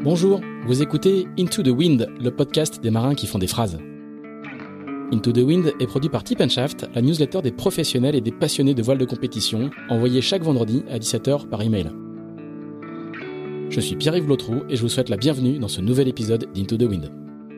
Bonjour, vous écoutez Into the Wind, le podcast des marins qui font des phrases. Into the Wind est produit par Tip & Shaft, la newsletter des professionnels et des passionnés de voile de compétition, envoyée chaque vendredi à 17h par email. Je suis Pierre-Yves Lautroux et je vous souhaite la bienvenue dans ce nouvel épisode d'Into the Wind.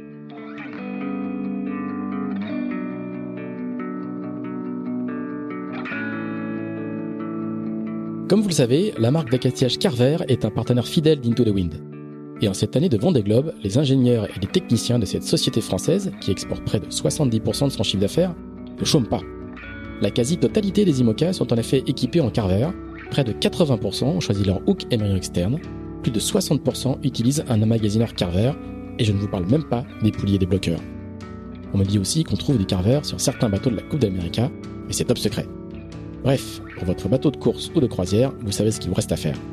Comme vous le savez, la marque d'accastillage Carver est un partenaire fidèle d'Into the Wind. Et en cette année de Vendée Globe, les ingénieurs et les techniciens de cette société française, qui exporte près de 70% de son chiffre d'affaires, ne chôment pas. La quasi-totalité des IMOCA sont en effet équipés en Carver, près de 80% ont choisi leur hook émerillon externe, plus de 60% utilisent un emmagasineur Carver, et je ne vous parle même pas des poulies et des bloqueurs. On me dit aussi qu'on trouve des Carver sur certains bateaux de la Coupe d'Amérique, mais c'est top secret. Bref, pour votre bateau de course ou de croisière, vous savez ce qu'il vous reste à faire.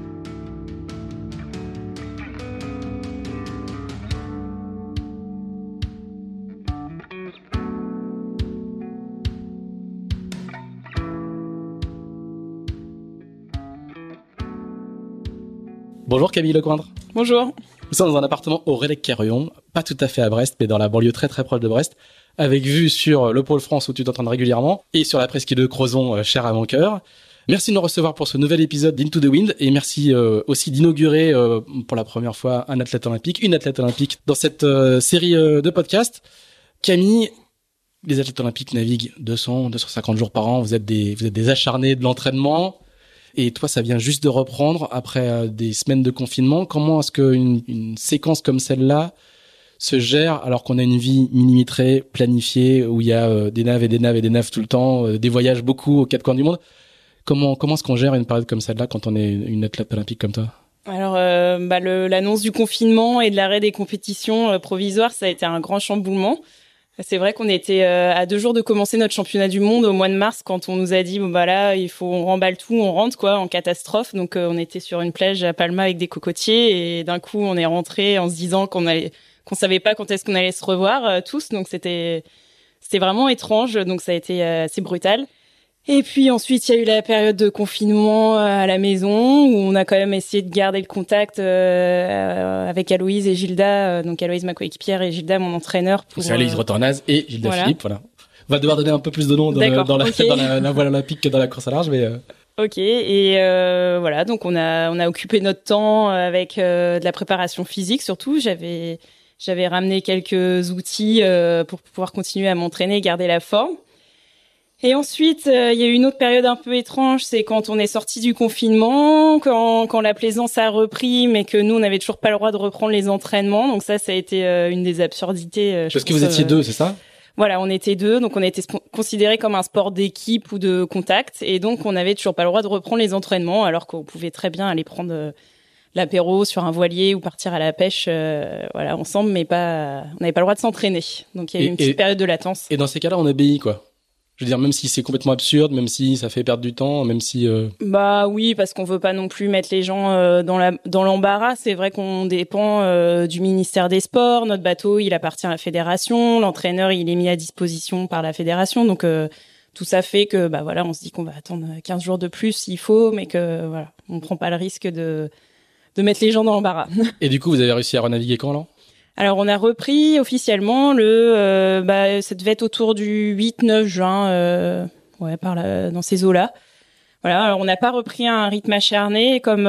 Bonjour Camille Lecoindre. Bonjour. Nous sommes dans un appartement au Relecq-Kerrion, pas tout à fait à Brest, mais dans la banlieue très très proche de Brest, avec vue sur le pôle France où tu t'entraînes régulièrement, et sur la presqu'île de Crozon, chère à mon cœur. Merci de nous recevoir pour ce nouvel épisode d'Into the Wind, et merci aussi d'inaugurer pour la première fois une athlète olympique dans cette série de podcasts. Camille, les athlètes olympiques naviguent 250 jours par an, vous êtes des acharnés de l'entraînement. Et toi, ça vient juste de reprendre après des semaines de confinement. Comment est-ce qu'une séquence comme celle-là se gère alors qu'on a une vie millimétrée, planifiée, où il y a des naves et des naves et des naves tout le temps, des voyages beaucoup aux quatre coins du monde? Comment est-ce qu'on gère une période comme celle-là quand on est une athlète olympique comme toi? Alors, l'annonce du confinement et de l'arrêt des compétitions provisoires, ça a été un grand chamboulement. C'est vrai qu'on était à 2 jours de commencer notre championnat du monde au mois de mars quand on nous a dit là on remballe tout, on rentre en catastrophe. Donc on était sur une plage à Palma avec des cocotiers et d'un coup on est rentré en se disant qu'on savait pas quand est-ce qu'on allait se revoir tous. Donc c'était vraiment étrange. Donc ça a été assez brutal. Et puis ensuite, il y a eu la période de confinement à la maison où on a quand même essayé de garder le contact avec Aloïse et Gilda, donc Aloïse ma coéquipière et Gilda mon entraîneur. C'est Aloïse Retornaz et Gilda Philippe, voilà. On va devoir donner un peu plus de noms dans la voile olympique que dans la course à large, mais... Ok, et voilà, donc on a occupé notre temps avec de la préparation physique surtout. J'avais ramené quelques outils pour pouvoir continuer à m'entraîner et garder la forme. Et ensuite, il y a eu une autre période un peu étrange, c'est quand on est sorti du confinement, quand la plaisance a repris, mais que nous, on n'avait toujours pas le droit de reprendre les entraînements. Donc ça a été une des absurdités. Parce que vous étiez 2, c'est ça? Voilà, on était 2, donc on était considéré comme un sport d'équipe ou de contact, et donc on n'avait toujours pas le droit de reprendre les entraînements, alors qu'on pouvait très bien aller prendre l'apéro sur un voilier ou partir à la pêche, ensemble, mais on n'avait pas le droit de s'entraîner. Donc il y a eu une petite période de latence. Et dans ces cas-là, on obéit, quoi? Je veux dire, même si c'est complètement absurde, même si ça fait perdre du temps, même si... oui, parce qu'on veut pas non plus mettre les gens dans l'embarras. C'est vrai qu'on dépend du ministère des Sports. Notre bateau, il appartient à la fédération. L'entraîneur, il est mis à disposition par la fédération. Donc, tout ça fait que, on se dit qu'on va attendre 15 jours de plus s'il faut, mais que, on prend pas le risque de mettre les gens dans l'embarras. Et du coup, vous avez réussi à renaviguer quand, là ? Alors, on a repris officiellement ça devait être autour du 8-9 juin, dans ces eaux-là. Voilà, alors on n'a pas repris un rythme acharné comme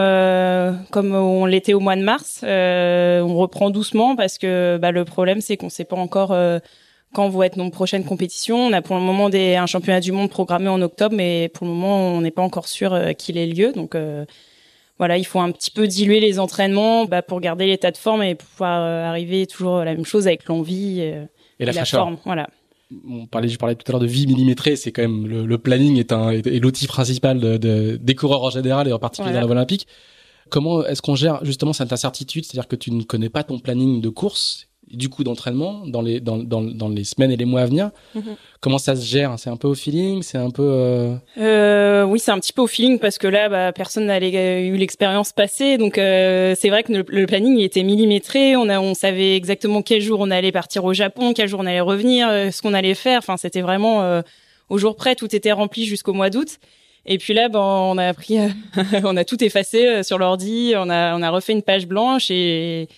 on l'était au mois de mars. On reprend doucement parce que le problème, c'est qu'on sait pas encore quand vont être nos prochaines compétitions. On a pour le moment un championnat du monde programmé en octobre, mais pour le moment, on n'est pas encore sûr qu'il ait lieu. Donc, il faut un petit peu diluer les entraînements pour garder l'état de forme et pouvoir arriver toujours à la même chose avec l'envie et la forme. Voilà. Je parlais tout à l'heure de vie millimétrée, c'est quand même le planning est l'outil principal des coureurs en général et en particulier dans la voile olympique. Comment est-ce qu'on gère justement cette incertitude, c'est-à-dire que tu ne connais pas ton planning de course, du coup d'entraînement dans les semaines et les mois à venir? Comment ça se gère? C'est un peu au feeling, c'est un peu oui, c'est un petit peu au feeling parce que là personne n'a eu l'expérience passée, donc c'est vrai que le planning il était millimétré. On savait exactement quel jour on allait partir au Japon, quel jour on allait revenir, ce qu'on allait faire. Enfin, c'était vraiment au jour près, tout était rempli jusqu'au mois d'août. Et puis là, on a appris, on a tout effacé sur l'ordi, on a refait une page blanche et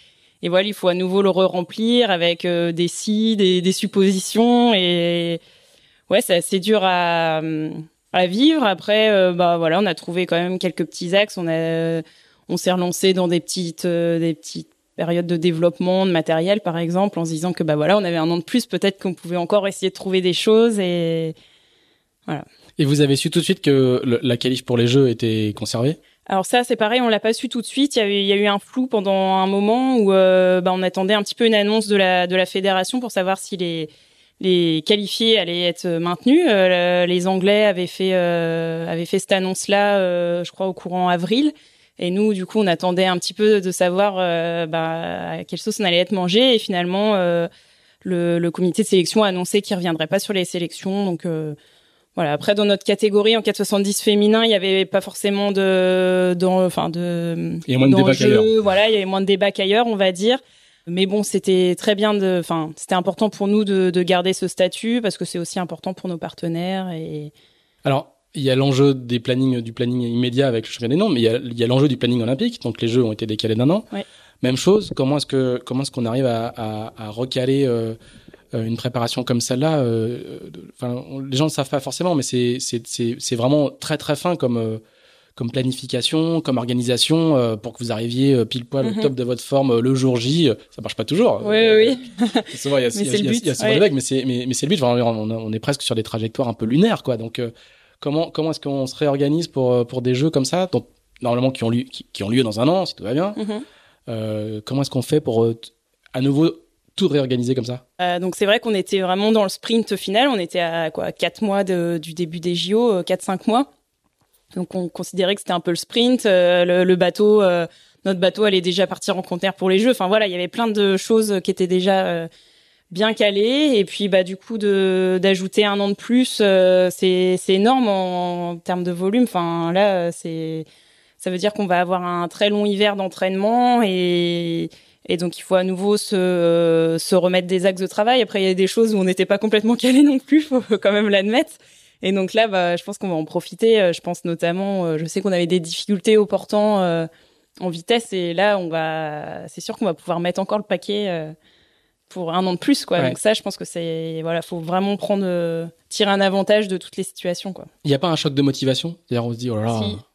voilà, il faut à nouveau le remplir avec des si, des suppositions et ouais, c'est assez dur à vivre. Après, voilà, on a trouvé quand même quelques petits axes. On s'est relancé dans des petites périodes de développement de matériel, par exemple, en se disant que voilà, on avait un an de plus, peut-être qu'on pouvait encore essayer de trouver des choses et voilà. Et vous avez su tout de suite que la qualif pour les Jeux était conservée? Alors ça, c'est pareil, on l'a pas su tout de suite. Il y a eu un flou pendant un moment où on attendait un petit peu une annonce de la fédération pour savoir si les qualifiés allaient être maintenus. Les Anglais avaient fait cette annonce-là, je crois, au courant avril. Et nous, du coup, on attendait un petit peu de savoir à quelle sauce on allait être mangé. Et finalement, le comité de sélection a annoncé qu'il reviendrait pas sur les sélections. Donc voilà. Après, dans notre catégorie en 4,70 féminin, il y avait pas forcément il y a moins de débats qu'ailleurs. Voilà, il y avait moins de débats qu'ailleurs, on va dire. Mais bon, c'était très bien c'était important pour nous de garder ce statut parce que c'est aussi important pour nos partenaires et. Alors, il y a l'enjeu du planning immédiat avec le championnat des noms, mais il y a l'enjeu du planning olympique. Donc les Jeux ont été décalés d'un an. Ouais. Même chose. Comment est-ce qu'on arrive à recaler une préparation comme celle-là? Les gens ne savent pas forcément, mais c'est vraiment très très fin comme planification, comme organisation, pour que vous arriviez pile poil au top de votre forme le jour J. Ça marche pas toujours. Oui. Souvent, il y a souvent des vagues, mais c'est le but. On est presque sur des trajectoires un peu lunaires, quoi. Donc, comment est-ce qu'on se réorganise pour des jeux comme ça, donc, normalement qui ont lieu dans un an, si tout va bien. Comment est-ce qu'on fait pour à nouveau tout réorganiser comme ça? Donc c'est vrai qu'on était vraiment dans le sprint final. On était à 4 mois du début des JO, 4-5 mois. Donc on considérait que c'était un peu le sprint. Le bateau, notre bateau allait déjà partir en conteneur pour les Jeux. Enfin voilà, il y avait plein de choses qui étaient déjà bien calées. Et puis du coup d'ajouter un an de plus, c'est énorme en termes de volume. Enfin là, ça veut dire qu'on va avoir un très long hiver d'entraînement et donc il faut à nouveau se remettre des axes de travail. Après il y a des choses où on n'était pas complètement calé non plus, faut quand même l'admettre. Et donc là, je pense qu'on va en profiter. Je pense notamment, je sais qu'on avait des difficultés au portant en vitesse, et là, c'est sûr qu'on va pouvoir mettre encore le paquet pour un an de plus, quoi. Ouais. Donc ça, je pense que faut vraiment tirer un avantage de toutes les situations, quoi. Il n'y a pas un choc de motivation? C'est-à-dire, on se dit, oh là là, si.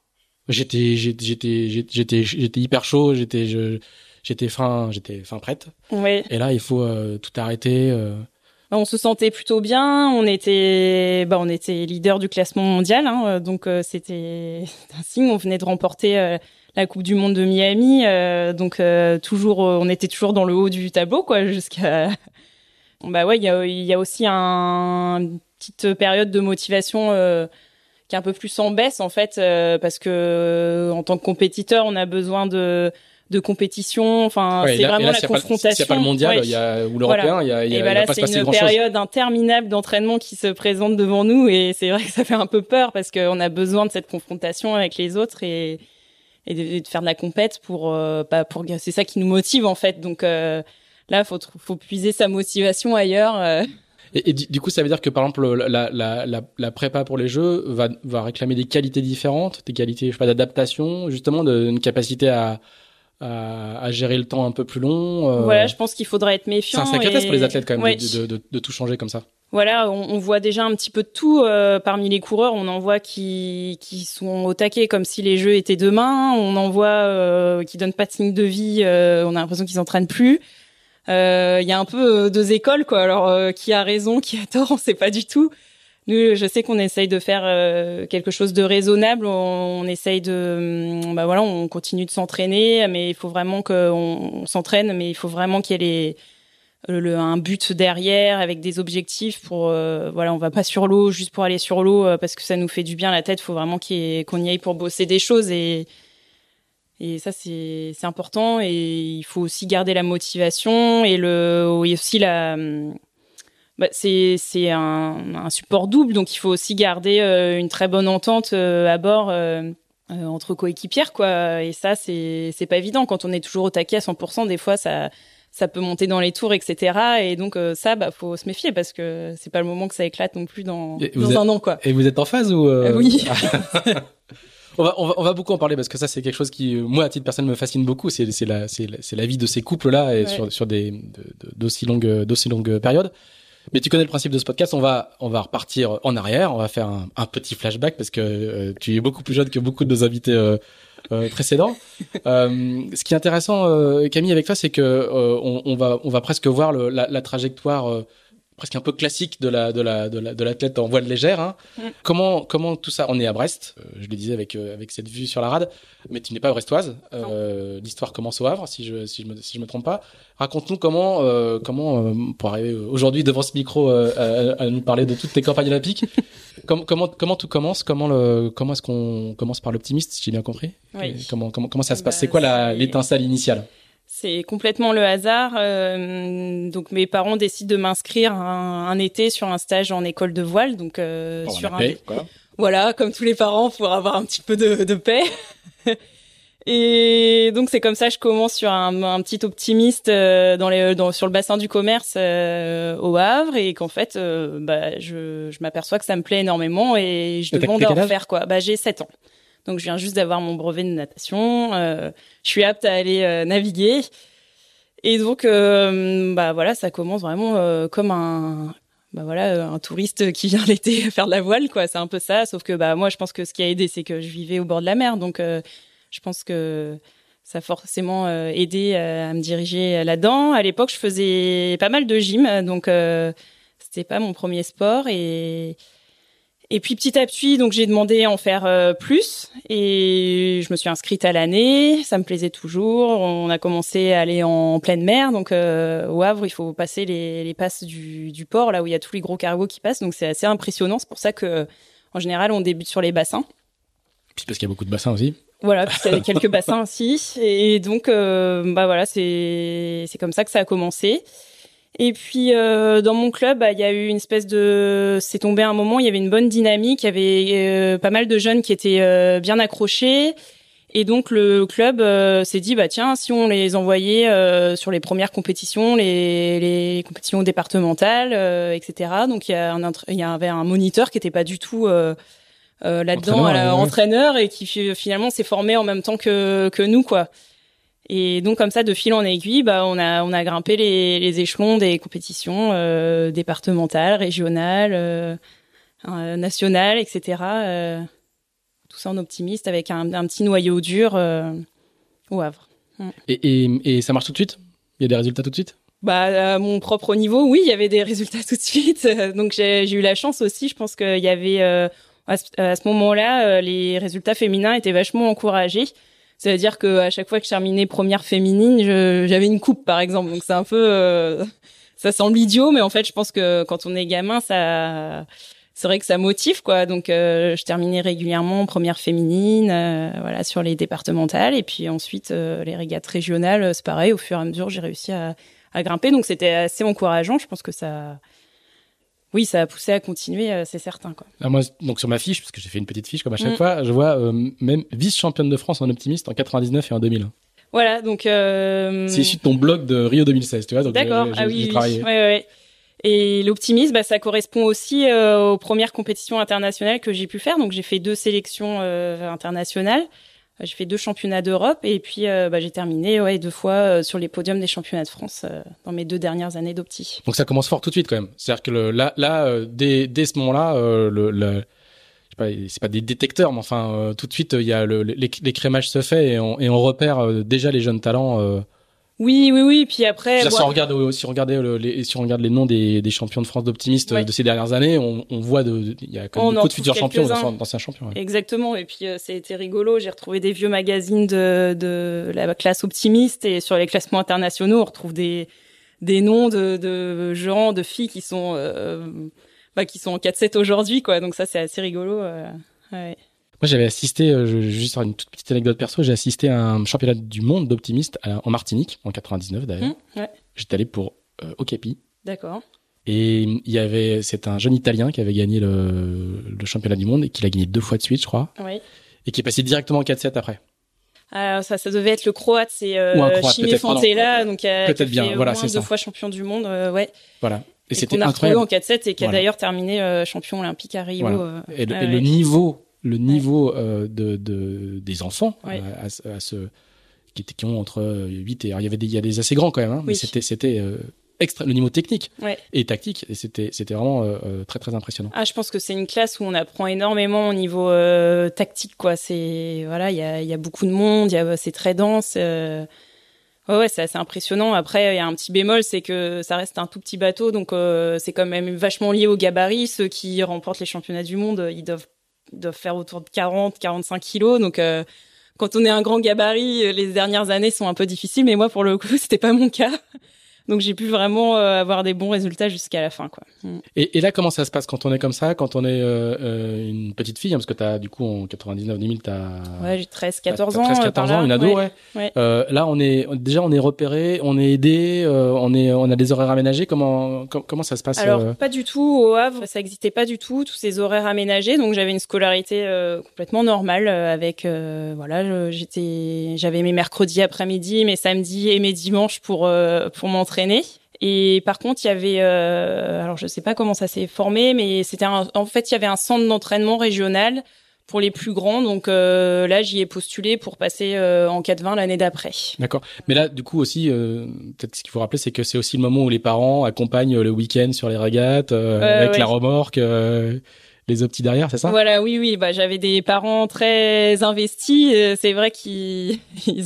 J'étais hyper chaud, j'étais fin prête. Oui. Et là, il faut tout arrêter. On se sentait plutôt bien. On était leader du classement mondial, hein, donc c'était un signe. On venait de remporter la Coupe du Monde de Miami, donc on était toujours dans le haut du tableau, quoi, jusqu'à. Il y a aussi une petite période de motivation qui est un peu plus en baisse en fait, parce que en tant que compétiteur, on a besoin de compétition, c'est vraiment la confrontation. S'il n'y a pas le mondial, ou l'européen, il y a pas se passer grand-chose. C'est une période interminable d'entraînement qui se présente devant nous, et c'est vrai que ça fait un peu peur parce qu'on a besoin de cette confrontation avec les autres et de faire de la compète c'est ça qui nous motive en fait. Donc là, faut puiser sa motivation ailleurs. Et du coup, ça veut dire que par exemple la prépa pour les Jeux va réclamer des qualités différentes, des qualités, je sais pas, d'adaptation, justement, une capacité à gérer le temps un peu plus long. Voilà, je pense qu'il faudra être méfiant. C'est un sacré test pour les athlètes quand même de tout changer comme ça. Voilà, on voit déjà un petit peu de tout parmi les coureurs. On en voit qui sont au taquet comme si les Jeux étaient demain. On en voit qui donnent pas de signe de vie. On a l'impression qu'ils s'entraînent plus. Il y a un peu deux écoles, quoi. Alors qui a raison, qui a tort, on sait pas du tout. Nous, je sais qu'on essaye de faire quelque chose de raisonnable. On essaye on continue de s'entraîner, mais il faut vraiment qu'on s'entraîne, mais il faut vraiment qu'il y ait un but derrière avec des objectifs pour on va pas sur l'eau juste pour aller sur l'eau parce que ça nous fait du bien à la tête. Il faut vraiment qu'on y aille pour bosser des choses et ça c'est important, et il faut aussi garder la motivation et aussi c'est un support double, donc il faut aussi garder une très bonne entente à bord entre coéquipières, quoi. Et ça, c'est pas évident quand on est toujours au taquet à 100%. Des fois, ça peut monter dans les tours, etc. Et donc faut se méfier parce que c'est pas le moment que ça éclate non plus dans un an, quoi. Et vous êtes en phase ou Oui. On va beaucoup en parler parce que ça c'est quelque chose qui moi à titre personnel me fascine beaucoup. C'est la vie de ces couples là et sur d'aussi longues périodes. Mais tu connais le principe de ce podcast. On va repartir en arrière. On va faire un petit flashback parce que tu es beaucoup plus jeune que beaucoup de nos invités précédents. Ce qui est intéressant, Camille, avec toi, c'est que on va presque voir la trajectoire presque un peu classique de l'athlète en voile légère. Hein. Comment tout ça? On est à Brest. Je le disais avec cette vue sur la rade, mais tu n'es pas brestoise. L'histoire commence au Havre, si je me trompe pas. Raconte-nous comment pour arriver aujourd'hui devant ce micro à nous parler de toutes tes campagnes olympiques. Comment tout commence? Comment est-ce qu'on commence par l'optimiste, si j'ai bien compris? Oui. Comment ça se passe? C'est quoi l'étincelle initiale? C'est complètement le hasard. Donc mes parents décident de m'inscrire un été sur un stage en école de voile. Donc sur paix, quoi. Voilà, comme tous les parents, pour avoir un petit peu de paix. Et donc c'est comme ça que je commence sur un petit optimiste sur le bassin du commerce au Havre, et qu'en fait je m'aperçois que ça me plaît énormément et je demande à en faire quoi. J'ai 7 ans. Donc je viens juste d'avoir mon brevet de natation, je suis apte à aller naviguer. Et donc voilà, ça commence vraiment comme un touriste qui vient l'été faire de la voile quoi, c'est un peu ça, sauf que moi je pense que ce qui a aidé c'est que je vivais au bord de la mer, donc je pense que ça a forcément aidé à me diriger là-dedans. À l'époque, je faisais pas mal de gym, donc c'était pas mon premier sport. Et puis petit à petit, donc j'ai demandé à en faire plus, et je me suis inscrite à l'année. Ça me plaisait toujours. On a commencé à aller en pleine mer, donc au Havre, il faut passer les passes du port, là où il y a tous les gros cargos qui passent. Donc c'est assez impressionnant. C'est pour ça que en général, on débute sur les bassins. Puis parce qu'il y a beaucoup de bassins aussi. Voilà, puisqu'il y avait quelques bassins aussi. Et donc, voilà, c'est comme ça que ça a commencé. Et puis, dans mon club, il y a eu une espèce c'est tombé un moment, il y avait une bonne dynamique, il y avait pas mal de jeunes qui étaient bien accrochés. Et donc, le club s'est dit, tiens, si on les envoyait sur les premières compétitions, les compétitions départementales, etc. Donc, il y avait un moniteur qui était pas du tout... là-dedans, entraîneur, et qui finalement s'est formé en même temps que nous quoi. Et donc comme ça, de fil en aiguille, on a grimpé les échelons des compétitions départementales, régionales, nationales, etc. Tout ça en optimiste avec un petit noyau dur au Havre. Et ça marche tout de suite? Il y a des résultats tout de suite? À mon propre niveau, oui, il y avait des résultats tout de suite. Donc j'ai eu la chance aussi. Je pense qu'il y avait à ce moment-là, les résultats féminins étaient vachement encouragés. C'est-à-dire que à chaque fois que je terminais première féminine, j'avais une coupe, par exemple. Donc c'est un peu, ça semble idiot, mais en fait, je pense que quand on est gamin, c'est vrai que ça motive, quoi. Donc je terminais régulièrement première féminine, voilà, sur les départementales, et puis ensuite les régates régionales, c'est pareil. Au fur et à mesure, j'ai réussi à grimper. Donc c'était assez encourageant. Je pense que oui, ça a poussé à continuer, c'est certain, quoi. Là, moi, donc sur ma fiche, parce que j'ai fait une petite fiche comme à chaque fois, je vois même vice-championne de France en optimiste en 99 et en 2000. Voilà, donc c'est issu de ton blog de Rio 2016, tu vois. Donc d'accord, j'ai travaillé. Ouais. Et l'optimisme, ça correspond aussi aux premières compétitions internationales que j'ai pu faire. Donc j'ai fait 2 sélections internationales. J'ai fait 2 championnats d'Europe, et puis j'ai terminé 2 fois sur les podiums des championnats de France dans mes 2 dernières années d'opti. Donc ça commence fort tout de suite quand même. C'est-à-dire que dès ce moment-là, je sais pas, c'est pas des détecteurs, mais enfin tout de suite il y a l'écrémage se fait et on repère déjà les jeunes talents. Oui. Puis après, si on regarde les noms des champions de France d'optimistes de ces dernières années, on voit il y a quand même beaucoup de futurs champions, d'anciens champions. Ouais. Exactement. Et puis c'était rigolo. J'ai retrouvé des vieux magazines de la classe optimiste, et sur les classements internationaux, on retrouve des noms de gens, de filles qui sont en 4-7 aujourd'hui, quoi. Donc ça, c'est assez rigolo. Ouais. Moi, j'avais assisté, juste une toute petite anecdote perso, j'ai assisté à un championnat du monde d'optimistes en Martinique, en 99 d'ailleurs. Ouais. J'étais allé pour Okapi. D'accord. Et c'est un jeune Italien qui avait gagné le championnat du monde et qui l'a gagné 2 fois de suite, je crois. Oui. Et qui est passé directement en 4-7 après. Alors ça devait être le Croate, c'est Chimé Fantella, donc qui a fait voilà, au moins 2 fois champion du monde, ouais. Voilà. Et c'était incroyable. Qu'on a retrouvé en 4-7 et qui a d'ailleurs terminé champion olympique à Rio. Voilà. Et le niveau le niveau des enfants Ouais. qui ont entre 8 et... Alors, il y a des assez grands quand même, hein, mais Oui. c'était le niveau technique Ouais. et tactique, et c'était vraiment très très impressionnant. Ah, je pense que c'est une classe où on apprend énormément au niveau tactique, quoi. C'est voilà, il y a beaucoup de monde, c'est très dense. Ouais, c'est assez impressionnant. Après, il y a un petit bémol, c'est que ça reste un tout petit bateau, donc c'est quand même vachement lié au gabarit. Ceux qui remportent les championnats du monde, ils doivent faire autour de 40-45 kilos. Donc, quand on est un grand gabarit, les dernières années sont un peu difficiles. Mais moi, pour le coup, c'était pas mon cas. Donc, j'ai pu vraiment avoir des bons résultats jusqu'à la fin, quoi. Et là, comment ça se passe quand on est comme ça, quand on est une petite fille, hein, parce que t'as, du coup, en 99-2000, Ouais, j'ai 13-14 ans. 13-14 ans, une ado, ouais. Ouais. Là, on est repéré, on est aidé, on a des horaires aménagés. Comment ça se passe? Alors, pas du tout. Au Havre, ça existait pas du tout, tous ces horaires aménagés. Donc, j'avais une scolarité complètement normale avec, voilà, j'avais mes mercredis après-midi, mes samedis et mes dimanches pour m'entraîner. Et par contre, il y avait, alors je sais pas comment ça s'est formé, mais en fait, il y avait un centre d'entraînement régional pour les plus grands. Donc là, j'y ai postulé pour passer en 4-20 l'année d'après. D'accord. Mais là, du coup aussi, peut-être ce qu'il faut rappeler, c'est que c'est aussi le moment où les parents accompagnent le week-end sur les régates avec la remorque. Les petits derrière, c'est ça? Voilà, oui. Bah, j'avais des parents très investis. C'est vrai qu'ils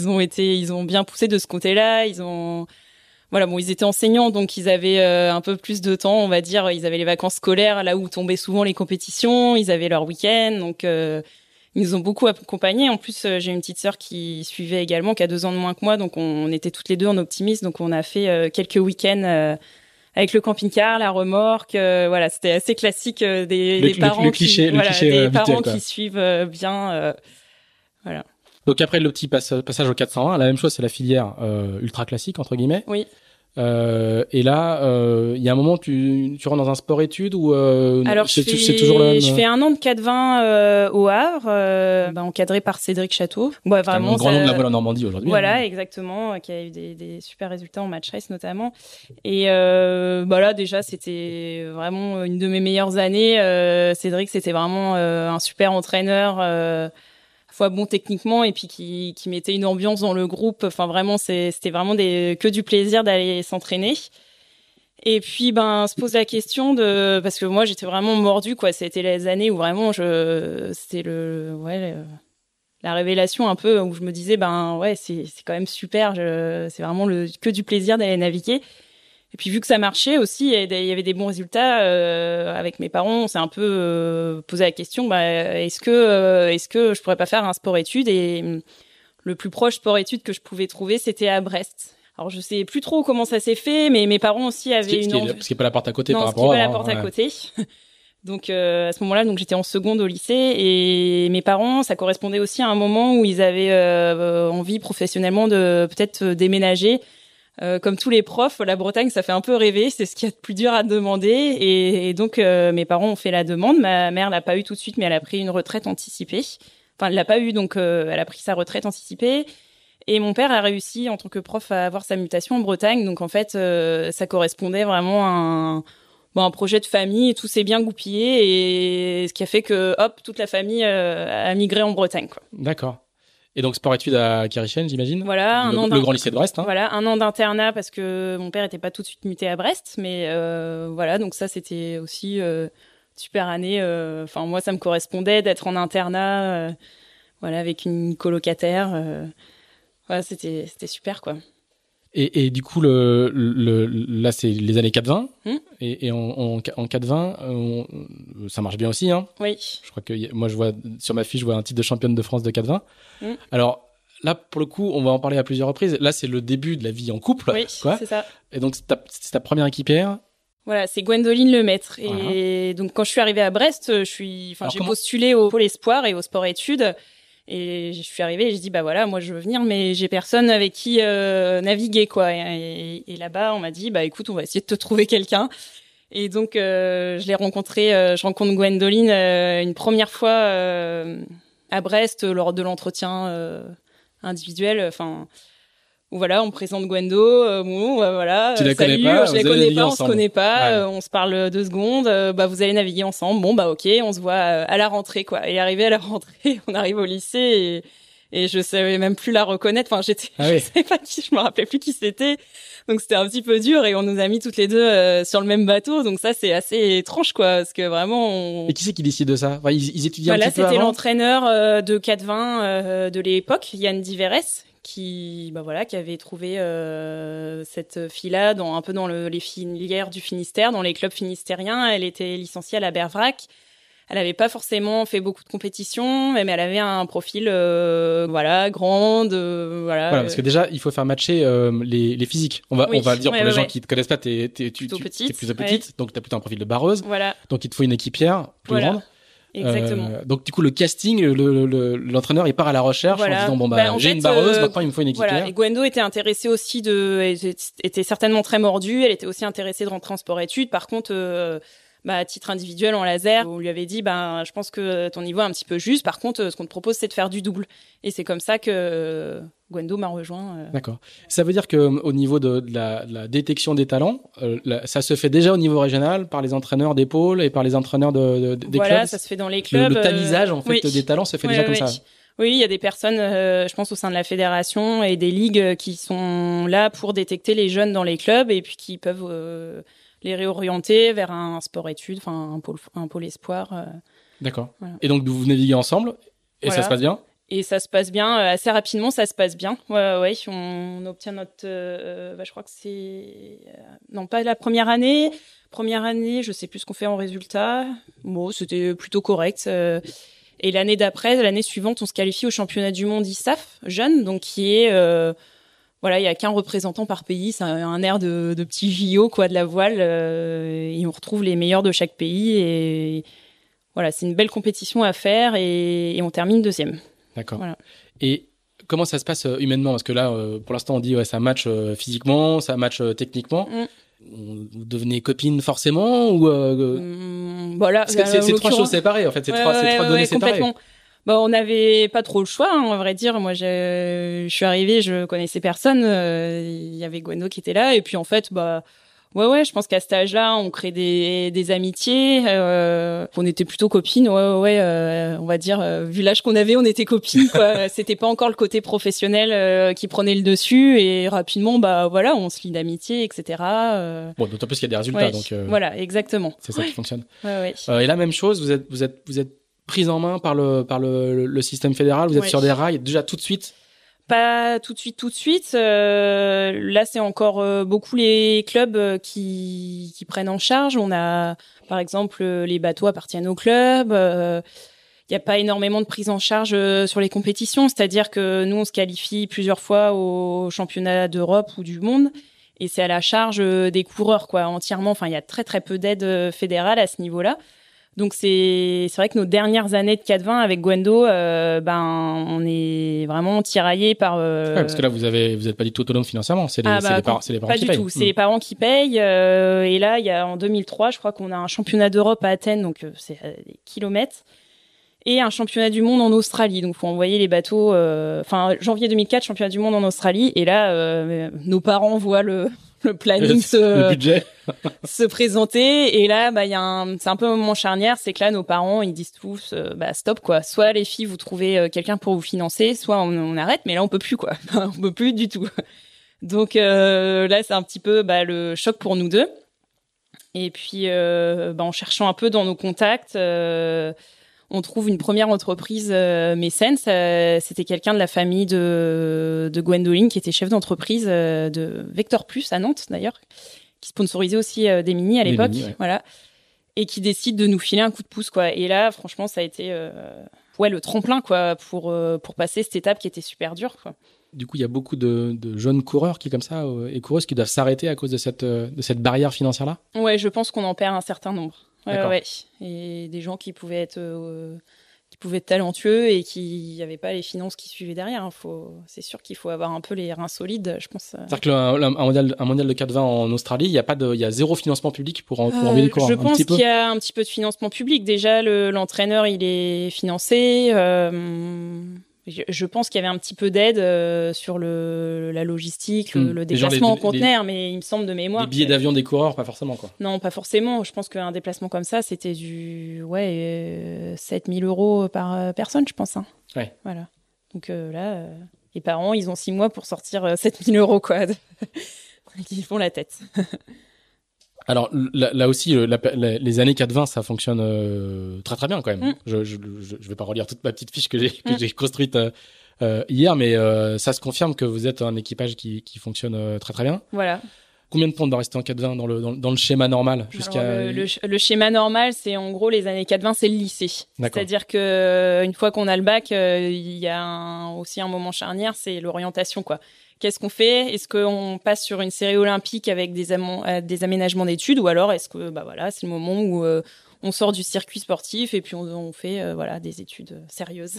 ont bien poussé de ce côté-là. Voilà, bon, ils étaient enseignants, donc ils avaient un peu plus de temps, on va dire. Ils avaient les vacances scolaires, là où tombaient souvent les compétitions. Ils avaient leur week-end, donc ils nous ont beaucoup accompagnés. En plus, j'ai une petite sœur qui suivait également, qui a 2 ans de moins que moi, donc on était toutes les deux en optimiste. Donc on a fait quelques week-ends avec le camping-car, la remorque. Voilà, c'était assez classique des parents le cliché des habituel, parents quoi. qui suivent bien. Voilà. Donc après le petit passage au 401, la même chose, c'est la filière ultra classique entre guillemets. Oui. Et là, il y a un moment, tu rentres dans un sport-études ou alors c'est toujours le même. Je fais un an de 4-20 au Havre, encadré par Cédric Château. Ouais, vraiment. Un grand nom de la voile en Normandie aujourd'hui. Voilà, hein. Exactement, qui a eu des super résultats en match race notamment. Et là déjà, c'était vraiment une de mes meilleures années. Cédric, c'était vraiment un super entraîneur. Fois bon techniquement et puis qui mettait une ambiance dans le groupe. Enfin vraiment, c'était vraiment que du plaisir d'aller s'entraîner. Et puis se pose la question parce que moi j'étais vraiment mordue, quoi. C'était les années où vraiment c'était la révélation un peu, où je me disais c'est quand même super. C'est vraiment que du plaisir d'aller naviguer. Et puis vu que ça marchait aussi, il y avait des bons résultats avec mes parents, on s'est un peu posé la question est-ce que je pourrais pas faire un sport-études? Et le plus proche sport-études que je pouvais trouver, c'était à Brest. Alors je sais plus trop comment ça s'est fait, mais mes parents aussi avaient une envie. Ce qui est pas la porte à côté non, par rapport à. Non, ce qui est pas la porte à côté. Donc à ce moment-là, donc j'étais en seconde au lycée et mes parents, ça correspondait aussi à un moment où ils avaient envie professionnellement de peut-être déménager. Comme tous les profs, la Bretagne, ça fait un peu rêver. C'est ce qu'il y a de plus dur à demander. Et donc, mes parents ont fait la demande. Ma mère l'a pas eu tout de suite, mais elle a pris une retraite anticipée. Enfin, elle l'a pas eu, donc elle a pris sa retraite anticipée. Et mon père a réussi, en tant que prof, à avoir sa mutation en Bretagne. Donc, en fait, ça correspondait vraiment à un projet de famille. Et tout s'est bien goupillé. Et ce qui a fait que, hop, toute la famille a migré en Bretagne, quoi. D'accord. Et donc sport-études à Kérichen, j'imagine. Voilà, le grand lycée de Brest. Hein. Voilà, un an d'internat parce que mon père était pas tout de suite muté à Brest, mais voilà, donc ça c'était aussi super année. Enfin moi ça me correspondait d'être en internat, voilà, avec une colocataire. Voilà, c'était super quoi. Et du coup là c'est les années 4-20 et en 4-20 ça marche bien aussi hein. Oui. Je crois que moi je vois sur ma fiche je vois un titre de championne de France de 4-20. Alors là pour le coup on va en parler à plusieurs reprises. Là c'est le début de la vie en couple. Oui, quoi. c'est ça. Et donc c'est ta première équipière. Voilà, c'est Gwendoline Lemaître. Et donc quand je suis arrivée à Brest, j'ai postulé au pôle espoir et au sport études. Et je suis arrivée et je dis voilà, moi je veux venir, mais j'ai personne avec qui naviguer quoi. Et là-bas on m'a dit écoute, on va essayer de te trouver quelqu'un. Et donc je l'ai rencontré, je rencontre Gwendoline une première fois à Brest lors de l'entretien individuel. Enfin où voilà, on présente Gwendo, bon, voilà, tu la connais salut, pas, je la connais pas, on ensemble. se connaît pas, Ouais. on se parle 2 secondes, vous allez naviguer ensemble, bon bah ok, on se voit à la rentrée quoi. Et arrivé à la rentrée, on arrive au lycée et je savais même plus la reconnaître, enfin je savais pas je me rappelais plus qui c'était. Donc c'était un petit peu dur et on nous a mis toutes les deux sur le même bateau, donc ça c'est assez étrange quoi, parce que vraiment Et qui c'est qui décide de ça? Enfin, ils étudient un petit peu c'était avant. l'entraîneur de 4-20 de l'époque, Yann Diverès, qui avait trouvé cette fille-là un peu dans les filières du Finistère, dans les clubs finistériens. Elle était licenciée à la Bervrac. Elle avait pas forcément fait beaucoup de compétitions, mais elle avait un profil grande, Voilà, parce que déjà il faut faire matcher les physiques. On va le dire pour les gens qui te connaissent pas, t'es plutôt petite, donc t'as plutôt un profil de barreuse. Voilà. Donc il te faut une équipière plus grande. Exactement. Donc du coup le casting, l'entraîneur il part à la recherche en disant bon j'ai une barreuse, maintenant il me faut une équipière. Voilà. Et Gwendo était intéressée aussi était certainement très mordue. Elle était aussi intéressée de rentrer en sport-études. Par contre, à titre individuel en laser, on lui avait dit je pense que ton niveau est un petit peu juste. Par contre, ce qu'on te propose c'est de faire du double. Et c'est comme ça que Gwendo m'a rejoint. D'accord. Ça veut dire que au niveau de la détection des talents, ça se fait déjà au niveau régional par les entraîneurs d'épaule et par les entraîneurs des clubs. Voilà, ça se fait dans les clubs. Le tamisage en fait des talents se fait déjà comme ça. Oui, il y a des personnes, je pense au sein de la fédération et des ligues qui sont là pour détecter les jeunes dans les clubs et puis qui peuvent les réorienter vers un sport-études, enfin un pôle espoir. D'accord. Voilà. Et donc vous naviguez ensemble et ça se passe bien? Et ça se passe bien, assez rapidement, ça se passe bien. Ouais, on obtient notre... je crois que c'est... non, pas la première année. Première année, je sais plus ce qu'on fait en résultat. Bon, c'était plutôt correct. Et l'année d'après, l'année suivante, on se qualifie au championnat du monde ISAF, jeune, donc qui est... il y a qu'un représentant par pays, c'est un air de petit JO, quoi, de la voile. Et on retrouve les meilleurs de chaque pays. Et voilà, c'est une belle compétition à faire et on termine 2e. D'accord. Voilà. Et comment ça se passe humainement? Parce que là, pour l'instant, on dit ça match physiquement, ça match techniquement. Vous devenez copine forcément ou voilà. Parce que c'est 3 choses séparées en fait, c'est trois données séparées. Complètement. On n'avait pas trop le choix, hein, à vrai dire. Moi, je suis arrivée, je connaissais personne. Il y avait Gwendo qui était là, et puis en fait, je pense qu'à cet âge-là, on crée des amitiés. On était plutôt copines. On va dire, vu l'âge qu'on avait, on était copines, quoi. C'était pas encore le côté professionnel qui prenait le dessus, et rapidement, on se lie d'amitié, etc. Bon, d'autant plus qu'il y a des résultats, donc. Voilà, exactement. C'est ça qui fonctionne. Ouais. Et la même chose, vous êtes prise en main par le système fédéral. Vous êtes sur des rails déjà tout de suite. Pas tout de suite. Là, c'est encore beaucoup les clubs qui prennent en charge. On a, par exemple, les bateaux appartiennent au club. Il n'y a pas énormément de prise en charge sur les compétitions. C'est-à-dire que nous, on se qualifie plusieurs fois au championnat d'Europe ou du monde. Et c'est à la charge des coureurs, quoi, entièrement. Enfin, il y a très, très peu d'aide fédérale à ce niveau-là. Donc c'est vrai que nos dernières années de 4-20 avec Gwendo, on est vraiment tiraillés par. Parce que là vous êtes pas du tout autonome financièrement, c'est les parents qui payent. Pas du tout, c'est les parents qui payent. Et là, il y a en 2003, je crois qu'on a un championnat d'Europe à Athènes, donc c'est des kilomètres, et un championnat du monde en Australie. Donc faut envoyer les bateaux. Janvier 2004, championnat du monde en Australie, et là, nos parents voient le planning le budget se présenter, et là c'est un peu un moment charnière, c'est que là nos parents ils disent tous stop, quoi, soit les filles vous trouvez quelqu'un pour vous financer, soit on arrête, mais là on peut plus, quoi. On peut plus du tout. Donc là c'est un petit peu le choc pour nous deux, et puis en cherchant un peu dans nos contacts, on trouve une première entreprise mécène. C'était quelqu'un de la famille de Gwendoline, qui était chef d'entreprise de Vector Plus à Nantes, d'ailleurs, qui sponsorisait aussi des mini à l'époque, voilà, et qui décide de nous filer un coup de pouce, quoi. Et là, franchement, ça a été le tremplin, quoi, pour passer cette étape qui était super dure, quoi. Du coup, il y a beaucoup de jeunes coureurs qui, comme ça, et coureuses qui doivent s'arrêter à cause de cette barrière financière-là. Ouais, je pense qu'on en perd un certain nombre. Ouais. Et des gens qui pouvaient être talentueux et qui n'avaient pas les finances qui suivaient derrière. C'est sûr qu'il faut avoir un peu les reins solides, je pense. C'est-à-dire qu'un mondial de 4-20 en Australie, il y a zéro financement public pour envoyer les coureurs. Je pense qu'il y a un petit peu de financement public. Déjà, l'entraîneur, il est financé. Je pense qu'il y avait un petit peu d'aide sur la logistique, le déplacement en conteneur, mais il me semble de mémoire. Les billets d'avion des coureurs, pas forcément, quoi. Non, pas forcément. Je pense qu'un déplacement comme ça, c'était 7 000 € par personne, je pense. Hein. Ouais. Voilà. Donc là, les parents, ils ont 6 mois pour sortir 7 000 €, quoi. Ils font la tête. Alors là aussi, les années 4-20, ça fonctionne très très bien quand même. Je vais pas relire toute ma petite fiche que j'ai construite hier, mais ça se confirme que vous êtes un équipage qui fonctionne très très bien. Voilà. Combien de points doit rester en 4-20 dans le schéma normal jusqu'à... Alors, le schéma normal, c'est en gros les années 4-20, c'est le lycée. D'accord. C'est-à-dire que une fois qu'on a le bac, il y a aussi un moment charnière, c'est l'orientation, quoi. Qu'est-ce qu'on fait ? Est-ce qu'on passe sur une série olympique avec des aménagements d'études, ou alors est-ce que c'est le moment où on sort du circuit sportif et puis on fait des études sérieuses.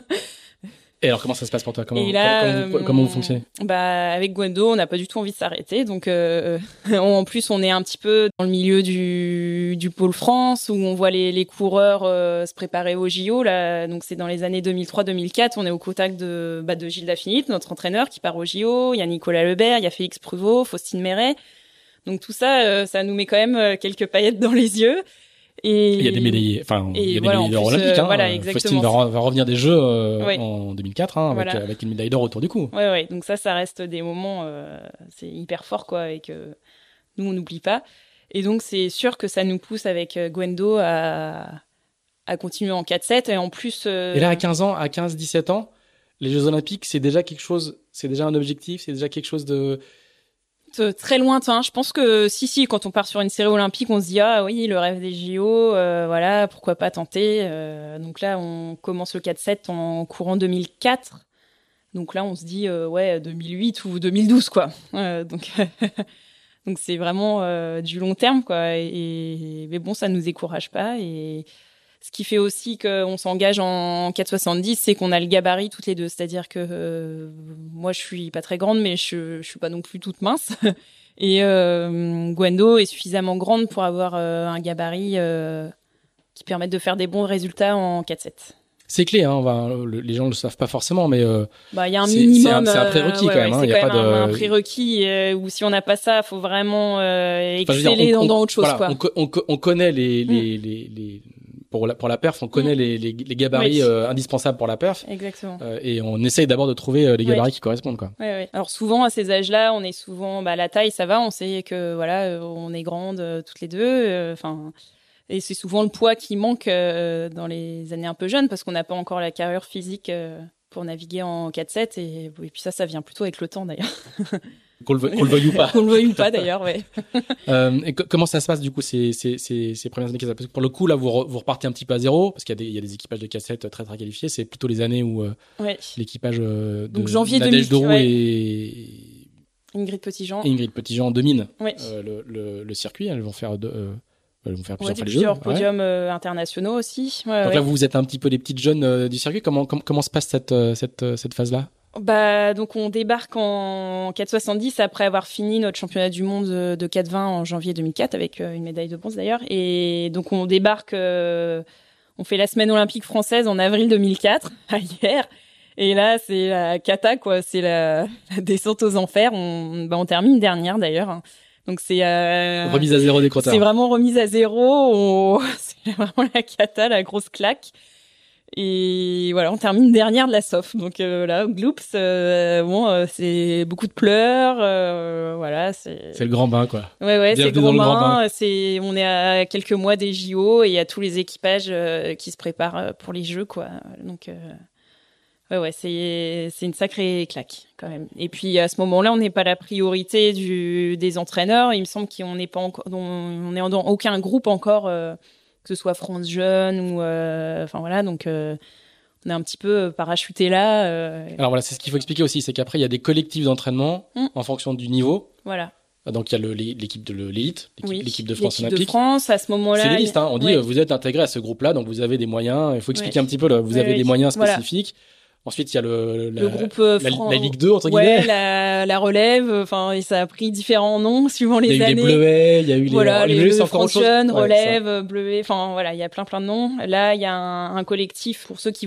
Et alors, comment ça se passe pour toi ? Comment vous fonctionnez ? Avec Gwendo, on n'a pas du tout envie de s'arrêter. Donc, en plus, on est un petit peu dans le milieu du pôle France, où on voit les coureurs se préparer au JO. Là, donc, c'est dans les années 2003-2004. On est au contact de Gilles Lafilippe, notre entraîneur, qui part au JO. Il y a Nicolas Lebert, il y a Félix Pruvot, Faustine Méret. Donc, tout ça, ça nous met quand même quelques paillettes dans les yeux. Et il y a des médaillés, il y a des médailles d'or olympiques. Faustine va revenir des Jeux en 2004 avec une médaille d'or autour du cou. Ouais. Donc ça reste des moments, c'est hyper fort, quoi, et que nous on n'oublie pas. Et donc c'est sûr que ça nous pousse avec Gwendo à continuer en 4-7 et en plus. Et là à 15-17 ans, les Jeux olympiques, c'est déjà quelque chose, c'est déjà un objectif, c'est déjà quelque chose de très lointain. Je pense que si, quand on part sur une série olympique, on se dit ah oui, le rêve des JO, pourquoi pas tenter. Donc là, on commence le 4-7 en courant 2004. Donc là, on se dit 2008 ou 2012, quoi. Donc c'est vraiment du long terme, quoi. Mais bon, ça nous décourage pas. Et ce qui fait aussi qu'on s'engage en 4,70, c'est qu'on a le gabarit toutes les deux. C'est-à-dire que moi, je suis pas très grande, mais je suis pas non plus toute mince. Et Gwendo est suffisamment grande pour avoir un gabarit qui permette de faire des bons résultats en 4,7. C'est clé, hein. Les gens le savent pas forcément, mais il y a un minimum. C'est un prérequis quand même. C'est il y a quand pas même de un prérequis où si on n'a pas ça, faut vraiment exceller dans autre chose. Voilà, quoi. On connaît les pour la perf, on connaît les gabarits indispensables pour la perf. Exactement. Et on essaye d'abord de trouver les gabarits qui correspondent, quoi. Ouais. Alors souvent à ces âges-là, on est souvent la taille, ça va, on sait que on est grandes toutes les deux. Et c'est souvent le poids qui manque dans les années un peu jeunes parce qu'on n'a pas encore la carrure physique pour naviguer en 4-7 et puis ça vient plutôt avec le temps d'ailleurs. Qu'on le veuille ou pas. Qu'on le veuille ou pas d'ailleurs, ouais. Et comment ça se passe du coup ces premières années? Parce que pour le coup là vous repartez un petit peu à zéro parce qu'il y a des équipages de 4-7 très très qualifiés. C'est plutôt les années où l'équipage de donc janvier Nadège Doroux et Ingrid Petitjean dominent le circuit. Elles vont faire plusieurs podiums internationaux aussi. Donc là, vous êtes un petit peu les petites jeunes du circuit. Comment se passe cette phase-là? Donc on débarque en 4,70 après avoir fini notre championnat du monde de 4,20 en janvier 2004 avec une médaille de bronze d'ailleurs. Et donc on débarque, on fait la semaine olympique française en avril 2004 à hier. Et là, c'est la cata, quoi. C'est la descente aux enfers. On termine dernière d'ailleurs. Hein. Donc c'est remise à zéro des crottards. C'est vraiment remise à zéro. C'est vraiment la cata, la grosse claque. Et voilà, on termine dernière de la SOF. Donc là, gloops, c'est beaucoup de pleurs. C'est le grand bain, quoi. Ouais, c'est le grand bain. On est à quelques mois des JO et il y a tous les équipages qui se préparent pour les Jeux, quoi. Donc c'est une sacrée claque quand même. Et puis à ce moment-là, on n'est pas la priorité des entraîneurs. Il me semble qu'on n'est pas encore, on est dans aucun groupe encore, que ce soit France Jeune ou donc on est un petit peu parachuté là. Alors voilà, c'est ce qu'il faut expliquer aussi, c'est qu'après il y a des collectifs d'entraînement en fonction du niveau. Voilà. Donc il y a l'équipe de l'élite, l'équipe de France olympique. L'équipe de France, à ce moment-là. C'est les listes, hein. On dit vous êtes intégré à ce groupe-là, donc vous avez des moyens. Il faut expliquer un petit peu. Vous avez des moyens spécifiques. Voilà. Ensuite, il y a le groupe la Ligue 2 entre guillemets. La relève. Et ça a pris différents noms suivant les années. Il y a eu les bleuets, il y a eu les France Jeunes, relève, bleuet. Il y a plein de noms. Là, il y a un collectif pour ceux qui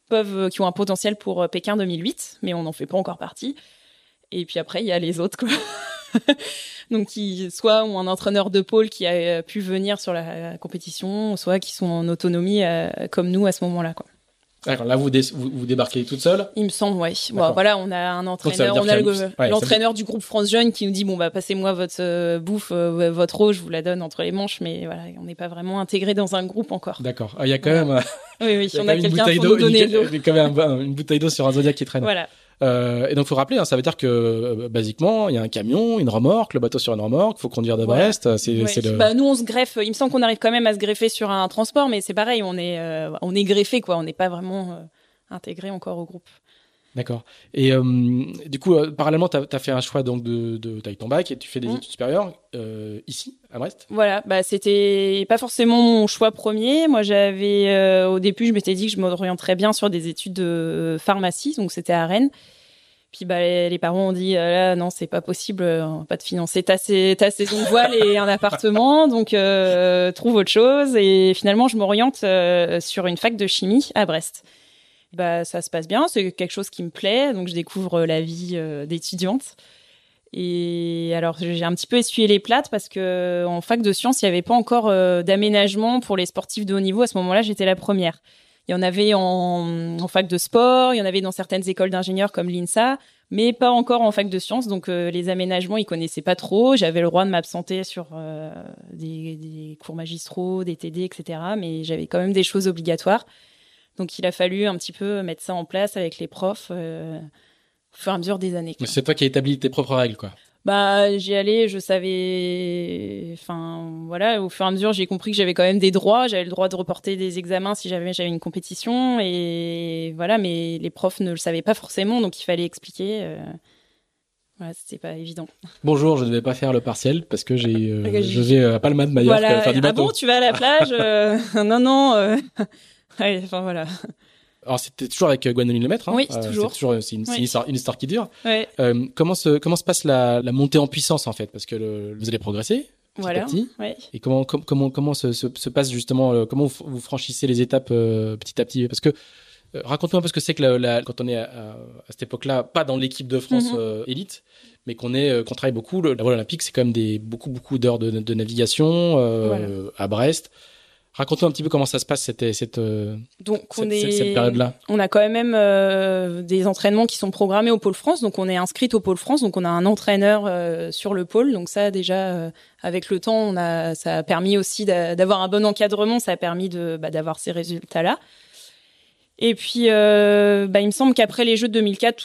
qui ont un potentiel pour Pékin 2008, mais on n'en fait pas encore partie. Et puis après, il y a les autres, quoi. Donc, qui soit ont un entraîneur de pôle qui a pu venir sur la compétition, soit qui sont en autonomie comme nous à ce moment-là, quoi. D'accord, là vous débarquez toute seule. Il me semble, ouais. Bon, voilà, on a un entraîneur, on a l'entraîneur du groupe France Jeune qui nous dit bon bah passez-moi votre bouffe, votre eau, je vous la donne entre les manches, mais voilà, on n'est pas vraiment intégré dans un groupe encore. D'accord. Il y a quand même. Oui, on a quelqu'un pour nous donner l'eau. Il y a quand même une bouteille d'eau sur un Zodiac qui traîne. Voilà. Et donc faut rappeler, ça veut dire que basiquement il y a un camion, une remorque, le bateau sur une remorque, faut conduire de Brest. C'est le. Nous on se greffe. Il me semble qu'on arrive quand même à se greffer sur un transport, mais c'est pareil, on est greffé quoi. On n'est pas vraiment intégré encore au groupe. D'accord. Et du coup, parallèlement, t'as fait un choix donc t'as eu ton bac et tu fais des études supérieures ici à Brest. Voilà, c'était pas forcément mon choix premier. Moi, j'avais au début, je m'étais dit que je m'orienterais bien sur des études de pharmacie, donc c'était à Rennes. Puis les parents ont dit là non, c'est pas possible, on va pas te financer ta saison de voile et un appartement, donc trouve autre chose. Et finalement, je m'oriente sur une fac de chimie à Brest. Ça se passe bien, c'est quelque chose qui me plaît, donc je découvre la vie d'étudiante. Et alors j'ai un petit peu essuyé les plâtres parce que en fac de sciences, il y avait pas encore d'aménagement pour les sportifs de haut niveau. À ce moment-là, j'étais la première. Il y en avait en fac de sport, il y en avait dans certaines écoles d'ingénieurs comme l'INSA, mais pas encore en fac de sciences. Donc les aménagements, ils connaissaient pas trop. J'avais le droit de m'absenter sur des cours magistraux, des TD, etc. Mais j'avais quand même des choses obligatoires. Donc, il a fallu un petit peu mettre ça en place avec les profs au fur et à mesure des années. Mais c'est toi qui as établi tes propres règles, quoi. J'y allais, je savais... Enfin, voilà, au fur et à mesure, j'ai compris que j'avais quand même des droits. J'avais le droit de reporter des examens si j'avais une compétition. Et voilà, mais les profs ne le savaient pas forcément, donc il fallait expliquer. Voilà, c'était pas évident. Bonjour, je ne vais pas faire le partiel parce que je vais à Palma de Mallorca faire du bateau. Ah bon, tu vas à la plage Non. Ouais, enfin voilà. Alors c'était toujours avec Gwendoline Lemaître, hein. Oui, toujours. C'est une histoire qui dure. Ouais. Comment se passe la montée en puissance en fait, parce que vous allez progresser petit à petit. Ouais. Et comment se passe justement, comment vous franchissez les étapes petit à petit, parce que raconte-moi un peu ce que c'est que quand on est à cette époque-là, pas dans l'équipe de France élite, mais qu'on travaille beaucoup. La voile olympique, c'est quand même beaucoup d'heures de navigation à Brest. Raconte-nous un petit peu comment ça se passe cette période-là. On a quand même des entraînements qui sont programmés au Pôle France, donc on est inscrite au Pôle France, donc on a un entraîneur sur le pôle. Donc ça déjà, avec le temps, ça a permis aussi d'avoir un bon encadrement, ça a permis d'avoir ces résultats-là. Et puis, il me semble qu'après les Jeux de 2004,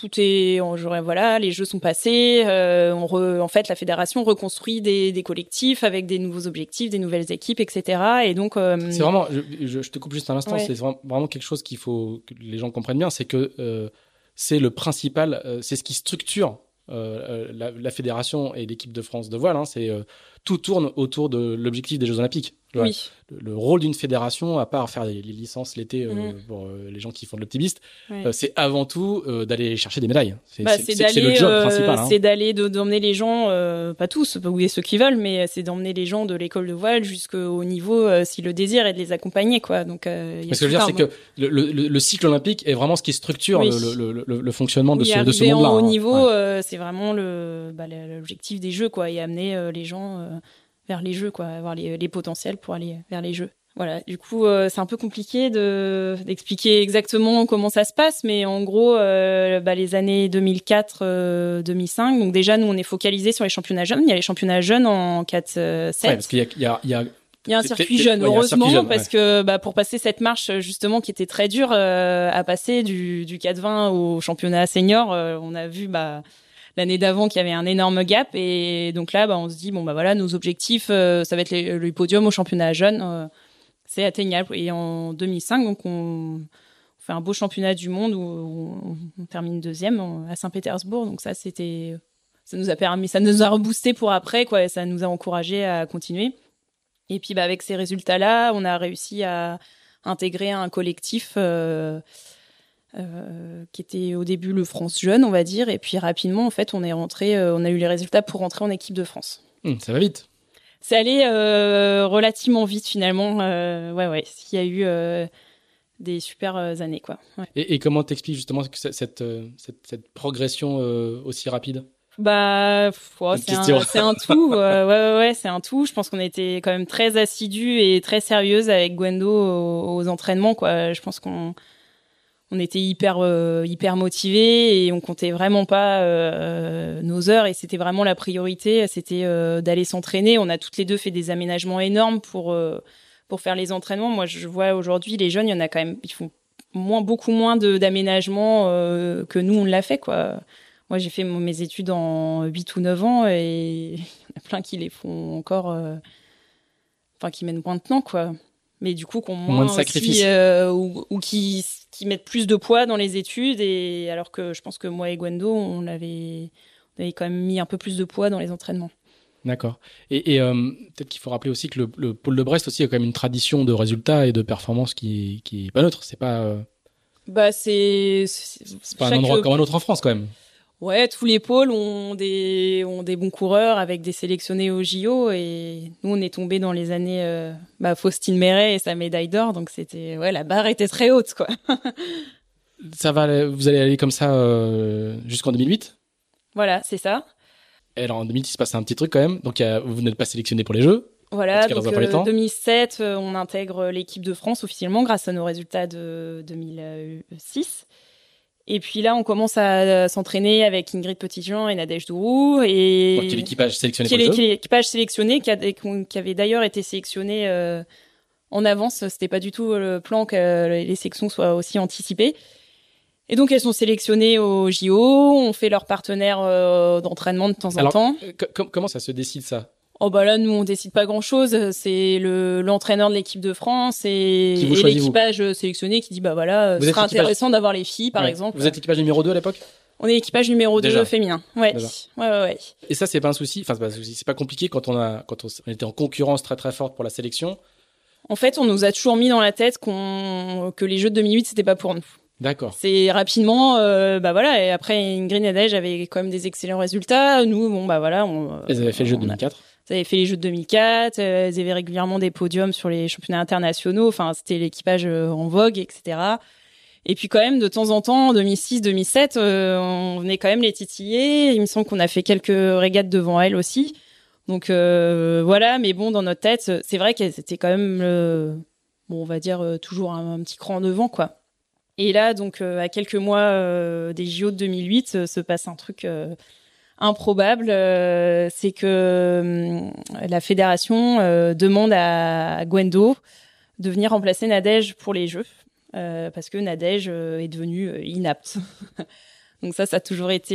les Jeux sont passés. En fait, la fédération reconstruit des collectifs avec des nouveaux objectifs, des nouvelles équipes, etc. Et donc, c'est vraiment, je te coupe juste un instant, ouais. C'est vraiment quelque chose qu'il faut que les gens comprennent bien, c'est que c'est le principal, c'est ce qui structure la fédération et l'équipe de France de voile. Hein, tout tourne autour de l'objectif des Jeux Olympiques. Oui. Le rôle d'une fédération, à part faire les licences l'été pour les gens qui font de l'optimiste, c'est avant tout d'aller chercher des médailles. C'est le job principal. C'est d'emmener les gens, pas tous, ou ceux qui veulent, mais c'est d'emmener les gens de l'école de voile jusqu'au niveau, si le désir est de les accompagner, quoi. Donc, ce que je veux dire, c'est que le cycle olympique est vraiment ce qui structure le fonctionnement de ce monde-là. Au niveau, c'est vraiment l'objectif des Jeux, quoi, et amener les gens vers les Jeux, quoi, avoir les potentiels pour aller vers les Jeux. Voilà. Du coup, c'est un peu compliqué d'expliquer exactement comment ça se passe, mais en gros, les années 2004, 2005. Donc déjà, nous, on est focalisé sur les championnats jeunes. Il y a les championnats jeunes en 4-7. Ouais, parce qu'il y a un circuit jeune, heureusement, parce que pour passer cette marche justement qui était très dure à passer du 4-20 au championnat senior, on a vu l'année d'avant qu'il y avait un énorme gap, et donc là on se dit nos objectifs, ça va être le podium au championnat jeune, c'est atteignable. Et en 2005 donc on fait un beau championnat du monde où on termine deuxième à Saint-Pétersbourg. Donc ça nous a reboosté pour après, quoi, et ça nous a encouragé à continuer. Et puis avec ces résultats-là, on a réussi à intégrer un collectif qui était au début le France Jeune, on va dire, et puis rapidement en fait on a eu les résultats pour rentrer en équipe de France. Ça va vite. C'est allé relativement vite finalement. Il y a eu des super années, quoi. Ouais. Et comment t'expliques justement que cette progression aussi rapide? Bah, c'est un tout. Ouais, c'est un tout. Je pense qu'on était quand même très assidus et très sérieuses avec Gwendo aux entraînements, quoi. Je pense qu'on était hyper motivés et on comptait vraiment pas nos heures, et c'était vraiment la priorité, c'était d'aller s'entraîner. On a toutes les deux fait des aménagements énormes pour faire les entraînements. Moi, je vois aujourd'hui les jeunes, il y en a quand même, ils font beaucoup moins d'aménagements que nous on l'a fait, quoi. Moi, j'ai fait mes études en 8 ou 9 ans et il y en a plein qui les font encore, qui mènent maintenant, quoi. Mais du coup, qui ont moins de sacrifices. Ou qui mettent plus de poids dans les études, et alors que je pense que moi et Gwendo, on avait quand même mis un peu plus de poids dans les entraînements. D'accord. Et peut-être qu'il faut rappeler aussi que le pôle de Brest aussi a quand même une tradition de résultats et de performance qui est pas neutre. C'est pas. C'est pas un endroit comme un autre en France, quand même. Ouais, tous les pôles ont des bons coureurs avec des sélectionnés au JO, et nous on est tombé dans les années Faustine Méret et sa médaille d'or, donc c'était la barre était très haute, quoi. Ça va, vous allez aller comme ça jusqu'en 2008. Voilà, c'est ça. Et alors en 2010 il se passe un petit truc quand même, donc vous n'êtes pas sélectionné pour les Jeux. Voilà, donc 2007 on intègre l'équipe de France officiellement grâce à nos résultats de 2006. Et puis là, on commence à s'entraîner avec Ingrid Petitjean et Nadège Dourou. Et qui est l'équipage sélectionné pour les Jeux. Qui est l'équipage sélectionné, qui avait d'ailleurs été sélectionné en avance. C'était pas du tout le plan que les sélections soient aussi anticipées. Et donc, elles sont sélectionnées au JO. On fait leur partenaire d'entraînement de temps en temps. Comment ça se décide, ça? Oh bah là, nous on décide pas grand-chose. C'est l'entraîneur de l'équipe de France et l'équipage sélectionné qui dit ce sera intéressant d'avoir les filles, par exemple. Vous êtes l'équipage numéro 2 à l'époque? On est l'équipage numéro 2 féminin. Ouais. Ouais. Et ça, c'est pas un souci. Enfin, c'est pas compliqué quand on était en concurrence très très forte pour la sélection. En fait, on nous a toujours mis dans la tête que les Jeux de 2008 c'était pas pour nous. D'accord. C'est rapidement, et après Ingrid et Nadège avaient quand même des excellents résultats. Nous, Elles avaient fait le Jeu de 2004. Elles avaient fait les Jeux de 2004. Elles avaient régulièrement des podiums sur les championnats internationaux. Enfin, c'était l'équipage en vogue, etc. Et puis quand même, de temps en temps, en 2006, 2007, on venait quand même les titiller. Il me semble qu'on a fait quelques régates devant elles aussi. Donc mais bon, dans notre tête, c'est vrai qu'elles étaient quand même, on va dire toujours un petit cran devant, quoi. Et là, donc, à quelques mois des JO de 2008, se passe un truc improbable. C'est que la fédération demande à Gwendo de venir remplacer Nadège pour les Jeux, parce que Nadège est devenue inapte. Donc ça a toujours été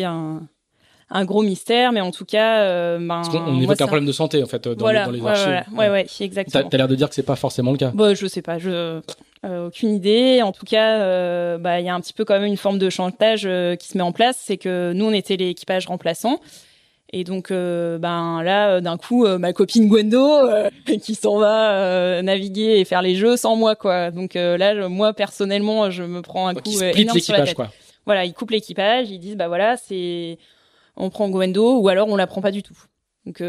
un gros mystère, mais en tout cas, parce qu'on évoque un problème de santé, en fait, dans les archives. Ouais, exactement. T'as l'air de dire que c'est pas forcément le cas. Je sais pas, aucune idée. En tout cas, il y a un petit peu quand même une forme de chantage qui se met en place, c'est que nous on était l'équipage remplaçant. Et donc là, d'un coup, ma copine Gwendo qui s'en va naviguer et faire les Jeux sans moi, quoi. Donc là, moi personnellement, je me prends un coup énorme sur la tête. Quoi. Voilà, ils coupent l'équipage, ils disent on prend Gwendo ou alors on la prend pas du tout. Donc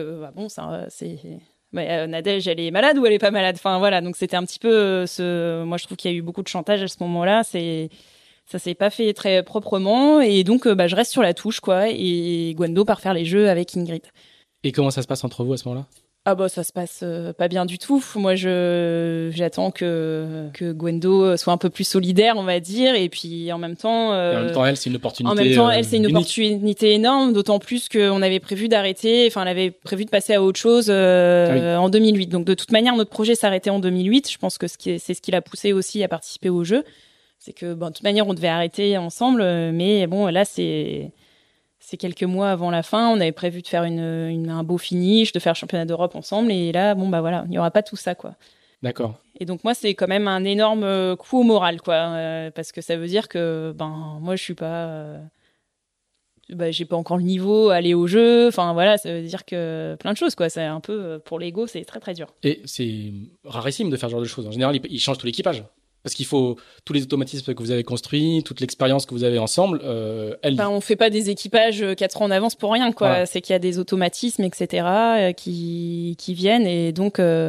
Nadège, elle est malade ou elle est pas malade. Enfin voilà, donc c'était un petit peu moi je trouve qu'il y a eu beaucoup de chantage à ce moment-là. Ça s'est pas fait très proprement, et donc je reste sur la touche, quoi. Et Gwendo part faire les Jeux avec Ingrid. Et comment ça se passe entre vous à ce moment-là? Ça se passe pas bien du tout. Moi, j'attends que Gwendo soit un peu plus solidaire, on va dire, et puis en même temps. Et en même temps, elle, c'est une opportunité. En même temps, elle, c'est une opportunité énorme, d'autant plus qu'on avait prévu d'arrêter. Enfin, elle avait prévu de passer à autre chose en 2008. Donc, de toute manière, notre projet s'arrêtait en 2008. Je pense que c'est ce qui l'a poussé aussi à participer au jeu. C'est que, de toute manière, on devait arrêter ensemble, mais bon, là, c'est quelques mois avant la fin. On avait prévu de faire un beau finish, de faire le championnat d'Europe ensemble. Et là, il n'y aura pas tout ça, quoi. D'accord. Et donc, moi, c'est quand même un énorme coup au moral, quoi. Parce que ça veut dire que, moi, je suis pas... j'ai pas encore le niveau à aller au jeu. Enfin, voilà, ça veut dire que plein de choses, quoi. C'est un peu, pour l'ego, c'est très, très dur. Et c'est rarissime de faire ce genre de choses. En général, ils changent tout l'équipage. Parce qu'il faut tous les automatismes que vous avez construits, toute l'expérience que vous avez ensemble. On fait pas des équipages 4 ans en avance pour rien, quoi. Voilà. C'est qu'il y a des automatismes, etc., qui viennent, et donc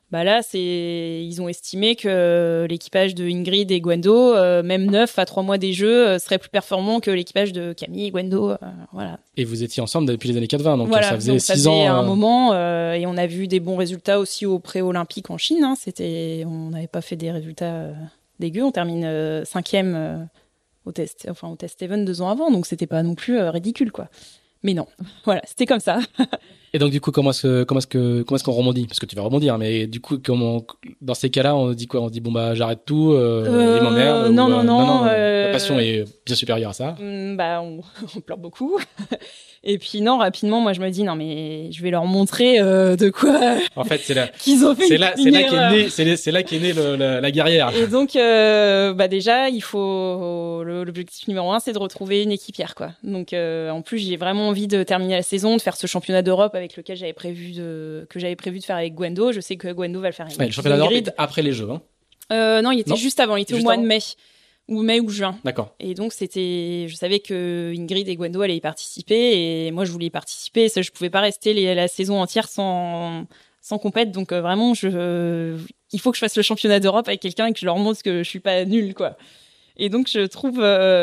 Bah là, ils ont estimé que l'équipage de Ingrid et Gwendo, même 9 à 3 mois des Jeux, serait plus performant que l'équipage de Camille et Gwendo. Voilà. Et vous étiez ensemble depuis les années 80, donc voilà, ça faisait donc 6 ans. un moment, et on a vu des bons résultats aussi aux pré-olympiques en Chine. Hein. On n'avait pas fait des résultats dégueux. On termine 5e au test Even 2 ans avant, donc c'était pas non plus ridicule, quoi. Mais non, voilà, c'était comme ça. Et donc du coup, comment est-ce qu'on rebondit? Parce que tu vas rebondir, mais du coup, dans ces cas-là, on dit quoi? On dit bon bah j'arrête tout, et m'emmerde. Non. La passion est bien supérieure à ça. On pleure beaucoup. Et puis non, rapidement, moi je me dis non mais je vais leur montrer de quoi. En fait, qu'ils ont fait. C'est là qu'est née la guerrière. Et donc déjà, il faut l'objectif numéro 1, c'est de retrouver une équipière, quoi. Donc en plus, j'ai vraiment envie de terminer la saison, de faire ce championnat d'Europe avec lequel j'avais prévu de faire avec Gwendo. Je sais que Gwendo va le faire avec le championnat d'Europe est après les Jeux, hein. Non, il était juste avant, il était au mois de mai. Ou mai ou juin. D'accord. Et donc je savais que Ingrid et Gwendo allaient y participer et moi je voulais y participer. Ça, je pouvais pas rester la saison entière sans compète. Donc vraiment, il faut que je fasse le championnat d'Europe avec quelqu'un et que je leur montre que je suis pas nulle, quoi. Et donc je trouve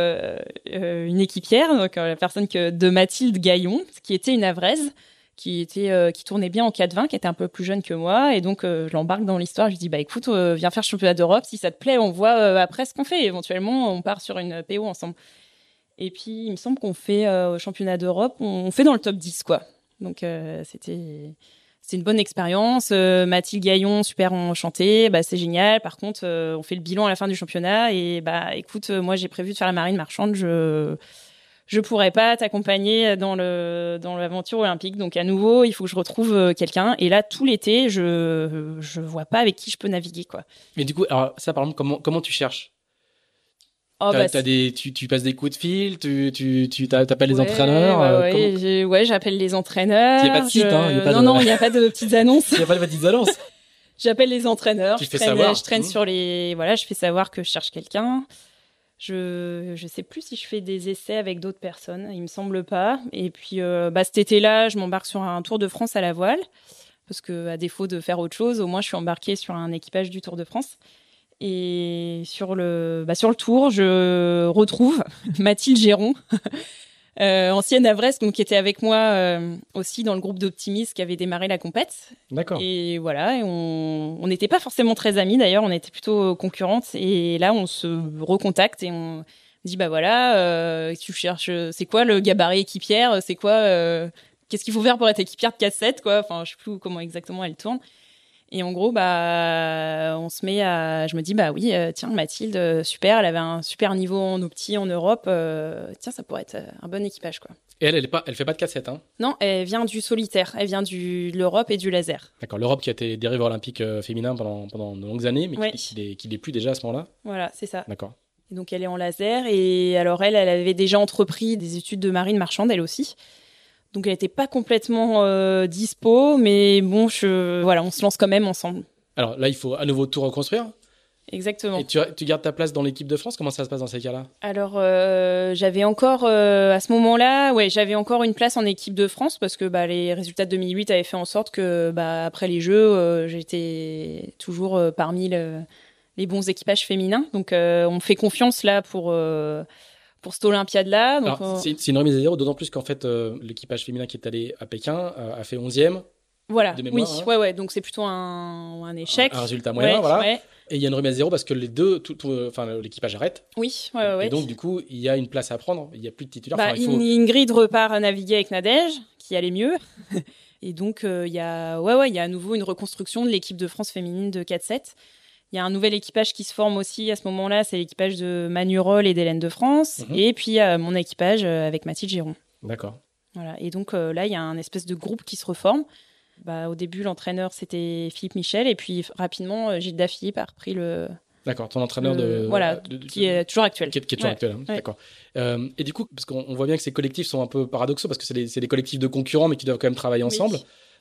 une équipière, donc la personne de Mathilde Gaillon, qui était une Havraise, qui tournait bien en 4-20, qui était un peu plus jeune que moi, et donc je l'embarque dans l'histoire. Je lui dis bah écoute, viens faire championnat d'Europe, si ça te plaît, on voit après ce qu'on fait. Éventuellement, on part sur une PO ensemble. Et puis il me semble qu'on fait au championnat d'Europe, on fait dans le top 10, quoi. Donc c'était une bonne expérience. Mathilde Gaillon, super enchantée, bah c'est génial. Par contre, on fait le bilan à la fin du championnat et bah écoute, moi j'ai prévu de faire la marine marchande, je pourrais pas t'accompagner dans l'aventure olympique. Donc à nouveau, il faut que je retrouve quelqu'un. Et là, tout l'été, je vois pas avec qui je peux naviguer, quoi. Mais du coup, alors ça, par exemple, comment tu cherches? Tu passes des coups de fil, tu t'appelles les entraîneurs. J'appelle les entraîneurs. Il y a pas de site, hein. Non, il y a pas de petites annonces. Il y a pas de petites annonces. J'appelle les entraîneurs. Je traîne sur je fais savoir que je cherche quelqu'un. Je sais plus si je fais des essais avec d'autres personnes, il me semble pas. Et puis cet été-là, je m'embarque sur un Tour de France à la voile parce que à défaut de faire autre chose, au moins je suis embarquée sur un équipage du Tour de France. Et sur le tour, je retrouve Mathilde Géron, ancienne Havraise, qui était avec moi aussi dans le groupe d'optimistes qui avait démarré la compète. D'accord. Et voilà, on n'était pas forcément très amis d'ailleurs, on était plutôt concurrentes. Et là, on se recontacte et on dit bah voilà, tu cherches, c'est quoi le gabarit équipière, c'est quoi, qu'est-ce qu'il faut faire pour être équipière de 4-7, quoi. Enfin, je sais plus comment exactement elle tourne. Et en gros, on se met je me dis, bah oui, tiens, Mathilde, super, elle avait un super niveau en opti en Europe, tiens, ça pourrait être un bon équipage, quoi. Et elle fait pas de 4-7, hein? Non, elle vient du solitaire, elle vient de l'Europe et du laser. D'accord, l'Europe qui a été dériveur olympique féminin pendant de longues années, mais qui l'est plus déjà à ce moment-là? Voilà, c'est ça. D'accord. Et donc, elle est en laser, et alors elle avait déjà entrepris des études de marine marchande, elle aussi. Donc, elle n'était pas complètement dispo, mais bon, on se lance quand même ensemble. Alors là, il faut à nouveau tout reconstruire. Exactement. Et tu gardes ta place dans l'équipe de France? Comment ça se passe dans ces cas-là? Alors, j'avais encore, à ce moment-là, j'avais encore une place en équipe de France parce que les résultats de 2008 avaient fait en sorte que après les Jeux, j'étais toujours parmi les bons équipages féminins. Donc, on me fait confiance là pour cette Olympiade-là. Donc, c'est une remise à zéro, d'autant plus qu'en fait, l'équipage féminin qui est allé à Pékin a fait 11e. Voilà, de mémoire, oui, ouais. Donc, c'est plutôt un échec. Un résultat moyen, voilà. Ouais. Et il y a une remise à zéro parce que les deux, l'équipage arrête. Oui, ouais. Et donc, du coup, il y a une place à prendre. Il n'y a plus de titulaire. Ingrid repart à naviguer avec Nadège, qui allait mieux. Et donc, il y a à nouveau une reconstruction de l'équipe de France féminine de 4-7. Il y a un nouvel équipage qui se forme aussi à ce moment-là, c'est l'équipage de Manu Roll et d'Hélène de France. Mm-hmm. Et puis, mon équipage avec Mathilde Géron. D'accord. Voilà. Et donc, là, il y a un espèce de groupe qui se reforme. Au début, l'entraîneur, c'était Philippe Michel. Et puis, rapidement, Gilda Philippe a repris le... D'accord, ton entraîneur qui est toujours actuel. Qui est toujours actuel, hein. Ouais. D'accord. Et du coup, parce qu'on voit bien que ces collectifs sont un peu paradoxaux, parce que c'est des collectifs de concurrents, mais qui doivent quand même travailler ensemble.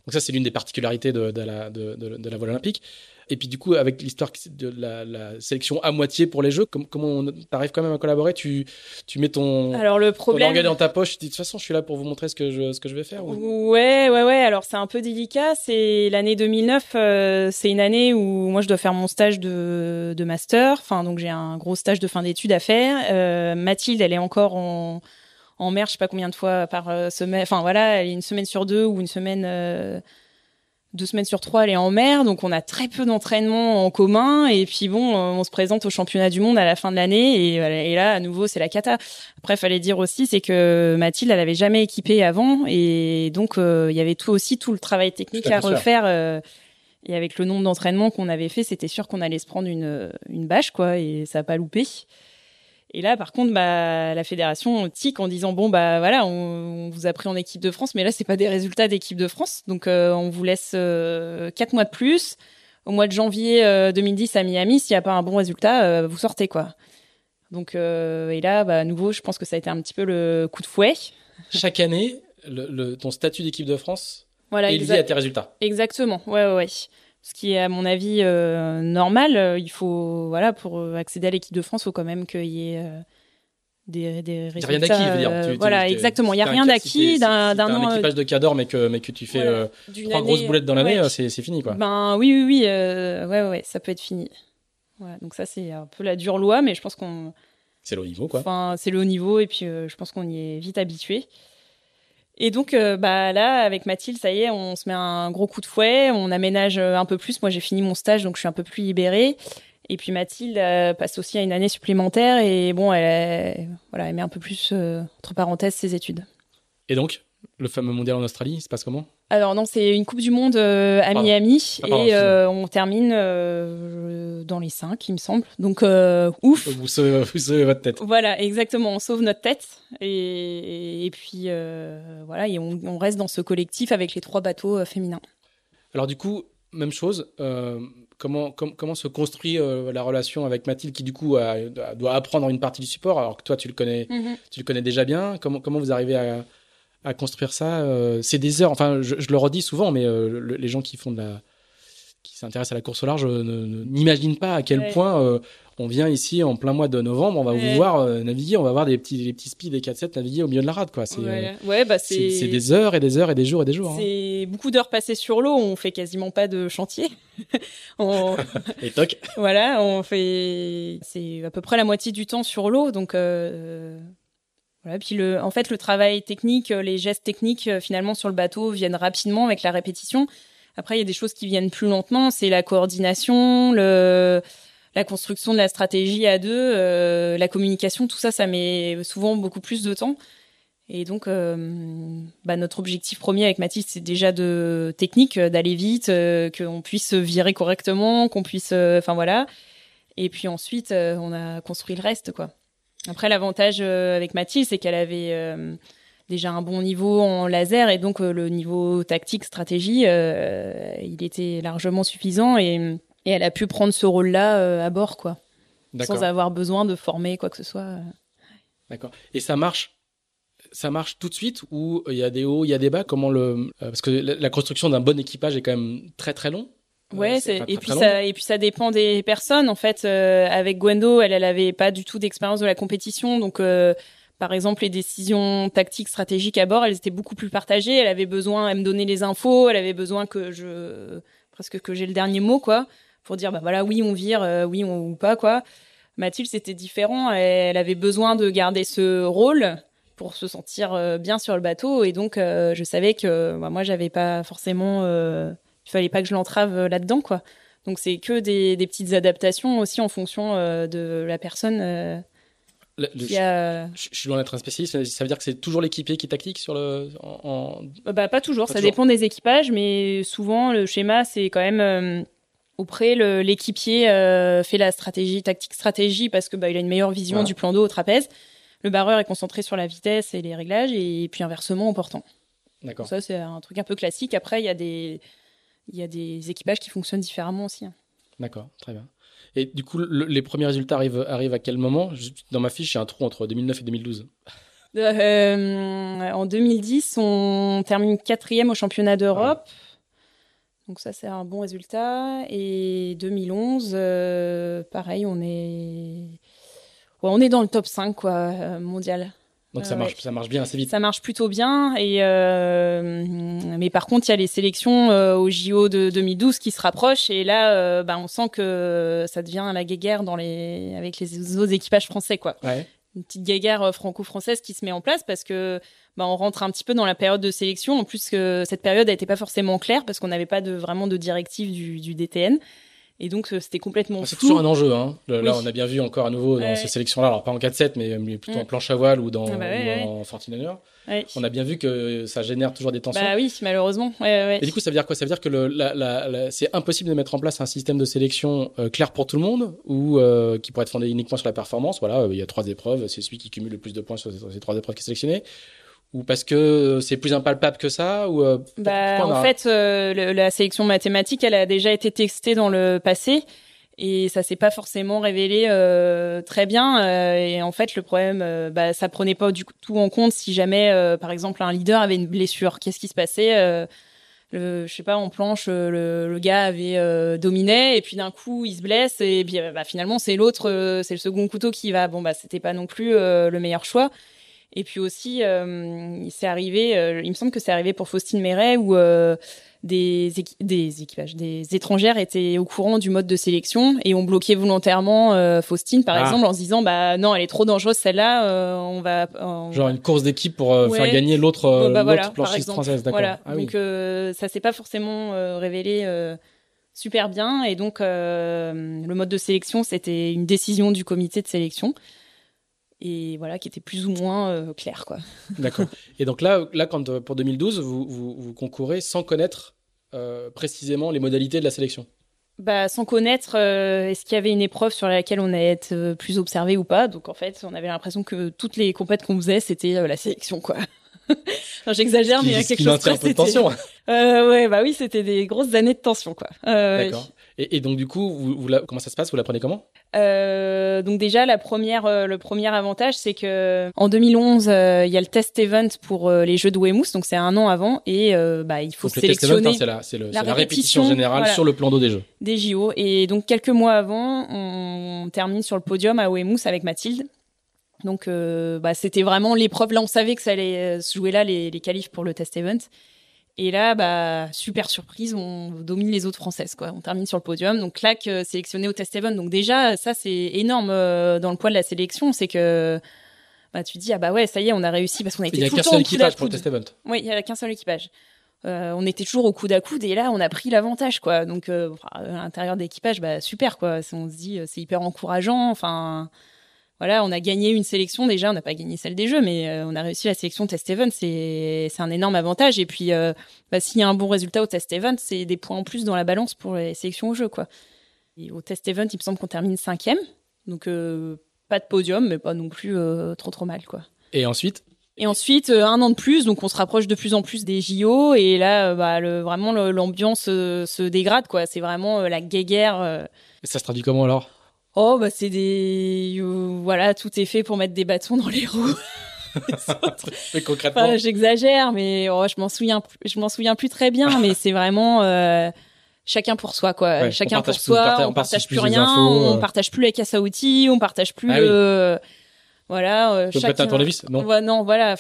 Donc ça, c'est l'une des particularités de la voile olympique. Et puis du coup, avec l'histoire de la sélection à moitié pour les Jeux, comment t'arrives quand même à collaborer? Tu mets ton orgueil dans ta poche, tu dis de toute façon, je suis là pour vous montrer ce que je vais faire. Ouais. Alors c'est un peu délicat. C'est l'année 2009. C'est une année où moi je dois faire mon stage de master. Enfin donc j'ai un gros stage de fin d'études à faire. Mathilde, elle est encore en mer, je sais pas combien de fois par semaine. Enfin voilà, elle est une semaine sur 2 ou une semaine. 2 semaines sur 3, elle est en mer, donc on a très peu d'entraînement en commun. Et puis bon, on se présente au championnat du monde à la fin de l'année, et là, à nouveau, c'est la cata. Après, fallait dire aussi, c'est que Mathilde, elle avait jamais équipé avant, et donc il y avait tout le travail technique à refaire. Et avec le nombre d'entraînements qu'on avait fait, c'était sûr qu'on allait se prendre une bâche, quoi, et ça a pas loupé. Et là, par contre, la fédération tique en disant bon voilà, on vous a pris en équipe de France, mais là c'est pas des résultats d'équipe de France, donc on vous laisse 4 mois de plus. Au mois de janvier 2010 à Miami, s'il y a pas un bon résultat, vous sortez quoi. Donc et là, à nouveau, je pense que ça a été un petit peu le coup de fouet. Chaque année, ton statut d'équipe de France est lié à tes résultats. Exactement. Ouais. Ce qui est, à mon avis, normal. Il faut, pour accéder à l'équipe de France, il faut quand même qu'il y ait des résultats. Rien d'acquis, je veux dire. Exactement. Il n'y a rien d'acquis d'un an. Équipage de cadre, mais que tu fais 3 grosses boulettes dans l'année, c'est fini, quoi. Oui. Ça peut être fini. Voilà, donc ça, c'est un peu la dure loi, mais je pense qu'on. C'est le haut niveau, quoi. Enfin, c'est le haut niveau, et puis je pense qu'on y est vite habitué. Et donc, là, avec Mathilde, ça y est, on se met un gros coup de fouet, on aménage un peu plus. Moi, j'ai fini mon stage, donc je suis un peu plus libérée. Et puis Mathilde passe aussi à une année supplémentaire, et bon, elle met un peu plus, entre parenthèses, ses études. Et donc, le fameux mondial en Australie, il se passe comment ? Alors non, c'est une Coupe du Monde à Miami, et on termine dans les 5, il me semble. Donc ouf. Vous sauvez votre tête. Voilà, exactement. On sauve notre tête, et puis et on reste dans ce collectif avec les 3 bateaux féminins. Alors du coup, même chose. Comment se construit la relation avec Mathilde, qui du coup doit apprendre une partie du support, alors que toi tu le connais déjà bien. Comment vous arrivez à construire ça? C'est des heures. Enfin, je le redis souvent, mais les gens qui s'intéressent à la course au large n'imaginent pas à quel point on vient ici en plein mois de novembre, on va vous voir naviguer, on va voir des petits speeds des 4-7 naviguer au milieu de la rade, quoi. C'est des heures et des heures et des jours et des jours. C'est beaucoup d'heures passées sur l'eau, on fait quasiment pas de chantier. Et toc. Voilà, c'est à peu près la moitié du temps sur l'eau, donc puis le travail technique, les gestes techniques finalement sur le bateau viennent rapidement avec la répétition. Après, il y a des choses qui viennent plus lentement, c'est la coordination, la construction de la stratégie à 2, la communication, tout ça met souvent beaucoup plus de temps. Et donc, notre objectif premier avec Mathilde, c'est déjà technique, d'aller vite, qu'on puisse virer correctement, qu'on puisse, Et puis ensuite, on a construit le reste, quoi. Après, l'avantage avec Mathilde, c'est qu'elle avait déjà un bon niveau en laser, et donc le niveau tactique, stratégie, il était largement suffisant, et elle a pu prendre ce rôle-là à bord, quoi. D'accord. Sans avoir besoin de former quoi que ce soit. D'accord. Et ça marche tout de suite, ou il y a des hauts, il y a des bas? Parce que la construction d'un bon équipage est quand même très très long. Ouais, et puis ça dépend des personnes, en fait. Avec Gwendo, elle avait pas du tout d'expérience de la compétition, donc par exemple les décisions tactiques, stratégiques à bord, elles étaient beaucoup plus partagées. Elle avait besoin, elle me donnait les infos, elle avait besoin que j'ai le dernier mot, quoi, pour dire oui on vire, oui ou pas, quoi. Mathilde, c'était différent, elle avait besoin de garder ce rôle pour se sentir bien sur le bateau, et donc je savais que moi j'avais pas forcément il fallait pas que je l'entrave là-dedans, quoi. Donc c'est que des petites adaptations aussi en fonction de la personne. Je suis loin d'être un spécialiste. Ça veut dire que c'est toujours l'équipier qui tactique sur pas toujours. Ça dépend des équipages, mais souvent le schéma c'est quand même auprès l'équipier fait la stratégie parce que il a une meilleure vision du plan d'eau au trapèze. Le barreur est concentré sur la vitesse et les réglages, et puis inversement au portant. D'accord. Donc ça c'est un truc un peu classique. Après il y a des équipages qui fonctionnent différemment aussi. D'accord, très bien. Et du coup, les premiers résultats arrivent à quel moment? Dans ma fiche, il y a un trou entre 2009 et 2012. En 2010, on termine 4e au championnat d'Europe. Donc ça, c'est un bon résultat. Et 2011, pareil, on est dans le top 5 quoi, mondial. Donc ça marche bien assez vite. Ça marche plutôt bien. Mais par contre, il y a les sélections au JO de 2012 qui se rapprochent. Et là, on sent que ça devient la guéguerre avec les autres équipages français, quoi. Ouais. Une petite guéguerre franco-française qui se met en place parce que on rentre un petit peu dans la période de sélection. En plus, que cette période a été pas forcément claire parce qu'on n'avait pas vraiment de directive du DTN. Et donc, c'était complètement flou. C'est toujours un enjeu, hein. Là, oui. On a bien vu encore à nouveau dans ces sélections-là, alors pas en 4-7, mais plutôt en planche à voile ou en 49ers. Ouais. On a bien vu que ça génère toujours des tensions. Bah oui, malheureusement. Ouais. Et du coup, ça veut dire quoi? Ça veut dire que c'est impossible de mettre en place un système de sélection clair pour tout le monde ou qui pourrait être fondé uniquement sur la performance. Voilà, il y a 3 épreuves, c'est celui qui cumule le plus de points sur ces 3 épreuves qui est sélectionné. Ou parce que c'est plus impalpable que ça ou fait, la sélection mathématique, elle a déjà été testée dans le passé et ça s'est pas forcément révélé très bien. Et en fait, le problème, ça prenait pas du tout en compte si jamais, par exemple, un leader avait une blessure. Qu'est-ce qui se passait je sais pas, en planche, le gars avait dominé et puis d'un coup il se blesse et puis finalement c'est l'autre, c'est le second couteau qui va. C'était pas non plus le meilleur choix. Et puis aussi, il me semble que c'est arrivé pour Faustine Méret où des étrangères étaient au courant du mode de sélection et ont bloqué volontairement Faustine, par exemple, en se disant non, elle est trop dangereuse celle-là, on va genre une course d'équipe pour faire gagner l'autre planchiste française, d'accord. Voilà. Donc ça s'est pas forcément révélé super bien et donc le mode de sélection, c'était une décision du comité de sélection. Et voilà, qui était plus ou moins clair, quoi. D'accord. Et donc là, quand pour 2012, vous concourez sans connaître précisément les modalités de la sélection. Sans connaître, est-ce qu'il y avait une épreuve sur laquelle on allait être plus observé ou pas. Donc en fait, on avait l'impression que toutes les compètes qu'on faisait, c'était la sélection, quoi. Non, j'exagère, mais il y a quelque chose un peu de tension. Oui, c'était des grosses années de tension, quoi. D'accord. Et donc du coup, comment ça se passe? Vous l'apprenez comment? Donc déjà le premier avantage, c'est que en 2011 il y a le test event pour les Jeux de Weymouth, donc c'est un an avant et il faut donc sélectionner. Le test event, c'est la répétition générale sur le plan d'eau des JO. Et donc quelques mois avant, on termine sur le podium à Weymouth avec Mathilde. Donc c'était vraiment l'épreuve. Là, on savait que ça allait se jouer là les qualifs pour le test event. Et là, super surprise, on domine les autres françaises, quoi. On termine sur le podium. Donc, claque sélectionnée au test event. Donc déjà, ça, c'est énorme dans le poids de la sélection. C'est que tu te dis, ça y est, on a réussi parce qu'on était tout le temps au coude à coude. Il y a qu'un seul équipage pour le test event. Oui, il y a qu'un seul équipage. On était toujours au coude à coude et là, on a pris l'avantage, quoi. Donc, à l'intérieur de l'équipage, super, quoi. On se dit, c'est hyper encourageant. Enfin... Voilà, on a gagné une sélection déjà, on n'a pas gagné celle des Jeux, mais on a réussi la sélection test event, c'est un énorme avantage. Et puis, s'il y a un bon résultat au test event, c'est des points en plus dans la balance pour les sélections aux Jeux, quoi. Et au test event, il me semble qu'on termine 5e, donc pas de podium, mais pas non plus trop mal, quoi. Et ensuite, un an de plus, donc on se rapproche de plus en plus des JO, et là, vraiment l'ambiance se dégrade, quoi. C'est vraiment la guéguerre. Et ça se traduit comment alors? C'est tout est fait pour mettre des bâtons dans les roues. Mais concrètement, j'exagère, mais je m'en souviens plus très bien, mais c'est vraiment chacun pour soi, quoi. Chacun pour soi, on partage plus rien, on partage plus les casses à outils, on partage plus chacun un tournevis, non? Non, voilà,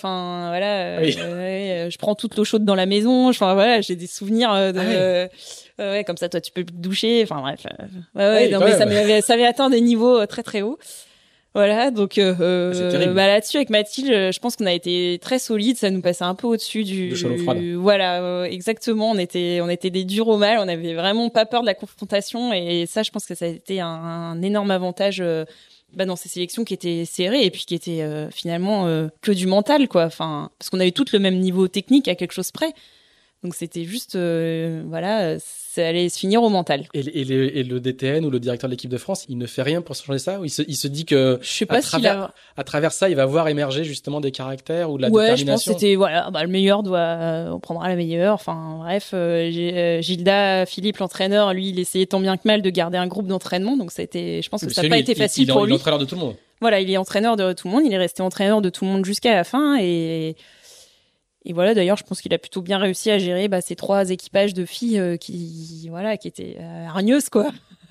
je prends toute l'eau chaude dans la maison, j'ai des souvenirs comme ça, toi, tu peux te doucher. Enfin, bref. Ça avait atteint des niveaux très, très hauts. Voilà. Donc, là-dessus, avec Mathilde, je pense qu'on a été très solide. Ça nous passait un peu au-dessus de chaud froid. Voilà, exactement. On était des durs au mal. On avait vraiment pas peur de la confrontation. Et ça, je pense que ça a été un énorme avantage, dans ces sélections qui étaient serrées et puis qui étaient, finalement, que du mental, quoi. Enfin, parce qu'on avait toutes le même niveau technique à quelque chose près. Donc c'était juste, ça allait se finir au mental. Et le DTN ou le directeur de l'équipe de France, il ne fait rien pour changer ça? Ou il se dit que je sais pas à travers ça, il va voir émerger justement des caractères ou de la détermination? Je pense que c'était le meilleur on prendra la meilleure. Enfin bref, Gilda Philippe, l'entraîneur, lui, il essayait tant bien que mal de garder un groupe d'entraînement. Donc je pense que ça n'a pas été facile pour lui. Il est entraîneur de tout le monde. Voilà, il est entraîneur de tout le monde. Il est resté entraîneur de tout le monde jusqu'à la fin Et voilà, d'ailleurs, je pense qu'il a plutôt bien réussi à gérer ces 3 équipages de filles qui étaient hargneuses, quoi.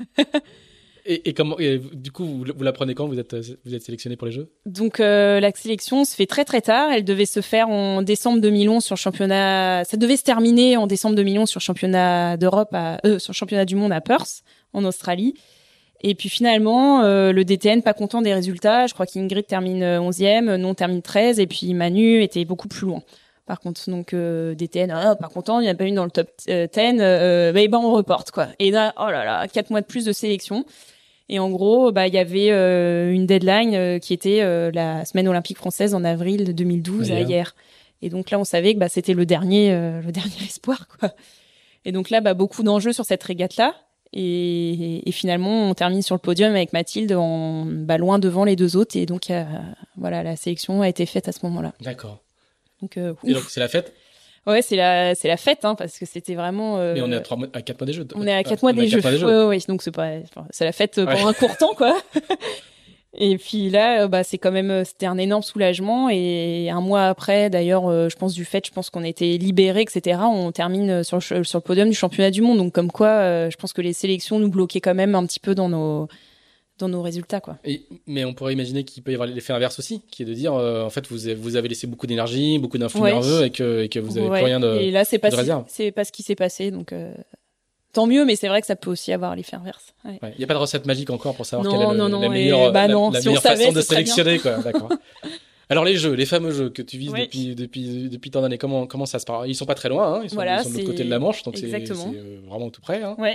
Et comment, du coup, vous l'apprenez quand vous êtes sélectionné pour les Jeux? Donc, la sélection se fait très très tard. Elle devait se faire en décembre 2011 sur le championnat. Ça devait se terminer en décembre 2011 sur le championnat d'Europe, sur le championnat du monde à Perth, en Australie. Et puis finalement, le DTN pas content des résultats. Je crois qu'Ingrid termine 11e, Non termine 13, et puis Manu était beaucoup plus loin. Par contre, donc DTN, pas content, il n'y a pas eu dans le top 10. On reporte quoi. Et là, oh là là, 4 mois de plus de sélection. Et en gros, il y avait une deadline qui était la semaine olympique française en avril 2012 hier. Et donc là, on savait que c'était le dernier espoir, quoi. Et donc là, beaucoup d'enjeux sur cette régate-là. Et finalement, on termine sur le podium avec Mathilde loin devant les 2 autres. Et donc, la sélection a été faite à ce moment-là. D'accord. Donc, et donc, c'est la fête? Ouais, c'est la fête, parce que c'était vraiment. Mais on est à 4 mois des Jeux. On est à 4 mois des Jeux. Ouais, donc c'est la fête pendant un court temps, quoi. Et puis là, c'était un énorme soulagement. Et un mois après, d'ailleurs, je pense qu'on a été libérés, etc. On termine sur le podium du championnat du monde. Donc comme quoi, je pense que les sélections nous bloquaient quand même un petit peu dans nos résultats, quoi. Mais on pourrait imaginer qu'il peut y avoir l'effet inverse aussi, qui est de dire en fait vous avez laissé beaucoup d'énergie, beaucoup d'influx nerveux et que vous avez plus rien de réserve. Et là c'est pas ce qui s'est passé, donc tant mieux, mais c'est vrai que ça peut aussi avoir l'effet inverse. Il y a pas de recette magique encore pour savoir quelle est la meilleure façon de sélectionner, quoi. D'accord. Alors les fameux Jeux que tu vises depuis tant d'années, comment ça se passe? Ils sont pas très loin, ils sont de l'autre côté de la Manche, donc c'est vraiment tout près. Ouais.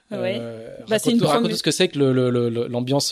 Raconte ce que c'est que l'ambiance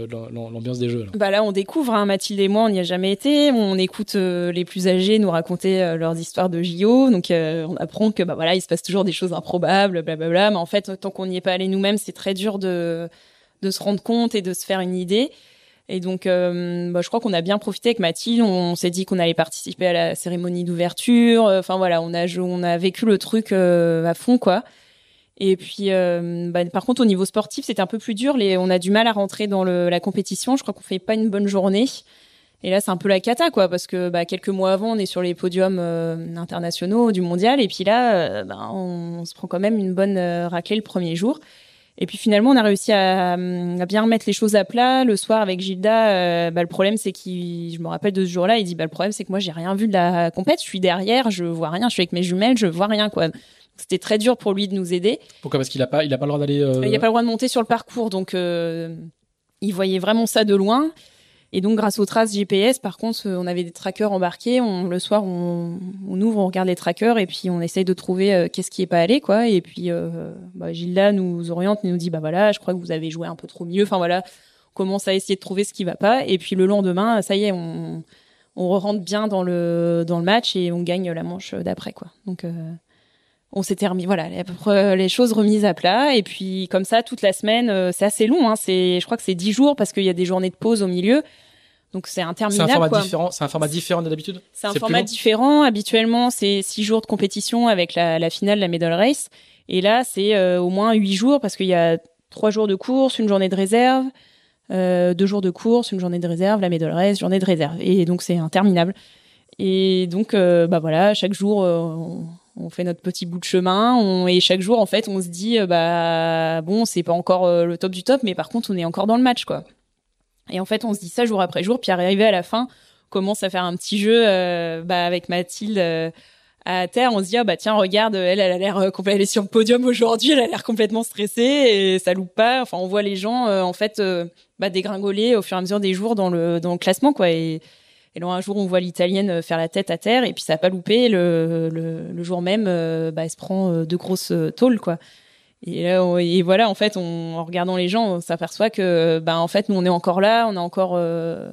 des Jeux. Là, on découvre, Mathilde et moi, on n'y a jamais été. On écoute les plus âgés nous raconter leurs histoires de JO. Donc, on apprend que il se passe toujours des choses improbables, blablabla. Mais en fait, tant qu'on n'y est pas allé nous-mêmes, c'est très dur de se rendre compte et de se faire une idée. Et donc, je crois qu'on a bien profité avec Mathilde. On s'est dit qu'on allait participer à la cérémonie d'ouverture. On a vécu le truc à fond, quoi. Et puis, par contre, au niveau sportif, c'était un peu plus dur. On a du mal à rentrer dans la compétition. Je crois qu'on fait pas une bonne journée. Et là, c'est un peu la cata, quoi, parce que quelques mois avant, on est sur les podiums internationaux du mondial. Et puis là, on se prend quand même une bonne raclée le premier jour. Et puis finalement, on a réussi à bien remettre les choses à plat. Le soir, avec Gilda, le problème, c'est je me rappelle de ce jour-là, il dit, le problème, c'est que moi, j'ai rien vu de la compète. Je suis derrière, je vois rien. Je suis avec mes jumelles, je vois rien, quoi. C'était très dur pour lui de nous aider. Pourquoi? Parce qu'il a pas le droit d'aller. Il a pas le droit de monter sur le parcours, donc il voyait vraiment ça de loin. Et donc, grâce aux traces GPS, par contre, on avait des trackers embarqués. Le soir, on ouvre, on regarde les trackers et puis on essaye de trouver qu'est-ce qui est pas allé, quoi. Et puis, Gilda nous oriente, nous dit, je crois que vous avez joué un peu trop mieux. Enfin voilà, on commence à essayer de trouver ce qui va pas. Et puis le lendemain, ça y est, on rentre bien dans le match et on gagne la manche d'après, quoi. Donc on s'était remis, les choses remises à plat. Et puis, comme ça, toute la semaine, c'est assez long, je crois que c'est 10 jours parce qu'il y a des journées de pause au milieu. Donc, c'est interminable. C'est un format différent de d'habitude? C'est un format différent. Habituellement, c'est 6 jours de compétition avec la finale, la medal race. Et là, c'est au moins 8 jours parce qu'il y a 3 jours de course, une journée de réserve, 2 jours de course, une journée de réserve, la medal race, journée de réserve. Et donc, c'est interminable. Et donc, chaque jour, on fait notre petit bout de chemin, et chaque jour, en fait, on se dit, c'est pas encore le top du top, mais par contre, on est encore dans le match, quoi. Et en fait, on se dit ça jour après jour, puis arrivé à la fin, on commence à faire un petit jeu, avec Mathilde, à terre. On se dit, tiens, regarde, elle a l'air elle est sur le podium aujourd'hui, elle a l'air complètement stressée, et ça loupe pas. Enfin, on voit les gens, dégringoler au fur et à mesure des jours dans le classement, quoi. Et là, un jour, on voit l'Italienne faire la tête à terre, et puis ça a pas loupé. Le jour même, elle se prend 2 grosses tôles, quoi. Et là, en fait, en regardant les gens, on s'aperçoit que, en fait, nous, on est encore là, on a encore de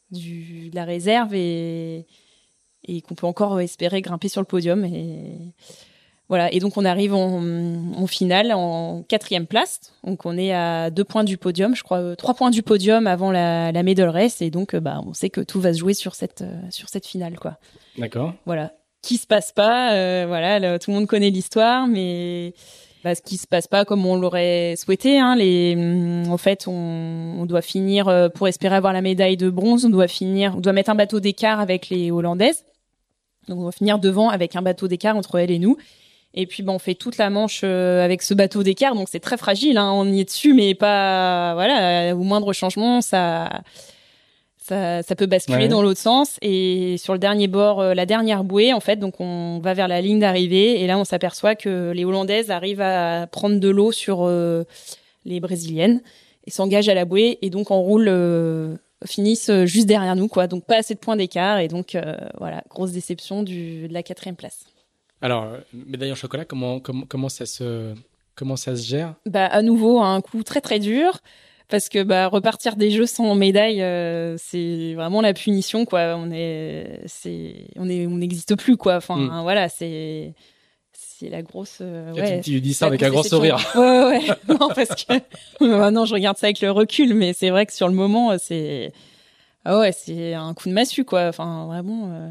la réserve, et qu'on peut encore espérer grimper sur le podium. Et voilà. Et donc, on arrive en finale en 4e place. Donc, on est à 2 points du podium, je crois, 3 points du podium avant la medal race. Et donc, on sait que tout va se jouer sur cette finale, quoi. D'accord. Voilà. Qui se passe pas, tout le monde connaît l'histoire, mais ce qui se passe pas comme on l'aurait souhaité, en fait, on doit finir, pour espérer avoir la médaille de bronze, on doit mettre un bateau d'écart avec les Hollandaises. Donc on va finir devant avec un bateau d'écart entre elle et nous. Et puis on fait toute la manche avec ce bateau d'écart, donc c'est très fragile, hein, on y est dessus, mais pas voilà, au moindre changement, ça peut basculer dans l'autre sens. Et sur le dernier bord, la dernière bouée, en fait, donc on va vers la ligne d'arrivée, et là on s'aperçoit que les Hollandaises arrivent à prendre de l'eau sur les Brésiliennes et s'engagent à la bouée, et donc en roule finissent juste derrière nous, quoi. Donc pas assez de points d'écart, et donc voilà, grosse déception de la 4e place. Alors, médaille en chocolat, comment ça se gère? À nouveau, un coup très très dur, parce que repartir des Jeux sans médaille, c'est vraiment la punition, quoi. On n'existe plus, quoi. Enfin, voilà, c'est la grosse. Tu dis ça avec un grand sourire. Ouais. Non, parce que maintenant je regarde ça avec le recul, mais c'est vrai que sur le moment, c'est un coup de massue, quoi. Enfin, vraiment.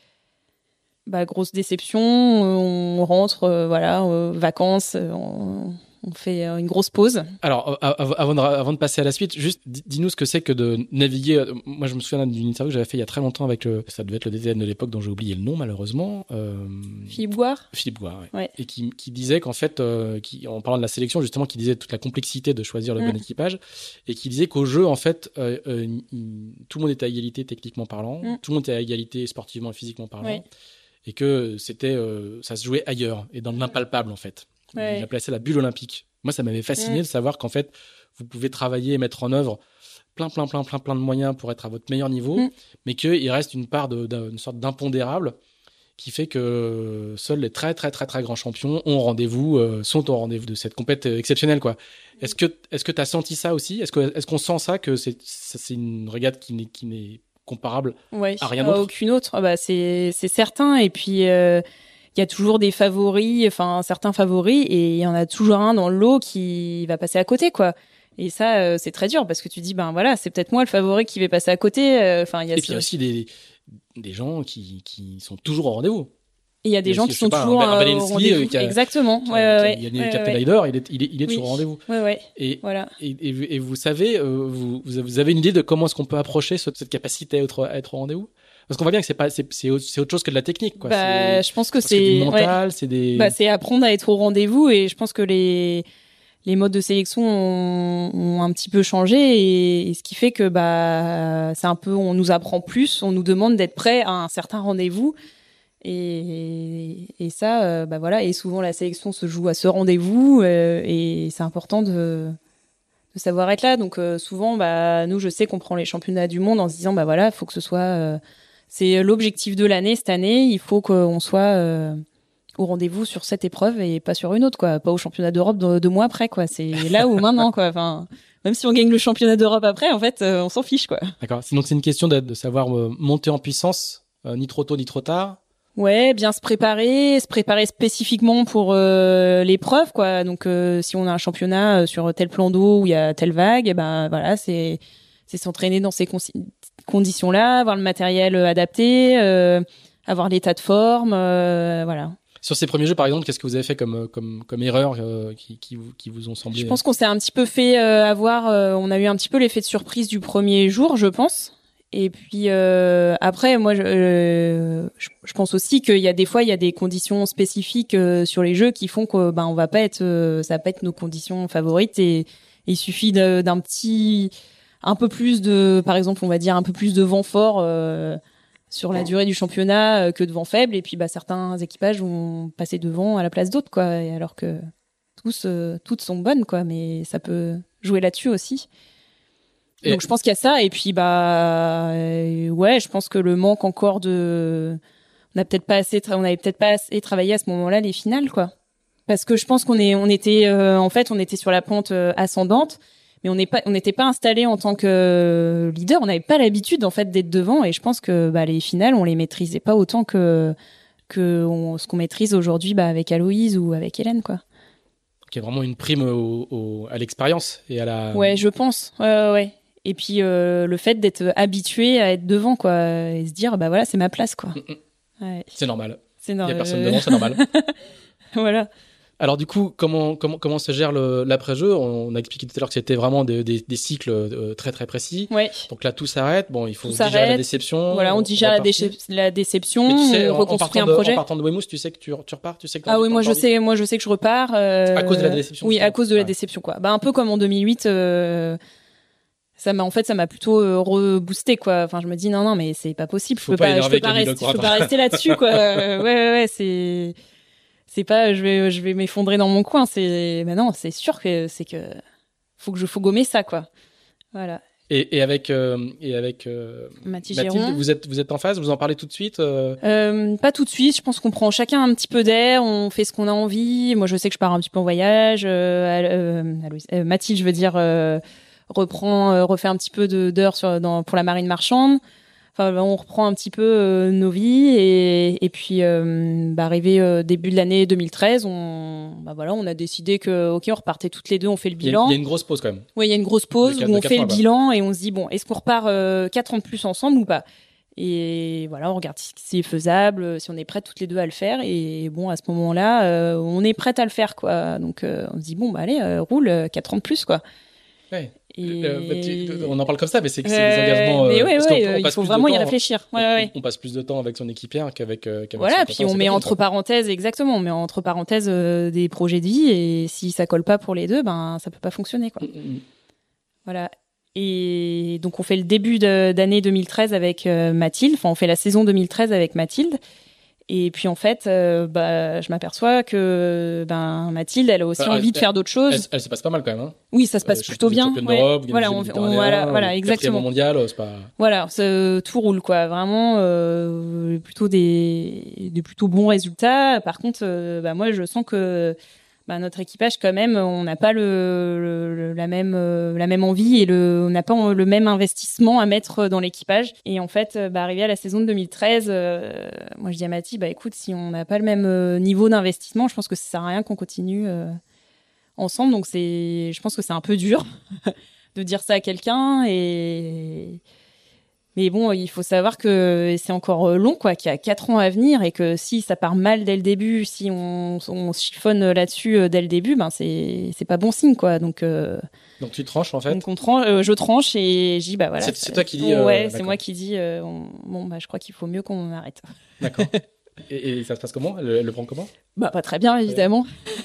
Grosse déception, on rentre, vacances, on fait une grosse pause. Alors, avant de passer à la suite, juste dis-nous ce que c'est que de naviguer. Moi, je me souviens d'une interview que j'avais fait il y a très longtemps ça devait être le DTN de l'époque, dont j'ai oublié le nom malheureusement. Philippe Gouard. Philippe Gouard, ouais. Et qui disait qu'en fait, en parlant de la sélection justement, qui disait toute la complexité de choisir le bon équipage, et qui disait qu'au jeu, en fait, tout le monde était à égalité techniquement parlant, tout le monde était à égalité sportivement et physiquement parlant. Ouais. Et que ça se jouait ailleurs et dans l'impalpable en fait. Il a placé la bulle olympique. Moi, ça m'avait fasciné de savoir qu'en fait, vous pouvez travailler et mettre en œuvre plein de moyens pour être à votre meilleur niveau, mais qu'il reste une part d'une sorte d'impondérable qui fait que seuls les très très très très grands champions sont au rendez-vous de cette compétition exceptionnelle, quoi. Est-ce que tu as senti ça aussi? Est-ce qu'on sent ça, que c'est une régate qui n'est comparable à rien d'autre? Aucune autre. C'est certain. Et puis il y a toujours des favoris, enfin certains favoris, et il y en a toujours un dans le lot qui va passer à côté, quoi. Et ça, c'est très dur, parce que tu dis c'est peut-être moi le favori qui va passer à côté. Et puis il y a aussi des gens qui sont toujours au rendez-vous. Et il y a des gens qui sont toujours au rendez-vous. Exactement. Yannick Kapteleider, il est toujours au rendez-vous. Et voilà. Et vous savez, vous avez une idée de comment est-ce qu'on peut approcher cette capacité à être au rendez-vous? Parce qu'on voit bien que c'est autre chose que de la technique, quoi. Je pense que c'est du mental, c'est apprendre à être au rendez-vous, et je pense que les modes de sélection ont un petit peu changé, et ce qui fait que c'est un peu, on nous apprend plus, on nous demande d'être prêt à un certain rendez-vous. Et ça, et souvent la sélection se joue à ce rendez-vous, et c'est important de savoir être là. Donc souvent, nous, je sais qu'on prend les championnats du monde en se disant, faut que ce soit, c'est l'objectif de l'année cette année. Il faut qu'on soit au rendez-vous sur cette épreuve et pas sur une autre, quoi. Pas au championnat d'Europe 2 mois après, quoi. C'est là ou maintenant, quoi. Enfin, même si on gagne le championnat d'Europe après, en fait, on s'en fiche, quoi. D'accord. Donc c'est une question de savoir monter en puissance, ni trop tôt ni trop tard. Ouais, bien se préparer spécifiquement pour l'épreuve, quoi. Donc si on a un championnat sur tel plan d'eau où il y a telle vague, c'est s'entraîner dans ces conditions-là, avoir le matériel adapté, avoir l'état de forme, voilà. Sur ces premiers jeux, par exemple, qu'est-ce que vous avez fait comme erreur qui vous ont semblé? Je pense qu'on s'est un petit peu fait avoir. On a eu un petit peu l'effet de surprise du premier jour, je pense. Et puis après, moi, je pense aussi qu'il y a des fois, il y a des conditions spécifiques sur les jeux qui font que on va pas être, ça va pas être nos conditions favorites. Et il suffit d'un petit, un peu plus de, par exemple, on va dire un peu plus de vent fort sur la durée du championnat que de vent faible. Et puis certains équipages vont passer devant à la place d'autres, quoi. Et alors que toutes sont bonnes, quoi. Mais ça peut jouer là-dessus aussi. Donc je pense qu'il y a ça, et puis je pense que le manque encore on n'avait peut-être pas assez travaillé à ce moment-là les finales, quoi. Parce que je pense qu'on était sur la pente ascendante, mais on n'était pas installé en tant que leader, on n'avait pas l'habitude en fait d'être devant, et je pense que les finales on les maîtrisait pas autant que ce qu'on maîtrise aujourd'hui avec Aloïse ou avec Hélène, quoi. Donc il y a vraiment une prime à l'expérience et à la. Ouais, je pense. Ouais. Et puis le fait d'être habitué à être devant, quoi, et se dire c'est ma place, quoi. Ouais. C'est normal. Il y a personne devant, c'est normal. Voilà. Alors du coup, comment se gère l'après-jeu? On a expliqué tout à l'heure que c'était vraiment des cycles très très précis. Ouais. Donc là, tout s'arrête. Bon, il faut Tout digérer s'arrête. la déception. Voilà, on digère la déception, Mais tu sais, on reconstruit un projet. En partant de Weymouth, tu sais que tu repars, tu sais que Ah oui, moi je sais que je repars. À cause de la déception. Oui, à cause de la déception, quoi. Bah un peu comme en 2008. Ça m'a plutôt reboosté, quoi. Enfin, je me dis non, mais c'est pas possible. Je peux pas rester là-dessus, quoi. Ouais, c'est pas, je vais m'effondrer dans mon coin. Non, c'est sûr que faut gommer ça, quoi. Voilà. Et avec Mathilde, vous êtes en phase, vous en parlez tout de suite Pas tout de suite. Je pense qu'on prend chacun un petit peu d'air, on fait ce qu'on a envie. Moi, je sais que je pars un petit peu en voyage. Mathilde, je veux dire, refait un petit peu d'heures pour la marine marchande. Enfin, on reprend un petit peu nos vies et puis arrivé début de l'année 2013, on a décidé que on repartait toutes les deux, on fait le bilan. Il y a une grosse pause quand même. Oui, il y a une grosse pause où on fait le bilan et on se dit bon, est-ce qu'on repart 4 ans de plus ensemble ou pas? Et voilà, on regarde si c'est faisable, si on est prêtes toutes les deux à le faire. Et bon, à ce moment-là, on est prête à le faire, quoi. Donc on se dit bon, allez, roule 4 ans de plus, quoi. Ouais. On en parle comme ça, mais c'est des engagements. Mais il faut vraiment y réfléchir. On passe plus de temps avec son équipière qu'avec voilà, puis on met entre parenthèses, exactement, on met entre parenthèses des projets de vie, et si ça colle pas pour les deux, ben ça peut pas fonctionner, quoi. Voilà. Et donc on fait le début d'année 2013 avec Mathilde. Enfin, on fait la saison 2013 avec Mathilde. Et puis en fait, je m'aperçois que Mathilde, elle a aussi envie de faire d'autres choses. Elle se passe pas mal quand même. Hein. Oui, ça se passe plutôt bien. D'Europe, voilà, exactement. Mondial, c'est pas. Voilà, tout roule, quoi. Vraiment, plutôt des plutôt bons résultats. Par contre, moi, je sens que notre équipage, quand même, on n'a pas la même envie et on n'a pas le même investissement à mettre dans l'équipage. Et en fait, arrivé à la saison de 2013, moi je dis à Mathilde, écoute, si on n'a pas le même niveau d'investissement, je pense que ça sert à rien qu'on continue ensemble. Donc je pense que c'est un peu dur de dire ça à quelqu'un. Mais bon, il faut savoir que c'est encore long, quoi, qu'il y a 4 ans à venir et que si ça part mal dès le début, si on se chiffonne là-dessus dès le début, c'est pas bon signe, quoi. Donc tu tranches, en fait. Donc je tranche et je dis voilà. C'est toi qui dis. Ouais, c'est moi qui dis je crois qu'il faut mieux qu'on arrête. D'accord. Et ça se passe comment? Elle le prend comment? Pas très bien, évidemment.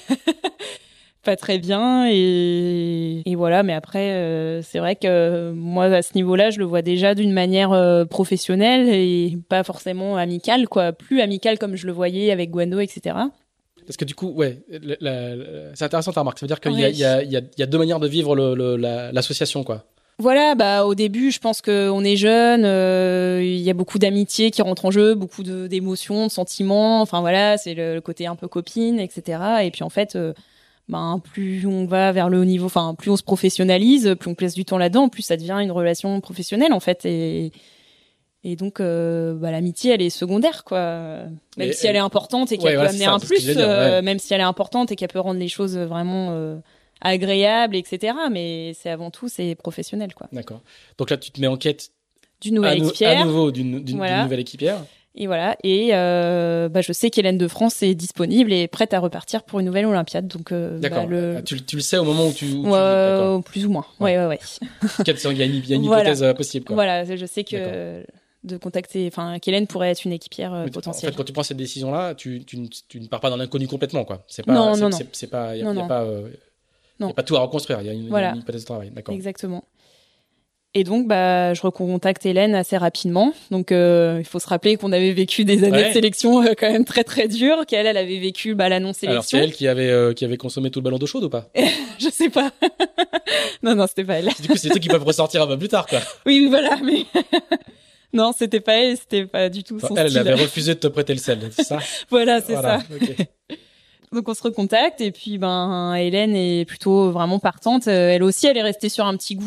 Pas très bien et voilà, mais après c'est vrai que moi à ce niveau-là je le vois déjà d'une manière professionnelle et pas forcément amicale, quoi, plus amicale comme je le voyais avec Gwendo, etc. Parce que du coup, c'est intéressant ta remarque. Ça veut dire qu'il y a deux manières de vivre l'association, quoi. Voilà, au début, je pense qu'on est jeune, il y a beaucoup d'amitié qui rentre en jeu, beaucoup d'émotions, de sentiments. Enfin voilà, c'est le côté un peu copine, etc. Et puis en fait, plus on va vers le haut niveau, enfin plus on se professionnalise, plus on place du temps là-dedans, plus ça devient une relation professionnelle en fait. Et donc l'amitié elle est secondaire, quoi. Même si elle est importante et qu'elle peut amener un plus, même si elle est importante et qu'elle peut rendre les choses vraiment agréables, etc. Mais c'est avant tout c'est professionnel, quoi. D'accord. Donc là tu te mets en quête d'une nouvelle équipière, à nouveau d'une nouvelle équipière. Et voilà. Et je sais qu'Hélène de France est disponible et prête à repartir pour une nouvelle Olympiade. Donc d'accord. Tu le sais au moment où tu plus ou moins. Ouais. Il y a une hypothèse possible, quoi. Voilà, je sais que de contacter, qu'Hélène pourrait être une équipière potentielle. En fait, quand tu prends cette décision-là, tu ne pars pas dans l'inconnu complètement, quoi. C'est pas. Non. C'est pas. Il y a pas tout à reconstruire. Il y a une hypothèse de travail. D'accord. Exactement. Et donc, je recontacte Hélène assez rapidement. Donc, il faut se rappeler qu'on avait vécu des années de sélection quand même très très dures, qu'elle avait vécu la non-sélection. Alors, c'est elle qui avait consommé tout le ballon d'eau chaude ou pas? Je sais pas. non, c'était pas elle. Du coup, c'est toi qui peuvent ressortir un peu plus tard, quoi. Oui, voilà, mais non, c'était pas elle, c'était pas du tout son style. Elle avait refusé de te prêter le sel, c'est ça? Voilà, c'est ça. Okay. Donc on se recontacte et puis Hélène est plutôt vraiment partante. Elle aussi, elle est restée sur un petit goût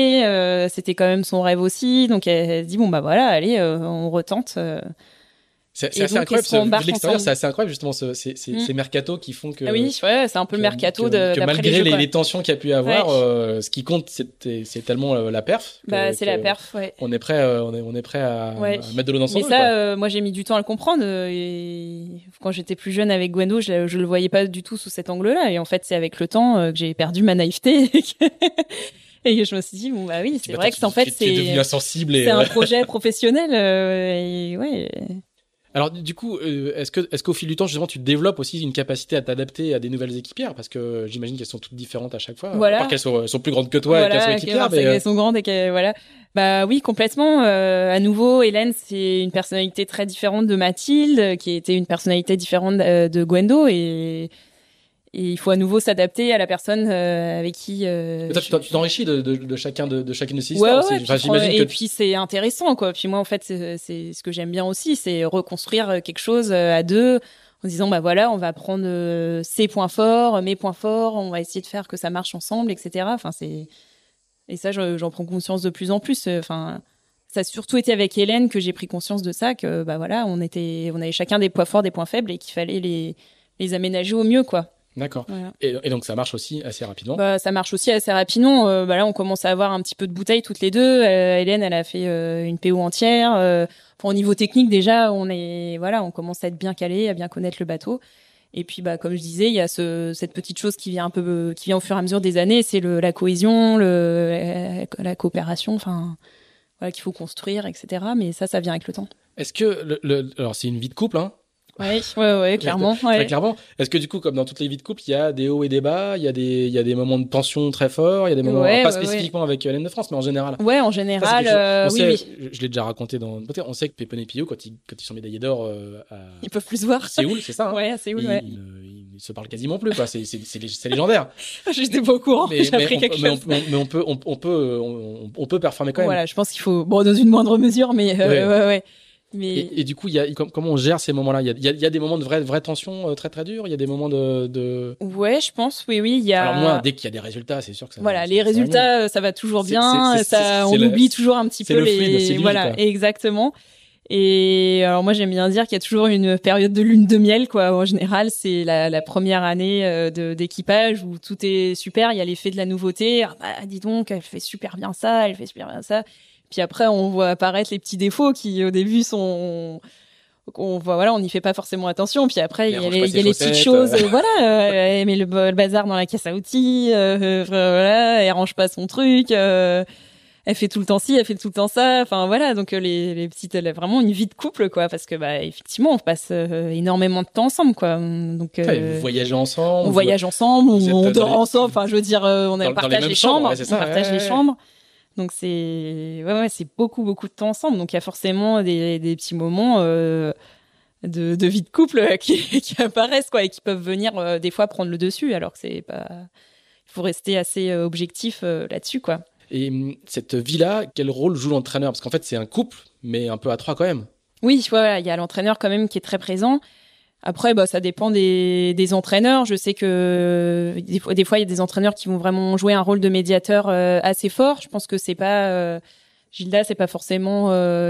d'inachevé, c'était quand même son rêve aussi, donc elle se dit allez, on retente. C'est assez incroyable, de l'extérieur, c'est assez incroyable justement ces mercatos qui font que... Ah oui, ouais, c'est un peu le mercato d'après malgré les jeux, les tensions qu'il y a pu avoir, ce qui compte, c'est tellement la perf. C'est la perf, ouais. On est prêt à mettre de l'eau dans son eau. Mais ça, moi j'ai mis du temps à le comprendre. Et quand j'étais plus jeune avec Gwendo, je le voyais pas du tout sous cet angle-là. Et en fait, c'est avec le temps que j'ai perdu ma naïveté. Et je me suis dit, bon, bah oui, c'est vrai que en fait, c'est devenu insensible c'est un projet professionnel. Et ouais. Alors du coup, est-ce qu'au fil du temps, justement, tu développes aussi une capacité à t'adapter à des nouvelles équipières, parce que j'imagine qu'elles sont toutes différentes à chaque fois. Voilà. À part qu'elles sont plus grandes que toi et qu'elles sont équipières. Mais elles sont grandes et voilà. Bah oui, complètement. À nouveau, Hélène, c'est une personnalité très différente de Mathilde, qui était une personnalité différente de Gwendo, et il faut à nouveau s'adapter à la personne avec qui. Tu t'enrichis de chacune de ces histoires. Ouais, enfin, j'imagine que... puis c'est intéressant, quoi. Puis moi, en fait, c'est ce que j'aime bien aussi, c'est reconstruire quelque chose à deux, en disant bah voilà, on va prendre ses points forts, mes points forts, on va essayer de faire que ça marche ensemble, etc. Enfin, et ça, j'en prends conscience de plus en plus. Enfin, ça a surtout été avec Hélène que j'ai pris conscience de ça, que bah voilà, on avait chacun des points forts, des points faibles, et qu'il fallait les aménager au mieux, quoi. D'accord. Voilà. Et donc ça marche aussi assez rapidement. Ça marche aussi assez rapidement. Là, on commence à avoir un petit peu de bouteille toutes les deux. Hélène, elle a fait une PO entière. Au niveau technique, déjà, on commence à être bien calé, à bien connaître le bateau. Et puis, comme je disais, il y a cette petite chose qui vient au fur et à mesure des années, c'est la cohésion, la coopération. Enfin, voilà, qu'il faut construire, etc. Mais ça vient avec le temps. Est-ce que alors c'est une vie de couple, hein? Ouais, clairement. Très clairement. Est-ce que du coup, comme dans toutes les vies de couple, il y a des hauts et des bas, il y a des moments de tension très forts, il y a des moments pas spécifiquement avec Hélène de France, mais en général. Ouais, en général, oui. Je l'ai déjà raconté on sait que Pépin et Pio, quand ils sont médaillés d'or ils peuvent plus se voir. Séoul, c'est ça. Hein, ouais, à Séoul, ouais. Ils se parlent quasiment plus, quoi. C'est légendaire. J'étais pas au courant. J'ai appris quelque chose. Mais on peut performer quand même. Voilà, je pense qu'il faut, dans une moindre mesure, mais ouais. Mais... Et du coup, comment on gère ces moments-là? Il y a des moments de vraie tension très très durs. Il y a des moments de... Ouais, je pense, oui. Il y a... Alors moi, dès qu'il y a des résultats, c'est sûr que ça. Voilà, les résultats, ça va toujours bien. On oublie toujours un petit peu les. Voilà, exactement. Et alors moi, j'aime bien dire qu'il y a toujours une période de lune de miel, quoi. En général, c'est la première année d'équipage où tout est super. Il y a l'effet de la nouveauté. Ah, bah, dis donc, elle fait super bien ça. Puis après, on voit apparaître les petits défauts qui, au début, on n'y fait pas forcément attention. Puis après, il y a les petites choses, elle met le bazar dans la caisse à outils, voilà, elle range pas son truc, elle fait tout le temps ci, elle fait tout le temps ça. Enfin, voilà. Donc, les petites, elle a vraiment une vie de couple, quoi, parce que, effectivement, on passe énormément de temps ensemble, quoi. Donc, vous voyagez ensemble. On voyage ensemble, on dort ensemble. Enfin, je veux dire, on partage les chambres. On partage les chambres. Donc c'est beaucoup de temps ensemble. Donc il y a forcément des petits moments de vie de couple qui apparaissent, quoi, et qui peuvent venir des fois prendre le dessus, alors que c'est pas. Il faut rester assez objectif là-dessus, quoi. Et cette vie-là, quel rôle joue l'entraîneur? Parce qu'en fait c'est un couple, mais un peu à trois quand même. Oui, voilà, il y a l'entraîneur quand même qui est très présent. Après, ça dépend des entraîneurs. Je sais que des fois, il y a des entraîneurs qui vont vraiment jouer un rôle de médiateur assez fort. Je pense que c'est pas Gilda, c'est pas forcément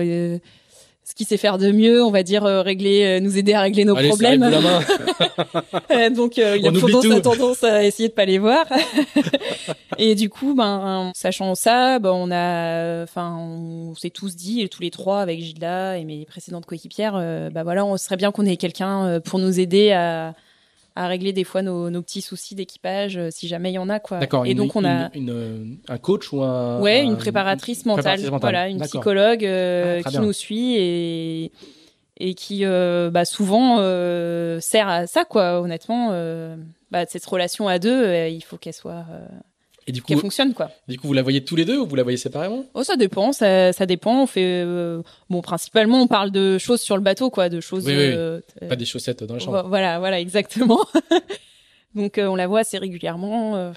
ce qu'il sait faire de mieux. On va dire nous aider à régler nos problèmes. Donc, il a tendance à essayer de pas les voir. Et du coup, sachant ça, on s'est tous dit, tous les trois, avec Gilda et mes précédentes coéquipières, on serait bien qu'on ait quelqu'un pour nous aider à régler des fois nos petits soucis d'équipage, si jamais il y en a, quoi. D'accord. Et donc on a un coach ou une préparatrice mentale. Voilà, une psychologue qui nous suit et qui souvent sert à ça, quoi. Honnêtement, cette relation à deux, il faut qu'elle soit et du coup, qu'elle fonctionne, quoi. Du coup, vous la voyez tous les deux ou vous la voyez séparément? Oh, ça dépend, ça dépend. On fait principalement on parle de choses sur le bateau, quoi, de choses pas des chaussettes dans la chambre. Voilà, exactement. Donc on la voit assez régulièrement,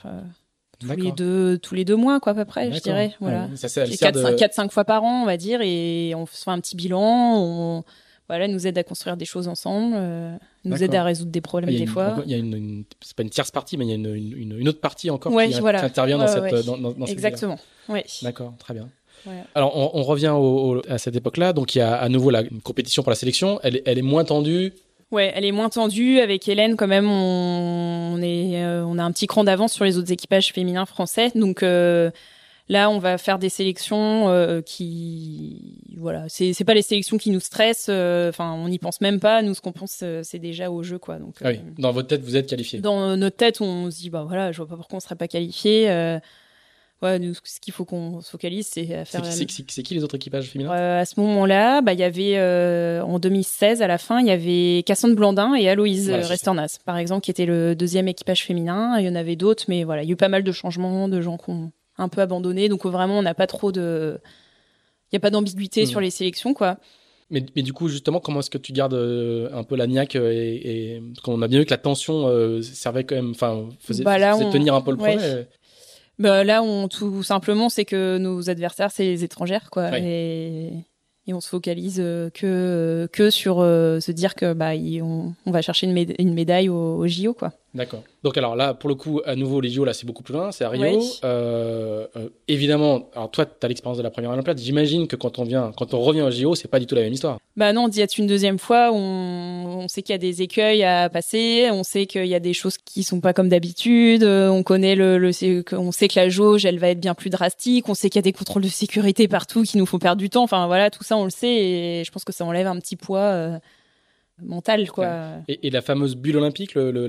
tous les 2 mois, quoi, à peu près, je dirais. Voilà. Ça, c'est 4-5 fois par an, on va dire, et on fait un petit bilan. Elle nous aide à construire des choses ensemble, nous aide à résoudre des problèmes des fois. Il y a c'est pas une tierce partie, mais il y a une autre partie encore qui intervient dans cette Exactement. Oui. D'accord, très bien. Ouais. Alors, on revient à cette époque-là. Donc, il y a à nouveau une compétition pour la sélection. Elle est moins tendue. Ouais, elle est moins tendue. Avec Hélène, quand même, on a un petit cran d'avance sur les autres équipages féminins français. Donc là, on va faire des sélections voilà, c'est pas les sélections qui nous stressent. Enfin, on n'y pense même pas. Nous, ce qu'on pense, c'est déjà au jeu, quoi. Donc, oui. Dans votre tête, vous êtes qualifiés. Dans notre tête, on se dit, bah voilà, je vois pas pourquoi on serait pas qualifiés. Ouais, nous, ce qu'il faut qu'on se focalise, c'est à faire. C'est qui les autres équipages féminins? À ce moment-là, il y avait en 2016 à la fin, il y avait Cassandre Blandin et Aloïse Restornas, par exemple, qui était le deuxième équipage féminin. Il y en avait d'autres, mais voilà, il y a eu pas mal de changements, de gens qui ont un peu abandonné. Donc vraiment, on n'a pas trop il y a pas d'ambiguïté sur les sélections, quoi. Mais du coup, justement, comment est-ce que tu gardes un peu la niaque et parce qu'on a bien vu que la tension servait quand même, enfin, faisait tenir un peu le projet. Ouais. Là, tout simplement, c'est que nos adversaires, c'est les étrangères, quoi. Ouais. Et on se focalise que sur se dire que on va chercher une médaille au JO, quoi. D'accord. Donc alors là, pour le coup, à nouveau, les JO, là, c'est beaucoup plus loin, c'est à Rio. Ouais. Évidemment, alors toi, tu as l'expérience de la première Olympiade. J'imagine que quand on revient au JO, c'est pas du tout la même histoire. Non, d'y être une deuxième fois, on sait qu'il y a des écueils à passer, on sait qu'il y a des choses qui sont pas comme d'habitude, on connaît on sait que la jauge, elle va être bien plus drastique, on sait qu'il y a des contrôles de sécurité partout qui nous font perdre du temps. Enfin voilà, tout ça, on le sait et je pense que ça enlève un petit poids mental, quoi. Et la fameuse bulle olympique,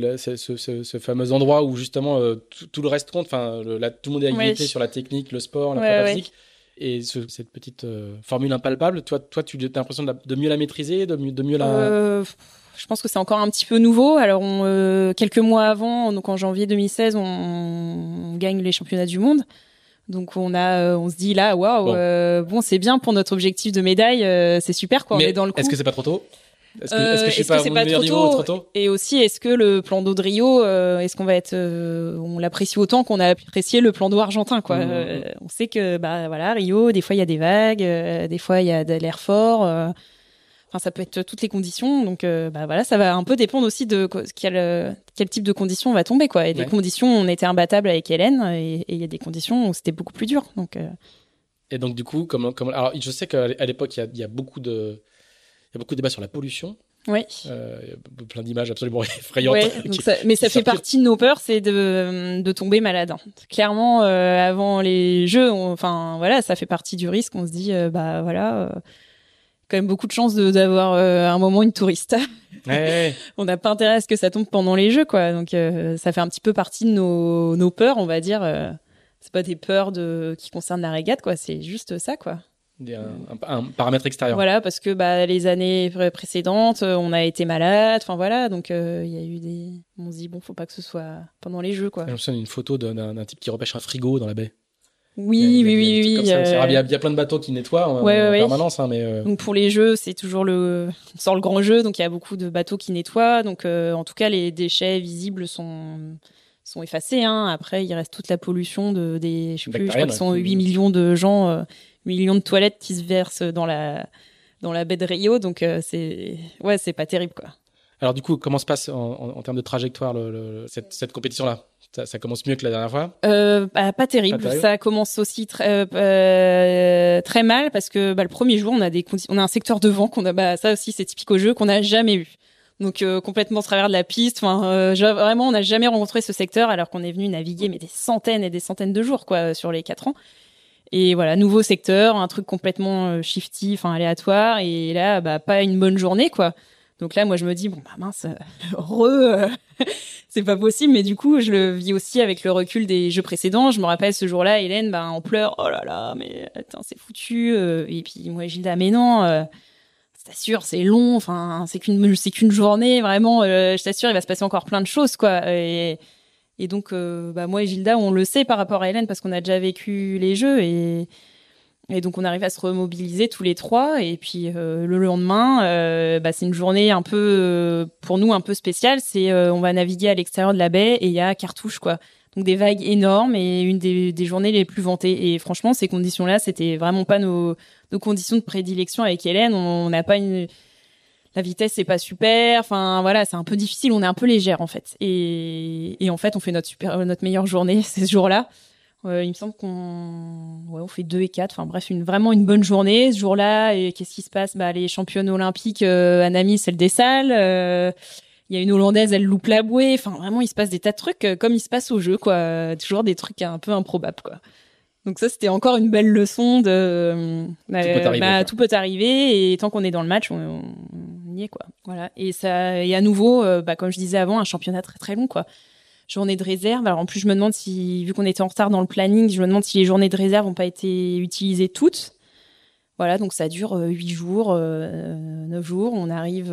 ce fameux endroit où justement tout le reste compte, enfin tout le monde est à égalité sur la technique, le sport, la prépa physique. Et cette petite formule impalpable, toi tu as l'impression de mieux la maîtriser, de mieux la... Je pense que c'est encore un petit peu nouveau. Alors quelques mois avant, donc en janvier 2016, on gagne les championnats du monde. Donc on se dit là, waouh, bon c'est bien pour notre objectif de médaille, c'est super, quoi. Mais on est dans le coup. Est-ce que c'est pas trop tôt? Est-ce que je suis pas au meilleur niveau trop tôt? Et aussi, est-ce que le plan d'eau de Rio, est-ce qu'on va on l'apprécie autant qu'on a apprécié le plan d'eau argentin, quoi. On sait que voilà, Rio, des fois il y a des vagues, des fois il y a de l'air fort. Enfin, ça peut être toutes les conditions. Donc voilà, ça va un peu dépendre aussi de quel type de conditions on va tomber, quoi. Et des conditions, on était imbattable avec Hélène, et il y a des conditions où c'était beaucoup plus dur. Donc. Et donc du coup, alors je sais qu'à l'époque il y a beaucoup de débats sur la pollution. Oui. Il y a plein d'images absolument effrayantes. Ouais, mais ça fait partie de nos peurs, c'est de tomber malade. Clairement, avant les Jeux, ça fait partie du risque. On se dit, quand même beaucoup de chances d'avoir un moment une touriste. Ouais. On n'a pas intérêt à ce que ça tombe pendant les Jeux, quoi. Donc ça fait un petit peu partie de nos peurs, on va dire. C'est pas des peurs qui concernent la régate, quoi. C'est juste ça, quoi. Un paramètre extérieur. Voilà, parce que les années précédentes, on a été malade. Enfin voilà, donc il y a eu on se dit faut pas que ce soit pendant les Jeux, quoi. Je me souviens d'une photo d'un type qui repêche un frigo dans la baie. Oui. Il y a plein de bateaux qui nettoient en permanence, hein, mais. Donc pour les Jeux, c'est toujours on sort le grand jeu, donc il y a beaucoup de bateaux qui nettoient. Donc en tout cas, les déchets visibles sont effacés. Hein. Après, il reste toute la pollution je sais plus, je crois que sont 8 millions de gens. 8 millions de toilettes qui se versent dans la baie de Rio, donc c'est pas terrible, quoi. Alors du coup, comment se passe en termes de trajectoire cette compétition-là? Ça commence mieux que la dernière fois? Pas terrible. Ça commence aussi très mal parce que le premier jour, on a un secteur de vent ça aussi c'est typique au jeu, qu'on n'a jamais eu. Donc complètement au travers de la piste. Vraiment, on n'a jamais rencontré ce secteur alors qu'on est venu naviguer des centaines et des centaines de jours, quoi, sur les 4 ans. Et voilà, nouveau secteur, un truc complètement shifty, aléatoire. Et là, pas une bonne journée, quoi. Donc là, moi, je me dis, mince, c'est pas possible. Mais du coup, je le vis aussi avec le recul des Jeux précédents. Je me rappelle ce jour-là, Hélène, en pleurs. Oh là là, mais attends, c'est foutu. Et puis moi, Gilda, mais non, je t'assure, c'est long. Enfin, c'est qu'une journée, vraiment. Je t'assure, il va se passer encore plein de choses, quoi. Et donc, moi et Gilda, on le sait par rapport à Hélène parce qu'on a déjà vécu les Jeux et donc on arrive à se remobiliser tous les trois. Et puis le lendemain, c'est une journée un peu pour nous un peu spéciale. C'est on va naviguer à l'extérieur de la baie et il y a Cartouche, quoi. Donc des vagues énormes et une des journées les plus ventées. Et franchement, ces conditions-là, c'était vraiment pas nos conditions de prédilection avec Hélène. On n'a pas la vitesse, c'est pas super. Enfin, voilà, c'est un peu difficile. On est un peu légère, en fait. Et en fait, on fait notre meilleure journée, ces jours-là. Il me semble on fait 2 et 4. Enfin bref, vraiment une bonne journée ce jour-là. Et qu'est-ce qui se passe? Les championnes olympiques, Anamis, elle dessale. Il y a une Hollandaise, elle loupe la bouée. Enfin vraiment, il se passe des tas de trucs comme il se passe au jeu, quoi. Toujours des trucs un peu improbables, quoi. Donc ça, c'était encore une belle leçon de tout peut arriver, et tant qu'on est dans le match, on y est, quoi. Voilà. Et à nouveau, comme je disais avant, un championnat très très long, quoi. Journée de réserve. Alors en plus, je me demande vu qu'on était en retard dans le planning, je me demande si les journées de réserve n'ont pas été utilisées toutes. Voilà, donc ça dure 8 jours, 9 jours. On arrive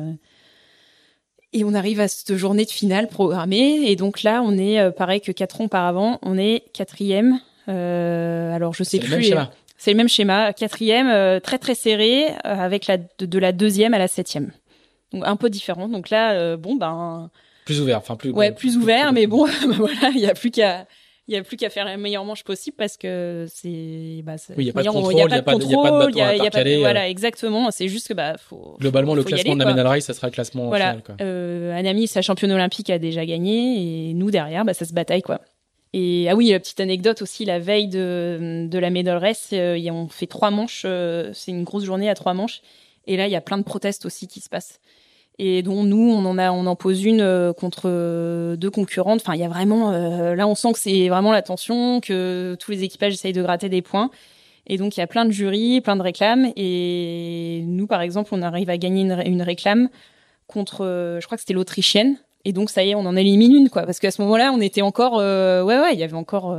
à cette journée de finale programmée. Et donc là, on est pareil que 4 ans auparavant, on est 4e. Alors je sais plus. C'est le même schéma. 4e, très très serré, avec de la 2e à la 7e. Donc un peu différent. Donc là, plus ouvert, plus ouvert, mais bon, voilà, il y a plus qu'à faire la meilleure manche possible, parce que il y a pas de contrôle, il y a pas de bateau voilà, exactement. C'est juste que faut globalement le classement de la medal race, ça sera le classement final, quoi. Anamis, sa championne olympique, a déjà gagné, et nous derrière, ça se bataille, quoi. Et petite anecdote aussi, la veille de la medal race, on fait 3 manches, c'est une grosse journée à 3 manches, et là il y a plein de protestes aussi qui se passent. Et dont nous, on en pose une contre 2 concurrentes. Enfin, il y a vraiment, là, on sent que c'est vraiment la tension, que tous les équipages essayent de gratter des points. Et donc, il y a plein de jurys, plein de réclames. Et nous, par exemple, on arrive à gagner une réclame contre, je crois que c'était l'Autrichienne. Et donc, ça y est, on en élimine une, quoi. Parce qu'à ce moment-là, on était encore, il y avait encore.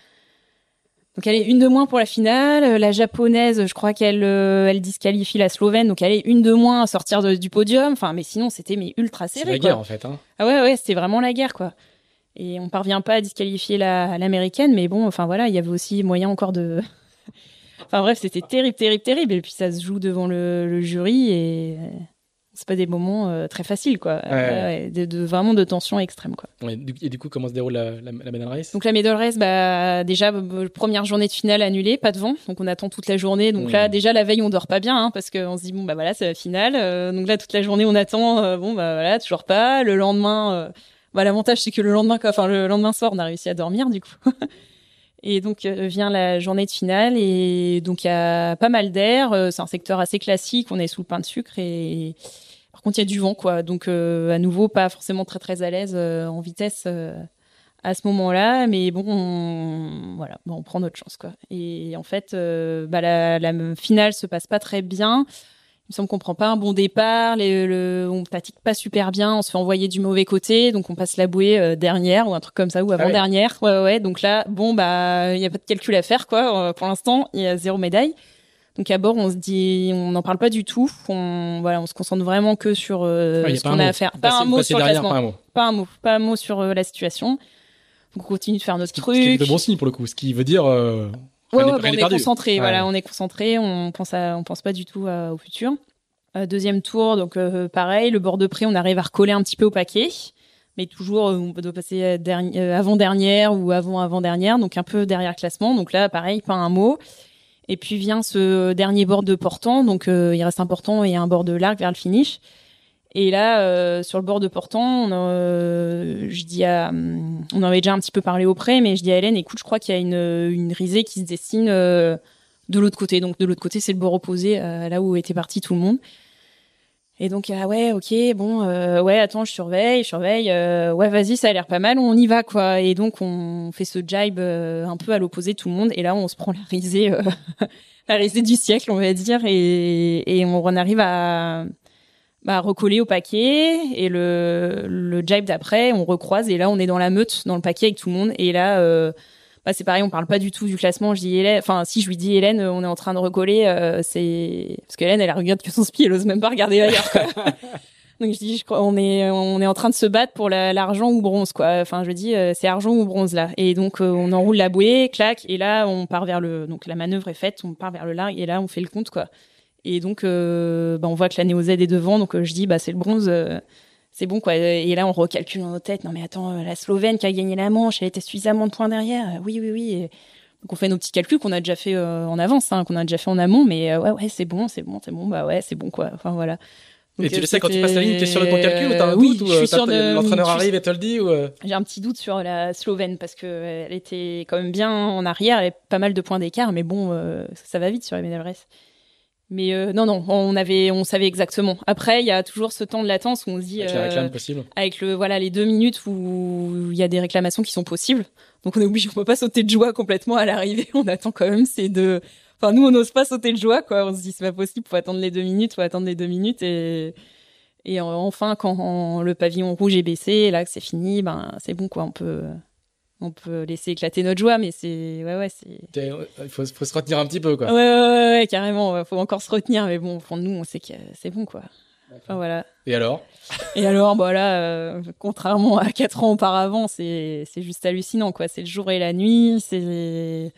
Donc elle est une de moins pour la finale. La japonaise, je crois elle disqualifie la slovène, donc elle est une de moins à sortir du podium. Enfin, mais sinon c'était ultra serré. C'est la guerre, en fait. Hein. Ah ouais, c'était vraiment la guerre, quoi. Et on parvient pas à disqualifier l'américaine, mais bon, enfin voilà, il y avait aussi moyen encore de. Enfin bref, c'était terrible. Et puis ça se joue devant le jury, et c'est pas des moments très faciles, quoi. Vraiment de tension extrême, quoi. Ouais, et du coup, comment se déroule la medal race? Donc la medal race, déjà première journée de finale annulée, pas de vent, donc on attend toute la journée. Donc là, déjà la veille, on dort pas bien, hein, parce qu'on se dit voilà, c'est la finale. Donc là, toute la journée, on attend. Voilà, toujours pas. Le lendemain, l'avantage c'est que le lendemain soir, on a réussi à dormir, du coup. Et donc vient la journée de finale, et donc il y a pas mal d'air. C'est un secteur assez classique, on est sous le pain de sucre, et par contre il y a du vent, quoi. Donc à nouveau pas forcément très très à l'aise en vitesse à ce moment-là, mais bon, on prend notre chance, quoi. Et en fait, la finale se passe pas très bien. Il me semble qu'on prend pas un bon départ, on pratique pas super bien, on se fait envoyer du mauvais côté, donc on passe la bouée dernière ou un truc comme ça, ou avant-dernière. Ouais. Donc là, il y a pas de calcul à faire, quoi. Pour l'instant, il y a 0 médaille. Donc à bord, on se dit, on n'en parle pas du tout. On se concentre vraiment que sur ce qu'on a à faire. Pas un mot sur le classement. Pas un mot sur la situation. Donc on continue de faire notre truc. Ce qui est de bon signe pour le coup. Ce qui veut dire. On est concentré. Voilà, on est concentré. On pense pas du tout au futur. Deuxième tour, donc pareil, le bord de près, on arrive à recoller un petit peu au paquet, mais toujours on doit passer avant-dernière ou avant-avant-dernière, donc un peu derrière le classement. Donc là, pareil, pas un mot. Et puis vient ce dernier bord de portant, donc il reste un portant et un bord de largue vers le finish. Et là, sur le bord de portant, on en avait déjà un petit peu parlé auprès, mais je dis à Hélène, écoute, je crois qu'il y a une risée qui se dessine de l'autre côté. Donc de l'autre côté, c'est le bord opposé, là où était parti tout le monde. Et donc attends, je surveille. Vas-y, ça a l'air pas mal, on y va, quoi. Et donc on fait ce jibe un peu à l'opposé de tout le monde. Et là, on se prend la risée du siècle, on va dire, et on en arrive à recoller au paquet, et le jibe d'après, on recroise, et là on est dans la meute, dans le paquet avec tout le monde. Et là, c'est pareil, on parle pas du tout du classement. Je lui dis Hélène, on est en train de recoller, c'est parce qu'Hélène, elle regarde que son spi, elle ose même pas regarder ailleurs, quoi. Donc je dis, je crois, on est en train de se battre pour l'argent ou bronze, quoi. Enfin, je dis, c'est argent ou bronze là. Et donc on enroule la bouée, clac, et là on part donc la manœuvre est faite, on part vers le largue, et là on fait le compte, quoi. Et donc, on voit que la Néo Z est devant, donc je dis, c'est le bronze, c'est bon, quoi. Et là, on recalcule dans nos têtes. Non, mais attends, la Slovène qui a gagné la manche, elle était suffisamment de points derrière. Oui. Et donc, on fait nos petits calculs qu'on a déjà fait en avance, qu'on a déjà fait en amont, mais c'est bon, c'est bon, quoi. Enfin, voilà. Donc, et tu le sais quand tu passes la ligne, t'es sûr de ton calcul ou t'as un doute ou l'entraîneur arrive et te le dit ou J'ai un petit doute sur la Slovène parce que elle était quand même bien en arrière, elle avait pas mal de points d'écart, mais bon, ça va vite sur les medal race. Mais non, on savait exactement. Après, il y a toujours ce temps de latence où on se dit avec la réclame possible. Avec les 2 minutes où il y a des réclamations qui sont possibles. Donc on est obligé, on peut pas sauter de joie complètement à l'arrivée. On attend quand même Enfin, nous, on n'ose pas sauter de joie, quoi. On se dit, c'est pas possible, faut attendre les 2 minutes, et enfin, quand le pavillon rouge est baissé, là, que c'est fini, c'est bon, quoi. On peut laisser éclater notre joie, mais c'est. Il faut se retenir un petit peu, quoi. Ouais, carrément. Faut encore se retenir, mais bon, au fond de nous, on sait que c'est bon, quoi. Enfin, voilà. Et alors, contrairement à 4 ans auparavant, c'est juste hallucinant, quoi. C'est le jour et la nuit, c'est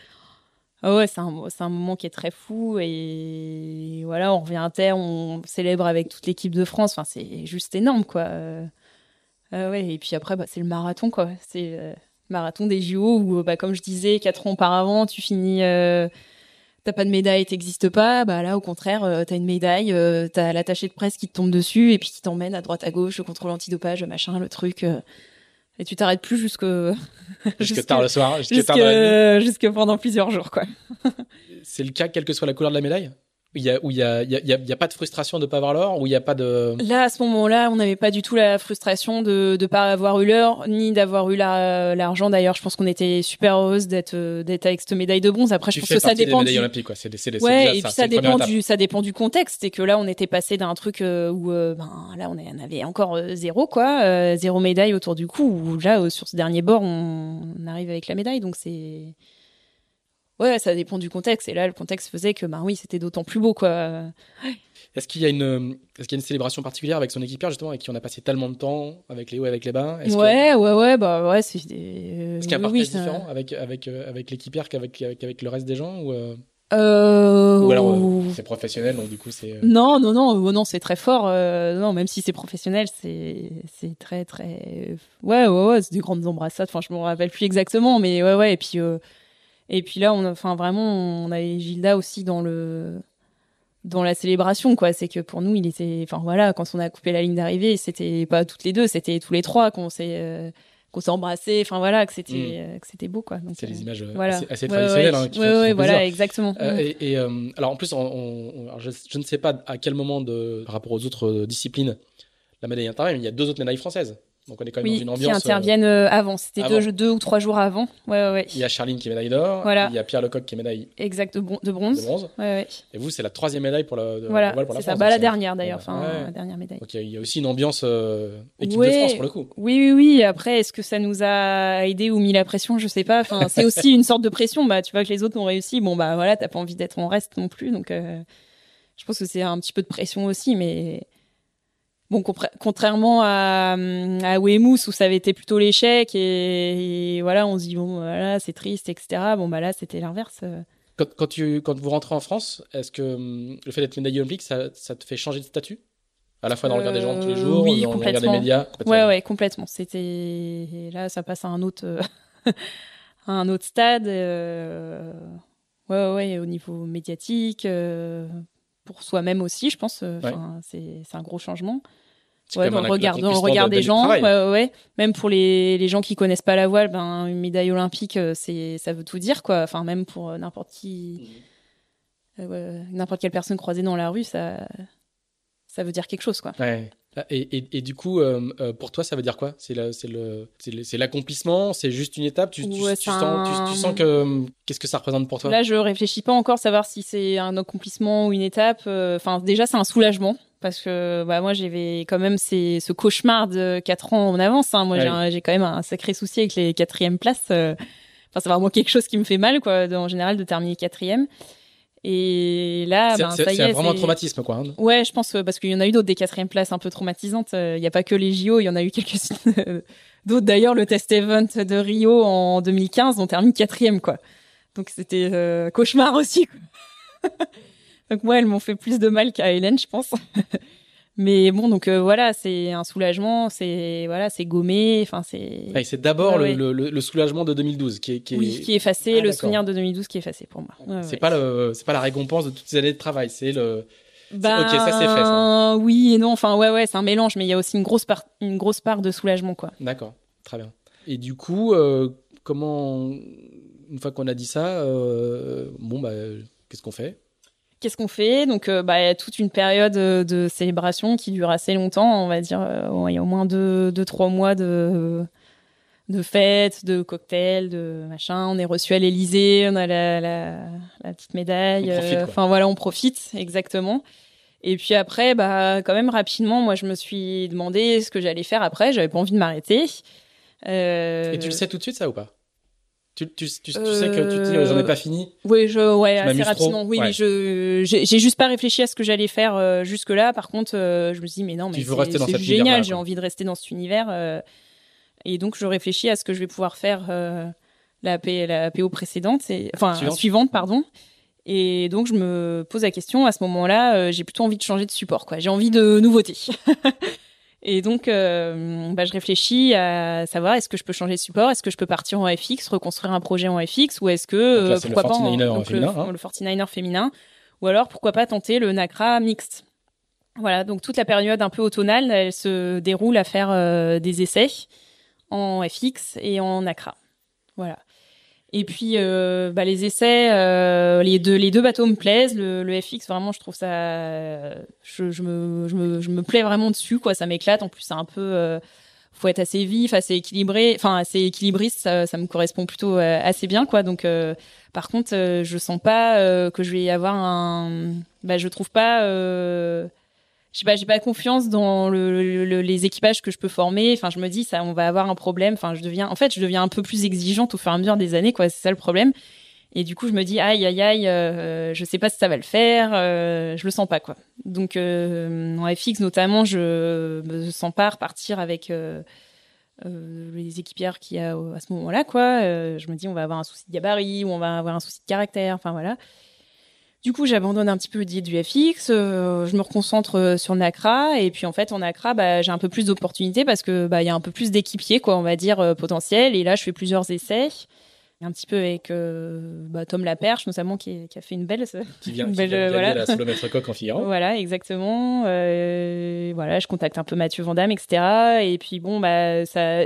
un moment qui est très fou, et voilà, on revient à terre, on célèbre avec toute l'équipe de France. Enfin, c'est juste énorme, quoi. Et puis après, c'est le marathon, quoi. C'est marathon des JO où, comme je disais, 4 ans auparavant, tu finis, t'as pas de médaille, t'existes pas. Là, au contraire, t'as une médaille, t'as l'attaché de presse qui te tombe dessus et puis qui t'emmène à droite à gauche, le contrôle antidopage, machin, le truc. Et tu t'arrêtes plus jusque tard le soir, jusque tard dans la nuit. Jusque pendant plusieurs jours, quoi. C'est le cas, quelle que soit la couleur de la médaille? Il y a pas de frustration de pas avoir l'or, ou il y a pas de... Là, à ce moment-là, on n'avait pas du tout la frustration de pas avoir eu l'or, ni d'avoir eu l'argent. D'ailleurs, je pense qu'on était super heureuse d'être avec cette médaille de bronze. Après, je pense que ça dépend des médailles olympiques, quoi. Et puis ça dépend du contexte. C'est que là, on était passé d'un truc où, là, on avait encore 0, quoi, 0 médaille autour du cou. Où là, sur ce dernier bord, on arrive avec la médaille. Donc c'est... Ouais, ça dépend du contexte. Et là, le contexte faisait que, oui, c'était d'autant plus beau, quoi. Est-ce qu'il y a une célébration particulière avec son équipière, justement, avec qui on a passé tellement de temps, avec les hauts et avec les bas? C'est des... Est-ce qu'il y a un partage différent avec l'équipière qu'avec le reste des gens, ou alors c'est professionnel, donc du coup c'est... Non, c'est très fort. Non, même si c'est professionnel, c'est très, très... Ouais, c'est des grandes embrassades. Enfin, je me rappelle plus exactement, mais ouais. Et puis là, on avait Gilda aussi dans la célébration, quoi. C'est que pour nous, il était, enfin voilà, quand on a coupé la ligne d'arrivée, c'était pas toutes les deux, c'était tous les trois qu'on s'est embrassés. Enfin voilà, que c'était beau, quoi. Donc, c'est des images assez traditionnelles. Qui font voilà, plaisir. exactement. Alors en plus, alors je ne sais pas à quel moment par rapport aux autres disciplines, la médaille intervient, mais il y a 2 autres médailles françaises. Donc on est quand même dans une ambiance... qui interviennent avant. C'était 2 ou 3 jours avant. Ouais. Il y a Charline qui est médaille d'or. Voilà. Il y a Pierre Lecoq qui est médaille... Exact, de bronze. Ouais. Et vous, c'est la 3e médaille pour la voilà, pour la c'est France. ça. La dernière, d'ailleurs. La dernière médaille. Donc il y a aussi une ambiance équipe de France, pour le coup. Oui. Après, est-ce que ça nous a aidé ou mis la pression? Je sais pas. Enfin, c'est aussi une sorte de pression. Tu vois que les autres ont réussi. Bon, voilà, t'as pas envie d'être en reste non plus. Donc, je pense que c'est un petit peu de pression aussi, mais... Bon, contrairement à Weymouth où ça avait été plutôt l'échec et voilà, on se dit voilà, c'est triste, etc. Là, c'était l'inverse. Quand vous rentrez en France, est-ce que le fait d'être médaillé olympique, ça te fait changer de statut? À la fois dans le regard des gens tous les jours, oui, dans le regard des médias? Ouais, complètement. Là, ça passe à un autre stade. Au niveau médiatique. Pour soi-même aussi, je pense. C'est un gros changement. Dans le regard des gens. Même pour les gens qui connaissent pas la voile, une médaille olympique, ça veut tout dire, quoi. Enfin, même pour n'importe quelle personne croisée dans la rue, ça veut dire quelque chose, quoi. Ouais. Et du coup, pour toi, ça veut dire quoi? C'est l'accomplissement, c'est juste une étape. Tu sens que qu'est-ce que ça représente pour toi? Là, je réfléchis pas encore savoir si c'est un accomplissement ou une étape. Déjà, c'est un soulagement parce que moi, j'avais quand même ce cauchemar de 4 ans en avance. Moi, j'ai quand même un sacré souci avec les 4e places. C'est vraiment quelque chose qui me fait mal, quoi, en général, de terminer 4e. Et là, c'est vraiment un traumatisme, quoi. Ouais, je pense, parce qu'il y en a eu d'autres des 4e places un peu traumatisantes. Il n'y a pas que les JO, il y en a eu quelques-unes d'autres. D'ailleurs, le test event de Rio en 2015, on termine 4e, quoi. Donc c'était cauchemar aussi. Donc moi, elles m'ont fait plus de mal qu'à Hélène, je pense. Mais bon, donc voilà, c'est un soulagement, c'est gommé, enfin c'est. C'est d'abord le soulagement de 2012 qui est effacé, le souvenir de 2012 qui est effacé pour moi. C'est pas la récompense de toutes ces années de travail, c'est Ok, ça c'est fait. Ça. Oui et non. Enfin ouais, c'est un mélange, mais il y a aussi une grosse part de soulagement, quoi. D'accord, très bien. Et du coup, comment, une fois qu'on a dit ça, qu'est-ce qu'on fait? Qu'est-ce qu'on fait? Donc, il y a toute une période de célébration qui dure assez longtemps. On va dire, il y a au moins 2-3 mois de fêtes, de cocktails, de machin. On est reçu à l'Élysée, on a la petite médaille. Enfin voilà, on profite exactement. Et puis après, quand même rapidement, moi je me suis demandé ce que j'allais faire après. J'avais pas envie de m'arrêter. Et tu le sais tout de suite ça ou pas? Tu sais que tu te dis j'en ai pas fini. Oui, assez rapidement. Trop. Oui, ouais. J'ai juste pas réfléchi à ce que j'allais faire jusque là. Par contre, je me suis dit mais non, mais c'est génial. J'ai envie de rester dans cet univers. Et donc je réfléchis à ce que je vais pouvoir faire la PO précédente, suivante, pardon. Et donc je me pose la question à ce moment-là, j'ai plutôt envie de changer de support, quoi. J'ai envie de nouveautés. Et donc, je réfléchis à savoir est-ce que je peux changer de support, est-ce que je peux partir en FX, reconstruire un projet en FX, ou est-ce que là, pourquoi pas le 49er féminin, ou alors pourquoi pas tenter le NACRA mixte. Voilà, donc toute la période un peu automnale, elle se déroule à faire des essais en FX et en NACRA. Voilà. Et puis les essais, les deux bateaux me plaisent. Le FX, vraiment, je trouve ça, je me plais vraiment dessus, quoi. Ça m'éclate. En plus, c'est un peu, faut être assez vif, assez équilibré, enfin assez équilibriste. Ça me correspond plutôt assez bien, quoi. Donc, par contre, je sens pas que je vais avoir je trouve pas. Je sais pas, j'ai pas confiance dans les équipages que je peux former. Enfin, je me dis, ça, on va avoir un problème. Enfin, je deviens un peu plus exigeante au fur et à mesure des années, quoi. C'est ça le problème. Et du coup, je me dis, aïe, je sais pas si ça va le faire. Je le sens pas, quoi. Donc, en FX notamment, je me sens pas repartir avec les équipières qu'il y a à ce moment-là, quoi. Je me dis, on va avoir un souci de gabarit ou on va avoir un souci de caractère. Enfin, voilà. Du coup, j'abandonne un petit peu l'idée du FX, je me reconcentre sur NACRA, et puis en fait, en NACRA, j'ai un peu plus d'opportunités parce que il y a un peu plus d'équipiers, quoi, on va dire, potentiels, et là, je fais plusieurs essais, un petit peu avec Tom Laperche, notamment, qui a fait une belle... Qui vient la solomètre coq en Figaro. Voilà, exactement. Voilà, je contacte un peu Mathieu Vandamme, etc. Et puis bon, ça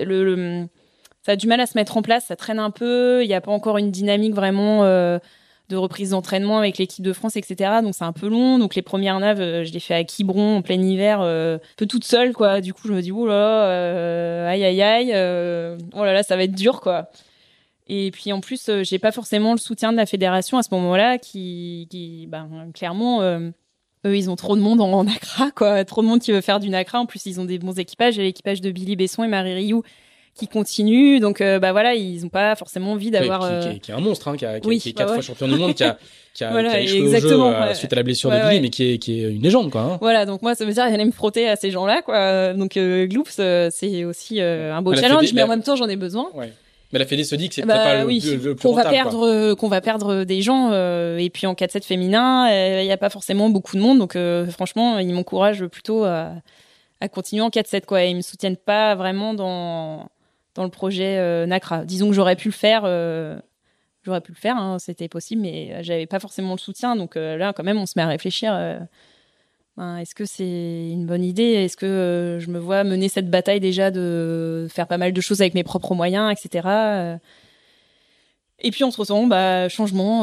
a du mal à se mettre en place, ça traîne un peu, il n'y a pas encore une dynamique vraiment... de reprise d'entraînement avec l'équipe de France, etc. Donc c'est un peu long. Donc les premières naves, je les fais à Quiberon en plein hiver, un peu toute seule, quoi. Du coup, je me dis, oh là, aïe, oh là là, ça va être dur, quoi. Et puis en plus, j'ai pas forcément le soutien de la fédération à ce moment-là, qui clairement, eux, ils ont trop de monde en NACRA, quoi. Trop de monde qui veut faire du NACRA. En plus, ils ont des bons équipages. Il y a l'équipage de Billy Besson et Marie Rioux qui continue, donc voilà, ils n'ont pas forcément envie d'avoir qui est un monstre, qui est 4 fois champion du monde, qui a voilà, échoué au jeu suite à la blessure de Billy, mais qui est une légende, quoi. Voilà, donc moi ça veut dire qu'il allait me frotter à ces gens-là, quoi. Donc Gloops, c'est aussi un beau challenge, mais en même temps j'en ai besoin. Ouais. Mais la Fédé se dit que c'est peut-être pas le plus rentable, qu'on va perdre des gens, et puis en 4-7 féminin, il y a pas forcément beaucoup de monde, donc franchement ils m'encouragent plutôt à continuer en 4-7, quoi. Et ils me soutiennent pas vraiment dans le projet NACRA. Disons que j'aurais pu le faire, hein, c'était possible, mais j'avais pas forcément le soutien. Donc là, quand même, on se met à réfléchir. Est-ce que c'est une bonne idée? Est-ce que je me vois mener cette bataille déjà de faire pas mal de choses avec mes propres moyens, etc. Et puis on se retrouve, changement.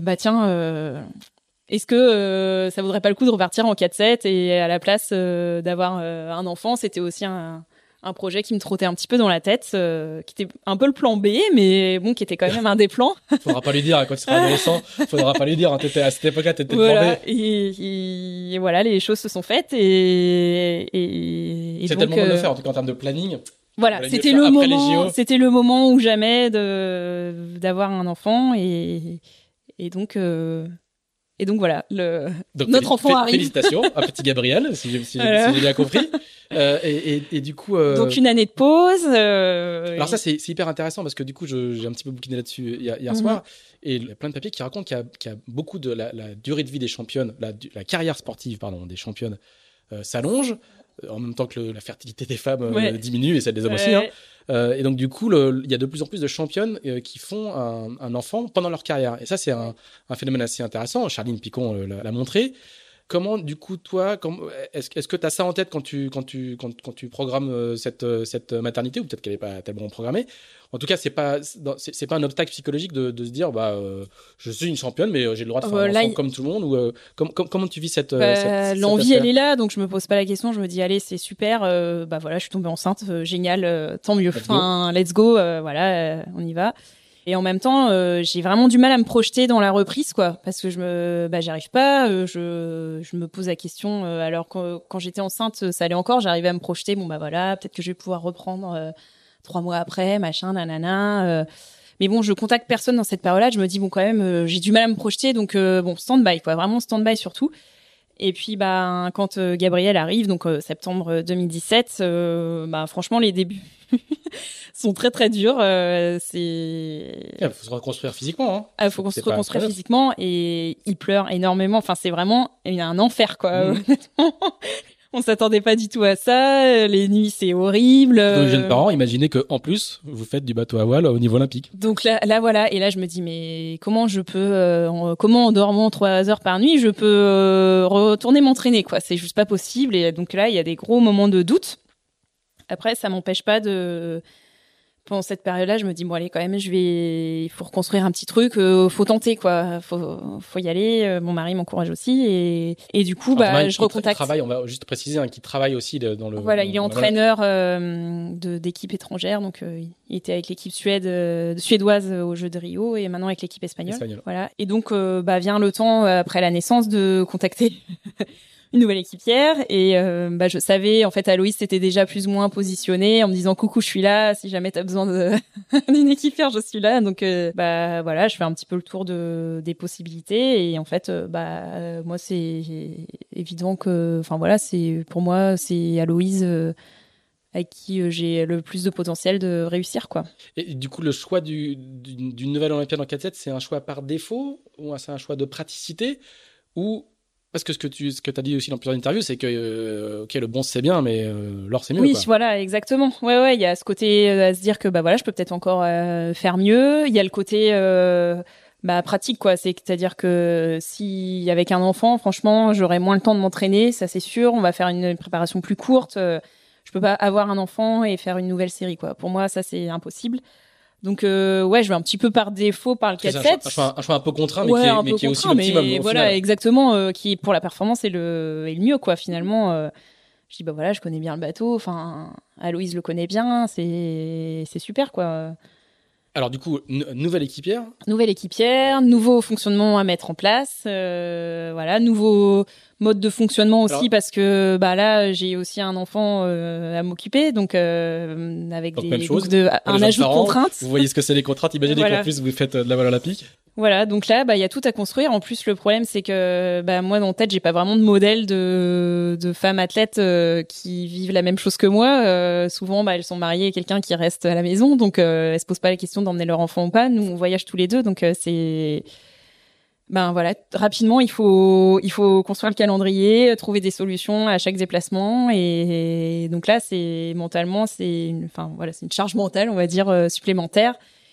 Est-ce que ça vaudrait pas le coup de repartir en 4-7 et à la place d'avoir un enfant, c'était aussi un projet qui me trottait un petit peu dans la tête, qui était un peu le plan B, mais bon, qui était quand même un des plans. Faudra pas lui dire, quand tu seras adolescent, faudra pas lui dire, hein, à cette époque-là, t'étais voilà. plan B. Et voilà, les choses se sont faites et c'est donc, tellement bon de le faire, en tout cas en termes de planning. Voilà, c'était le moment ou jamais d'avoir un enfant et donc voilà, notre enfant arrive. Félicitations à petit Gabriel, si j'ai bien compris. Et du coup. Donc une année de pause. Alors ça c'est hyper intéressant parce que du coup j'ai un petit peu bouquiné là-dessus hier soir et il y a plein de papiers qui racontent qu'il y a beaucoup de la durée de vie des championnes, la carrière sportive des championnes s'allonge en même temps que la fertilité des femmes diminue et celle des hommes aussi. Hein. Et donc du coup il y a de plus en plus de championnes qui font un enfant pendant leur carrière et ça c'est un phénomène assez intéressant. Charline Picon l'a montré. Comment, du coup, toi, est-ce que tu as ça en tête quand tu programmes cette maternité, ou peut-être qu'elle n'est pas tellement programmée. En tout cas, c'est pas un obstacle psychologique de se dire, je suis une championne, mais j'ai le droit de faire un enfant comme tout le monde. Ou comment tu vis cette l'envie, elle est là, donc je me pose pas la question. Je me dis, allez, c'est super. Je suis tombée enceinte, génial, tant mieux. Let's go. Voilà, on y va. Et en même temps, j'ai vraiment du mal à me projeter dans la reprise, quoi, parce que j'y arrive pas. Je me pose la question. Alors quand j'étais enceinte, ça allait encore. J'arrivais à me projeter. Peut-être que je vais pouvoir reprendre 3 mois après, machin, nanana. Mais bon, je contacte personne dans cette période-là. Je me dis quand même, j'ai du mal à me projeter. Donc stand-by, quoi, vraiment stand-by surtout. Et puis quand Gabriel arrive, donc septembre 2017, franchement les débuts sont très très durs. Il faut se reconstruire physiquement. Il faut se reconstruire physiquement et il pleure énormément. Enfin, c'est vraiment un enfer, quoi. On s'attendait pas du tout à ça. Les nuits, c'est horrible. Donc, jeunes parents, imaginez que en plus, vous faites du bateau à voile au niveau olympique. Donc là, voilà. Et là, je me dis, mais comment je peux, comment en dormant 3 heures par nuit, je peux retourner m'entraîner, quoi. C'est juste pas possible. Et donc là, il y a des gros moments de doute. Après, ça m'empêche pas pendant cette période-là, je me dis allez, quand même, il faut reconstruire un petit truc, faut tenter, quoi, faut y aller. Mon mari m'encourage aussi et du coup je recontacte. On va juste préciser qui travaille aussi dans le. Voilà, il est entraîneur d'équipe étrangère, donc il était avec l'équipe suédoise aux Jeux de Rio et maintenant avec l'équipe espagnole. Voilà, et donc vient le temps après la naissance de contacter une nouvelle équipière et je savais, en fait, Aloïs s'était déjà plus ou moins positionnée en me disant coucou, je suis là, si jamais t'as besoin d'une équipière, je suis là. Donc je fais un petit peu le tour des possibilités et en fait moi c'est évident que pour moi c'est Aloïs avec qui j'ai le plus de potentiel de réussir, quoi. Et du coup, le choix d'une nouvelle Olympiade en 4-7, c'est un choix par défaut ou c'est un choix de praticité ou parce que ce que tu as dit aussi dans plusieurs interviews, c'est que le bon c'est bien, mais l'or c'est mieux. Oui, quoi. Voilà, exactement. Ouais, il y a ce côté à se dire que je peux peut-être encore faire mieux. Il y a le côté pratique, quoi. C'est-à-dire que si avec un enfant, franchement, j'aurai moins le temps de m'entraîner, ça c'est sûr. On va faire une préparation plus courte. Je peux pas avoir un enfant et faire une nouvelle série, quoi. Pour moi, ça c'est impossible. Donc je vais un petit peu par défaut par le 4-7. Un choix un peu contraint, mais qui est aussi l'optimum. Voilà, exactement, qui pour la performance est le mieux, quoi. Finalement, je dis je connais bien le bateau. Enfin, Aloïse le connaît bien, c'est super, quoi. Alors du coup, nouvelle équipière, nouveau fonctionnement à mettre en place, nouveau mode de fonctionnement aussi. Alors, parce que là j'ai aussi un enfant à m'occuper, donc avec un ajout de contraintes. Vous voyez ce que c'est les contraintes, imaginez qu'en plus vous faites de la voile olympique. Voilà, donc là, il y a tout à construire. En plus, le problème, c'est que moi, dans tête, j'ai pas vraiment de modèle de femmes athlètes qui vivent la même chose que moi. Souvent, elles sont mariées à quelqu'un qui reste à la maison, donc elles se posent pas la question d'emmener leur enfant ou pas. Nous, on voyage tous les deux, donc c'est rapidement, il faut construire le calendrier, trouver des solutions à chaque déplacement, et donc là, mentalement, c'est une charge mentale, on va dire, supplémentaire.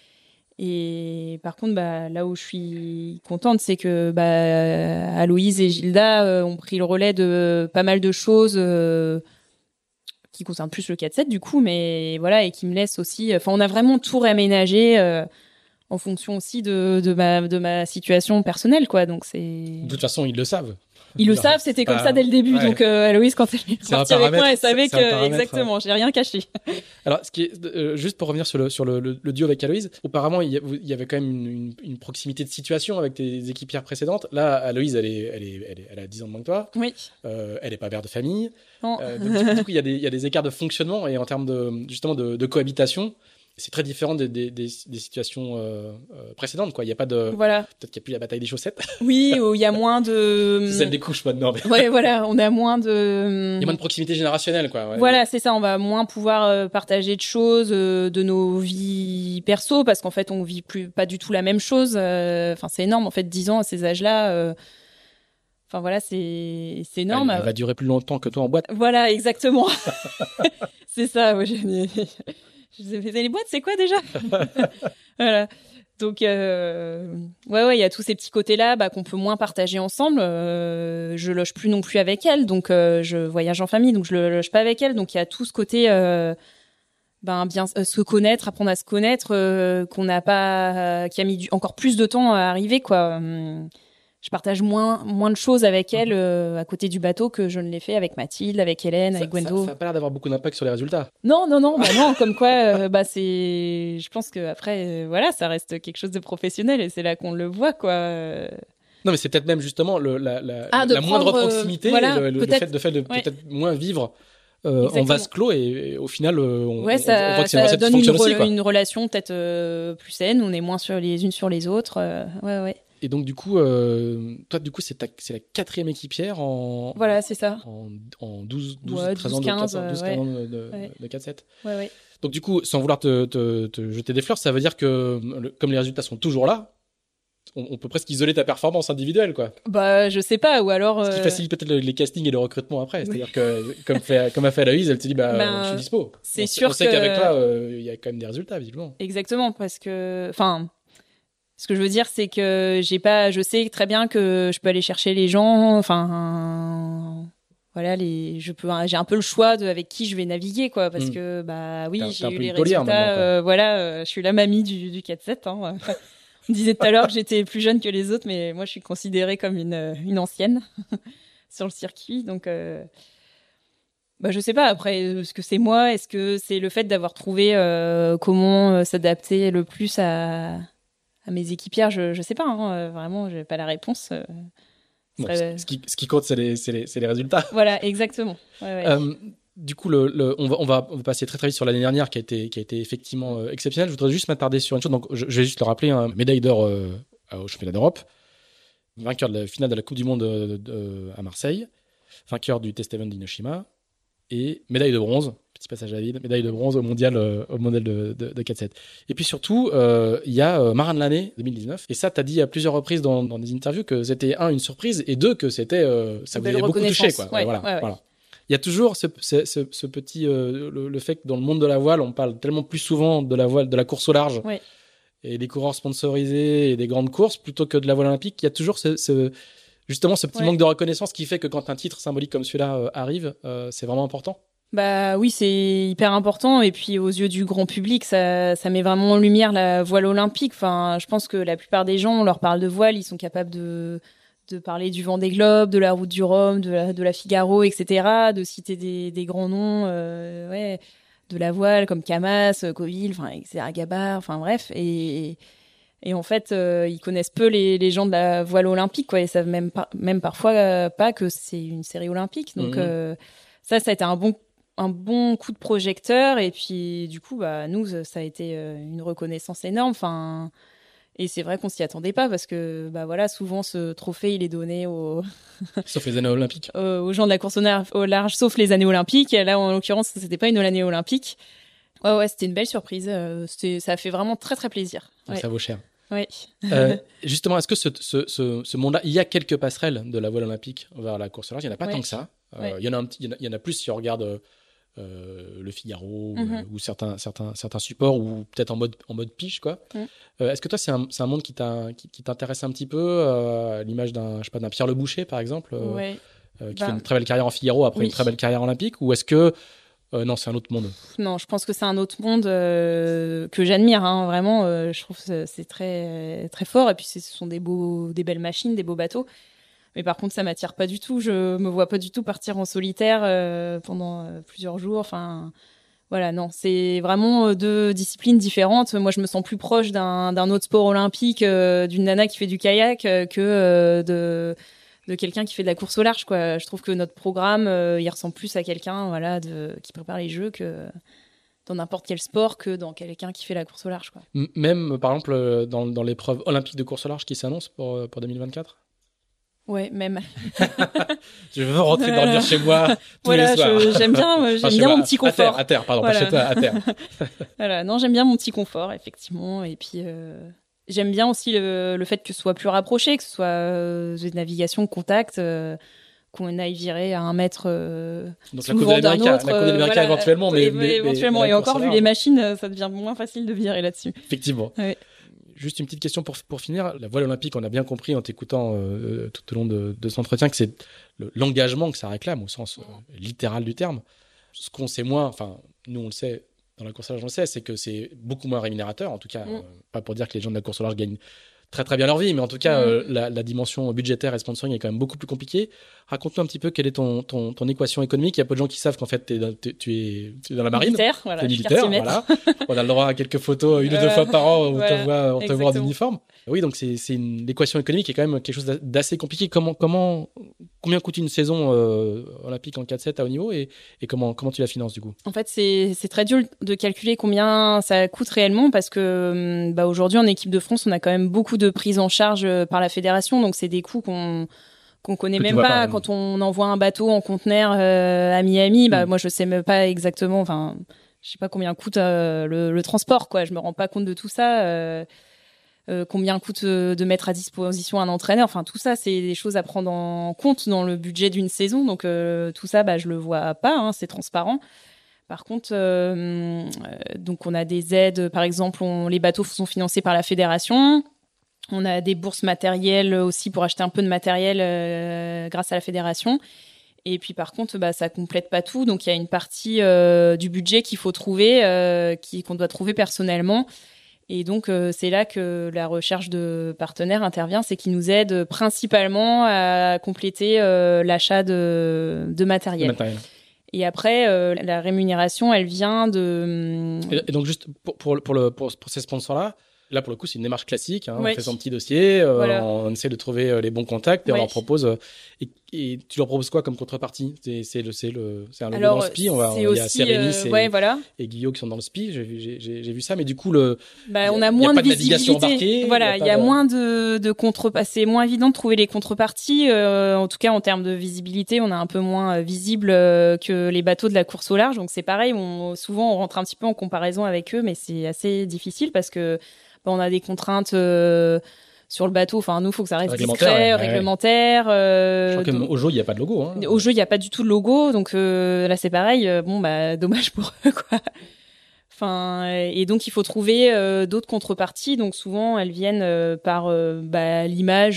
Et par contre, là où je suis contente, c'est que Aloïse et Gilda ont pris le relais de pas mal de choses qui concernent plus le 4-7 du coup, mais voilà, et qui me laissent aussi. On a vraiment tout réaménagé en fonction aussi de ma situation personnelle, quoi. Donc de toute façon, ils le savent. Ils le savent, c'était comme ça dès le début. Ouais. Donc Aloïse, quand elle est partie avec moi, elle savait que exactement, j'ai rien caché. Alors, ce qui est juste pour revenir sur le duo avec Aloïse, auparavant il y avait quand même une proximité de situation avec tes équipières précédentes. Là, Aloïse, elle a 10 ans de moins que toi. Oui. Elle est pas mère de famille. Non. Donc du coup, il y a des écarts de fonctionnement et en termes de cohabitation. C'est très différent des situations précédentes, quoi. Il y a pas de. Voilà. Peut-être qu'il n'y a plus la bataille des chaussettes. Oui, où il y a moins de. C'est celle des couches maintenant. Mais... Ouais, voilà, on a moins de. Il y a moins de proximité générationnelle, quoi. Ouais. Voilà, c'est ça. On va moins pouvoir partager de choses de nos vies perso parce qu'en fait, on vit pas du tout la même chose. C'est énorme. En fait, 10 ans à ces âges-là. C'est énorme. Elle va durer plus longtemps que toi en boîte. Voilà, exactement. C'est ça. Ouais, je disais, les boîtes, c'est quoi déjà? Voilà. Donc ouais, il y a tous ces petits côtés-là qu'on peut moins partager ensemble. Je loge plus non plus avec elle, donc je voyage en famille, donc je le loge pas avec elle. Donc il y a tout ce côté bien se connaître, apprendre à se connaître, qu'on n'a pas, qui a mis encore plus de temps à arriver, quoi. Je partage moins de choses avec elle à côté du bateau que je ne l'ai fait avec Mathilde, avec Hélène, avec Gwendo. Ça a pas l'air d'avoir beaucoup d'impact sur les résultats. Non, comme quoi, c'est, je pense que après, voilà, ça reste quelque chose de professionnel et c'est là qu'on le voit, quoi. Non, mais c'est peut-être même justement la prendre, moindre proximité, voilà, le fait de peut-être moins vivre en vase clos et au final, on voit que c'est une recette qui fonctionne aussi, quoi. Une relation peut-être plus saine, on est moins sur les unes sur les autres. Ouais. Et donc du coup, toi du coup c'est la 4e équipière en voilà, c'est ça. En 12 13 ans 15 ans de 4-7. Ouais. Donc du coup, sans vouloir te jeter des fleurs, ça veut dire que comme les résultats sont toujours là, on peut presque isoler ta performance individuelle, quoi. Je sais pas, ou alors ce qui facilite peut-être les castings et le recrutement après, c'est-à-dire que comme a fait Aloïse, elle te dit je suis dispo. C'est sûr on sait qu'avec toi il y a quand même des résultats visiblement. Exactement, parce que ce que je veux dire, c'est que je sais très bien que je peux aller chercher les gens, voilà, j'ai un peu le choix avec qui je vais naviguer, quoi, parce que, oui, j'ai eu les résultats, je suis la mamie du 4-7, hein. On disait tout à l'heure que j'étais plus jeune que les autres, mais moi, je suis considérée comme une ancienne sur le circuit, donc, je sais pas, après, est-ce que c'est moi, est-ce que c'est le fait d'avoir trouvé, comment s'adapter le plus à mes équipières, je sais pas, hein, vraiment, j'ai pas la réponse. Ce qui compte, c'est les résultats. Voilà, exactement. Ouais. Du coup, on va passer très très vite sur l'année dernière qui a été effectivement exceptionnelle. Je voudrais juste m'attarder sur une chose. Donc, je vais juste le rappeler, médaille d'or au championnat d'Europe, vainqueur de la finale de la Coupe du Monde à Marseille, vainqueur du Test Event d'Hiroshima et médaille de bronze. Petit passage à vide, médaille de bronze au mondial de 4-7. Et puis surtout, il y a Marin de l'année 2019. Et ça, t'as dit à plusieurs reprises dans des interviews que c'était une surprise et deux que c'était ça vous avait beaucoup touché, quoi. Ouais, voilà. Il y a toujours ce petit le fait que dans le monde de la voile, on parle tellement plus souvent de la voile, de la course au large et des coureurs sponsorisés et des grandes courses plutôt que de la voile olympique. Il y a toujours justement ce petit manque de reconnaissance qui fait que quand un titre symbolique comme celui-là arrive, c'est vraiment important. Oui, c'est hyper important. Et puis, aux yeux du grand public, ça met vraiment en lumière la voile olympique. Je pense que la plupart des gens, on leur parle de voile, ils sont capables de parler du Vendée Globe, de la Route du Rhum, de la Figaro, etc., de citer des grands noms, de la voile comme Camas, Coville, etc., Gabard, bref. Et en fait, ils connaissent peu les gens de la voile olympique, quoi. Ils savent même parfois pas que c'est une série olympique. Donc, ça a été un bon coup de projecteur. Et puis, du coup, nous, ça a été une reconnaissance énorme. Et c'est vrai qu'on s'y attendait pas parce que, souvent, ce trophée, il est donné sauf les années olympiques. Aux gens de la course au large, sauf les années olympiques. Et là, en l'occurrence, c'était pas une année olympique. Ouais, c'était une belle surprise. Ça a fait vraiment très, très plaisir. Donc ça vaut cher. Oui. Justement, est-ce que ce monde-là, il y a quelques passerelles de la voile olympique vers la course au large? Il n'y en a pas tant que ça. Il y en a plus si on regarde le Figaro ou certains supports ou peut-être en mode piche, quoi. Est-ce que toi c'est un monde qui t'intéresse un petit peu à l'image d'un Pierre Le Boucher par exemple qui fait une très belle carrière en Figaro après une très belle carrière olympique, ou est-ce que non, c'est un autre monde? Non, je pense que c'est un autre monde que j'admire, hein, vraiment. Je trouve que c'est très très fort, et puis ce sont des belles machines, des beaux bateaux. Mais par contre, ça m'attire pas du tout. Je me vois pas du tout partir en solitaire pendant plusieurs jours. Voilà, non, c'est vraiment deux disciplines différentes. Moi, je me sens plus proche d'un autre sport olympique, d'une nana qui fait du kayak, que de quelqu'un qui fait de la course au large, quoi. Je trouve que notre programme, il ressemble plus à quelqu'un, qui prépare les jeux que dans n'importe quel sport, que dans quelqu'un qui fait la course au large, quoi. Même, par exemple, dans l'épreuve olympique de course au large qui s'annonce pour 2024? Ouais, même. Je veux rentrer dormir chez moi tous les soirs. J'aime bien mon petit confort. À terre, pardon, pas chez toi, à terre. Voilà, non, j'aime bien mon petit confort, effectivement. Et puis, j'aime bien aussi le fait que ce soit plus rapproché, que ce soit des navigations, contact, qu'on aille virer à 1 mètre donc la Coupe de l'Amérique éventuellement, mais éventuellement. Et encore, vu les machines, ça devient moins facile de virer là-dessus. Effectivement. Ouais. Juste une petite question pour finir. La voile olympique, on a bien compris en t'écoutant tout au long de cet entretien que c'est l'engagement que ça réclame au sens littéral du terme. Ce qu'on sait moins, enfin, nous on le sait, dans la course au large on le sait, c'est que c'est beaucoup moins rémunérateur. En tout cas, pas pour dire que les gens de la course au large gagnent très très bien leur vie, mais en tout cas, la dimension budgétaire et sponsoring est quand même beaucoup plus compliquée. Raconte-nous un petit peu quelle est ton équation économique. Il y a peu de gens qui savent qu'en fait, tu es dans la marine. Militaire, voilà. T'es militaire, voilà. On a le droit à quelques photos 1 ou 2 fois par an où on te voit en uniforme. Oui, donc c'est une équation économique qui est quand même quelque chose d'assez compliqué. Combien coûte une saison olympique en 4-7 à haut niveau et comment tu la finances du coup? En fait, c'est très dur de calculer combien ça coûte réellement parce que aujourd'hui en équipe de France, on a quand même beaucoup de prise en charge par la fédération, donc c'est des coûts qu'on connaît même pas quand on envoie un bateau en conteneur à Miami. Moi, je sais même pas exactement. Enfin, je sais pas combien coûte le transport, quoi. Je me rends pas compte de tout ça. Combien coûte de mettre à disposition un entraîneur. Enfin, tout ça, c'est des choses à prendre en compte dans le budget d'une saison. Donc, tout ça, je le vois pas. Hein, c'est transparent. Par contre, donc on a des aides. Par exemple, les bateaux sont financés par la fédération. On a des bourses matérielles aussi pour acheter un peu de matériel grâce à la fédération. Et puis par contre, ça complète pas tout. Donc il y a une partie du budget qu'il faut trouver, qu'on doit trouver personnellement. Et donc c'est là que la recherche de partenaires intervient, c'est qu'ils nous aident principalement à compléter l'achat de matériel. Et après, la rémunération, elle vient de. Et donc juste pour ces sponsors-là. Là, pour le coup, c'est une démarche classique. On fait son petit dossier, on essaie de trouver les bons contacts et on leur propose. Et tu leur proposes quoi comme contrepartie? C'est un logo dans le SPI. Il y a Sérénis et Guillaume qui sont dans le SPI. J'ai vu ça, mais du coup, on a moins de visibilité. Voilà, il y a moins de contreparties. C'est moins évident de trouver les contreparties. En tout cas, en termes de visibilité, on est un peu moins visible que les bateaux de la course au large. Donc c'est pareil. Souvent, on rentre un petit peu en comparaison avec eux, mais c'est assez difficile parce que on a des contraintes sur le bateau. Enfin, nous, il faut que ça reste discret, réglementaire. Je crois qu'au jeu, il n'y a pas de logo. Hein. Au jeu, il n'y a pas du tout de logo. Donc là, c'est pareil. Dommage pour eux, quoi. Enfin, et donc, il faut trouver d'autres contreparties. Donc, souvent, elles viennent par l'image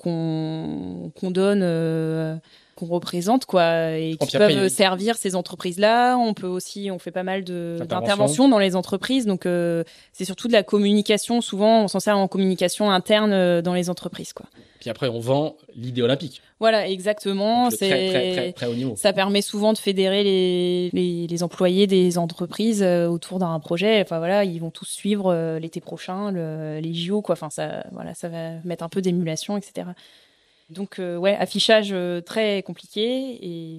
qu'on donne... qu'on représente, quoi, et qui peuvent servir ces entreprises-là. On fait pas mal d'interventions dans les entreprises, donc c'est surtout de la communication. Souvent, on s'en sert en communication interne dans les entreprises, quoi. Puis après, on vend l'idée olympique. Voilà, exactement. Donc, c'est très haut niveau. Ça permet souvent de fédérer les employés des entreprises autour d'un projet. Enfin voilà, ils vont tous suivre l'été prochain les JO, quoi. Enfin ça va mettre un peu d'émulation, etc. Donc affichage très compliqué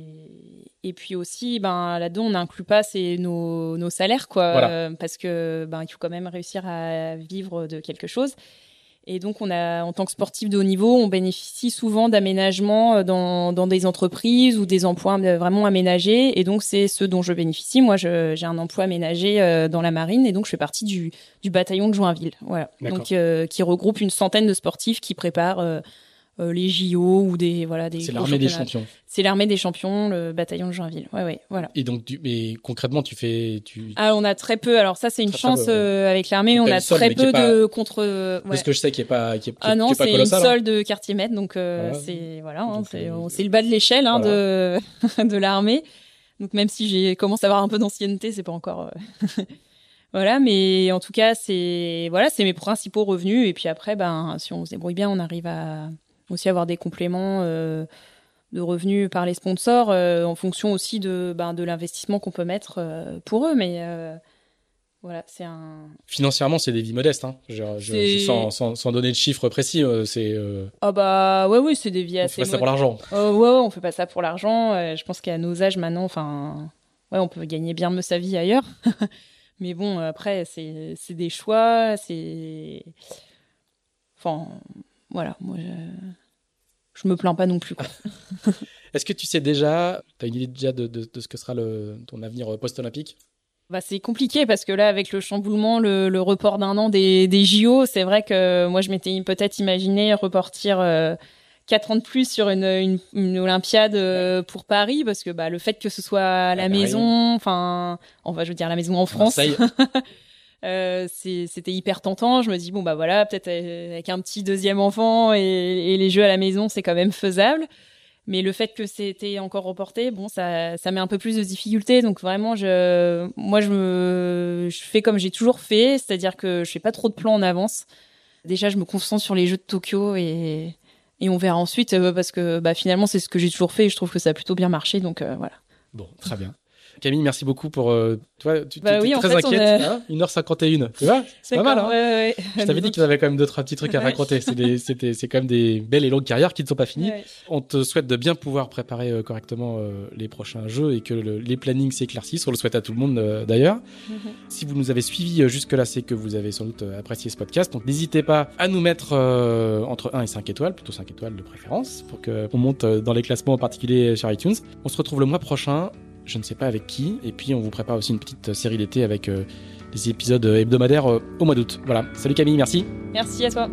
et puis aussi là-dedans on n'inclut pas nos salaires, quoi, parce que il faut quand même réussir à vivre de quelque chose. Et donc en tant que sportif de haut niveau, on bénéficie souvent d'aménagements dans des entreprises ou des emplois vraiment aménagés, et donc c'est ce dont je bénéficie. Moi, j'ai un emploi aménagé dans la marine, et donc je fais partie du bataillon de Joinville. Voilà. Donc qui regroupe une centaine de sportifs qui préparent les JO ou des c'est l'armée des champions. C'est l'armée des champions, le bataillon de Joinville. Voilà. Et donc mais concrètement on a très peu. Alors ça c'est une chance avec l'armée, on a très peu de contre parce que je sais qu'il est pas qui est pas colossal. C'est une solde de quartier mètre, donc c'est le bas de l'échelle de l'armée. Donc même si commence à avoir un peu d'ancienneté, c'est pas encore voilà, mais en tout cas c'est mes principaux revenus, et puis après si on se débrouille bien, on arrive à aussi avoir des compléments de revenus par les sponsors en fonction aussi de l'investissement qu'on peut mettre pour eux, mais voilà, c'est financièrement c'est des vies modestes, hein. Sans donner de chiffres précis, c'est oui, c'est des vies assez on fait pas ça pour l'argent. On fait pas ça pour l'argent. Je pense qu'à nos âges maintenant, on peut gagner bien mieux sa vie ailleurs. Mais bon, après c'est des choix, voilà, moi je me plains pas non plus, quoi. Est-ce que tu sais déjà, tu as une idée déjà de ce que sera ton avenir post-olympique? C'est compliqué parce que là, avec le chamboulement, le report d'1 an des JO, c'est vrai que moi je m'étais peut-être imaginé repartir 4 ans de plus sur une Olympiade pour Paris, parce que le fait que ce soit à la maison, je veux dire la maison en France, C'était hyper tentant. Je me dis bon bah voilà, peut-être avec un petit deuxième enfant et les jeux à la maison, c'est quand même faisable. Mais le fait que c'était encore reporté, bon, ça met un peu plus de difficulté. Donc vraiment, je fais comme j'ai toujours fait, c'est-à-dire que je fais pas trop de plans en avance. Déjà, je me concentre sur les Jeux de Tokyo et on verra ensuite parce que finalement, c'est ce que j'ai toujours fait et je trouve que ça a plutôt bien marché. Donc voilà. Bon, très bien. Camille, merci beaucoup pour... toi, tu oui, es très inquiète. 1h51. Tu vois, c'est pas mal. Hein, ouais. Je t'avais dit qu'il y avait quand même 2-3 petits trucs à raconter. C'est quand même des belles et longues carrières qui ne sont pas finies. Ouais. On te souhaite de bien pouvoir préparer correctement les prochains jeux et que les plannings s'éclaircissent. On le souhaite à tout le monde d'ailleurs. Si vous nous avez suivis jusque-là, c'est que vous avez sans doute apprécié ce podcast. Donc n'hésitez pas à nous mettre entre 1 et 5 étoiles, plutôt 5 étoiles de préférence, pour qu'on monte dans les classements, en particulier sur iTunes. On se retrouve le mois prochain. Je ne sais pas avec qui, et puis on vous prépare aussi une petite série d'été avec des épisodes hebdomadaires au mois d'août. Voilà, salut Camille, merci. Merci à toi.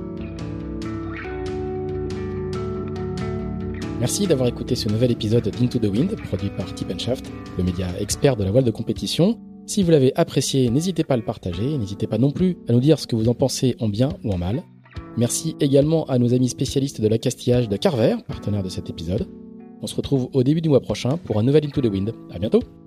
Merci d'avoir écouté ce nouvel épisode d'Into the Wind, produit par Tip & Shaft, le média expert de la voile de compétition. Si vous l'avez apprécié, n'hésitez pas à le partager, n'hésitez pas non plus à nous dire ce que vous en pensez en bien ou en mal. Merci également à nos amis spécialistes de l'accastillage de Carver, partenaire de cet épisode. On se retrouve au début du mois prochain pour un nouvel Into the Wind. À bientôt!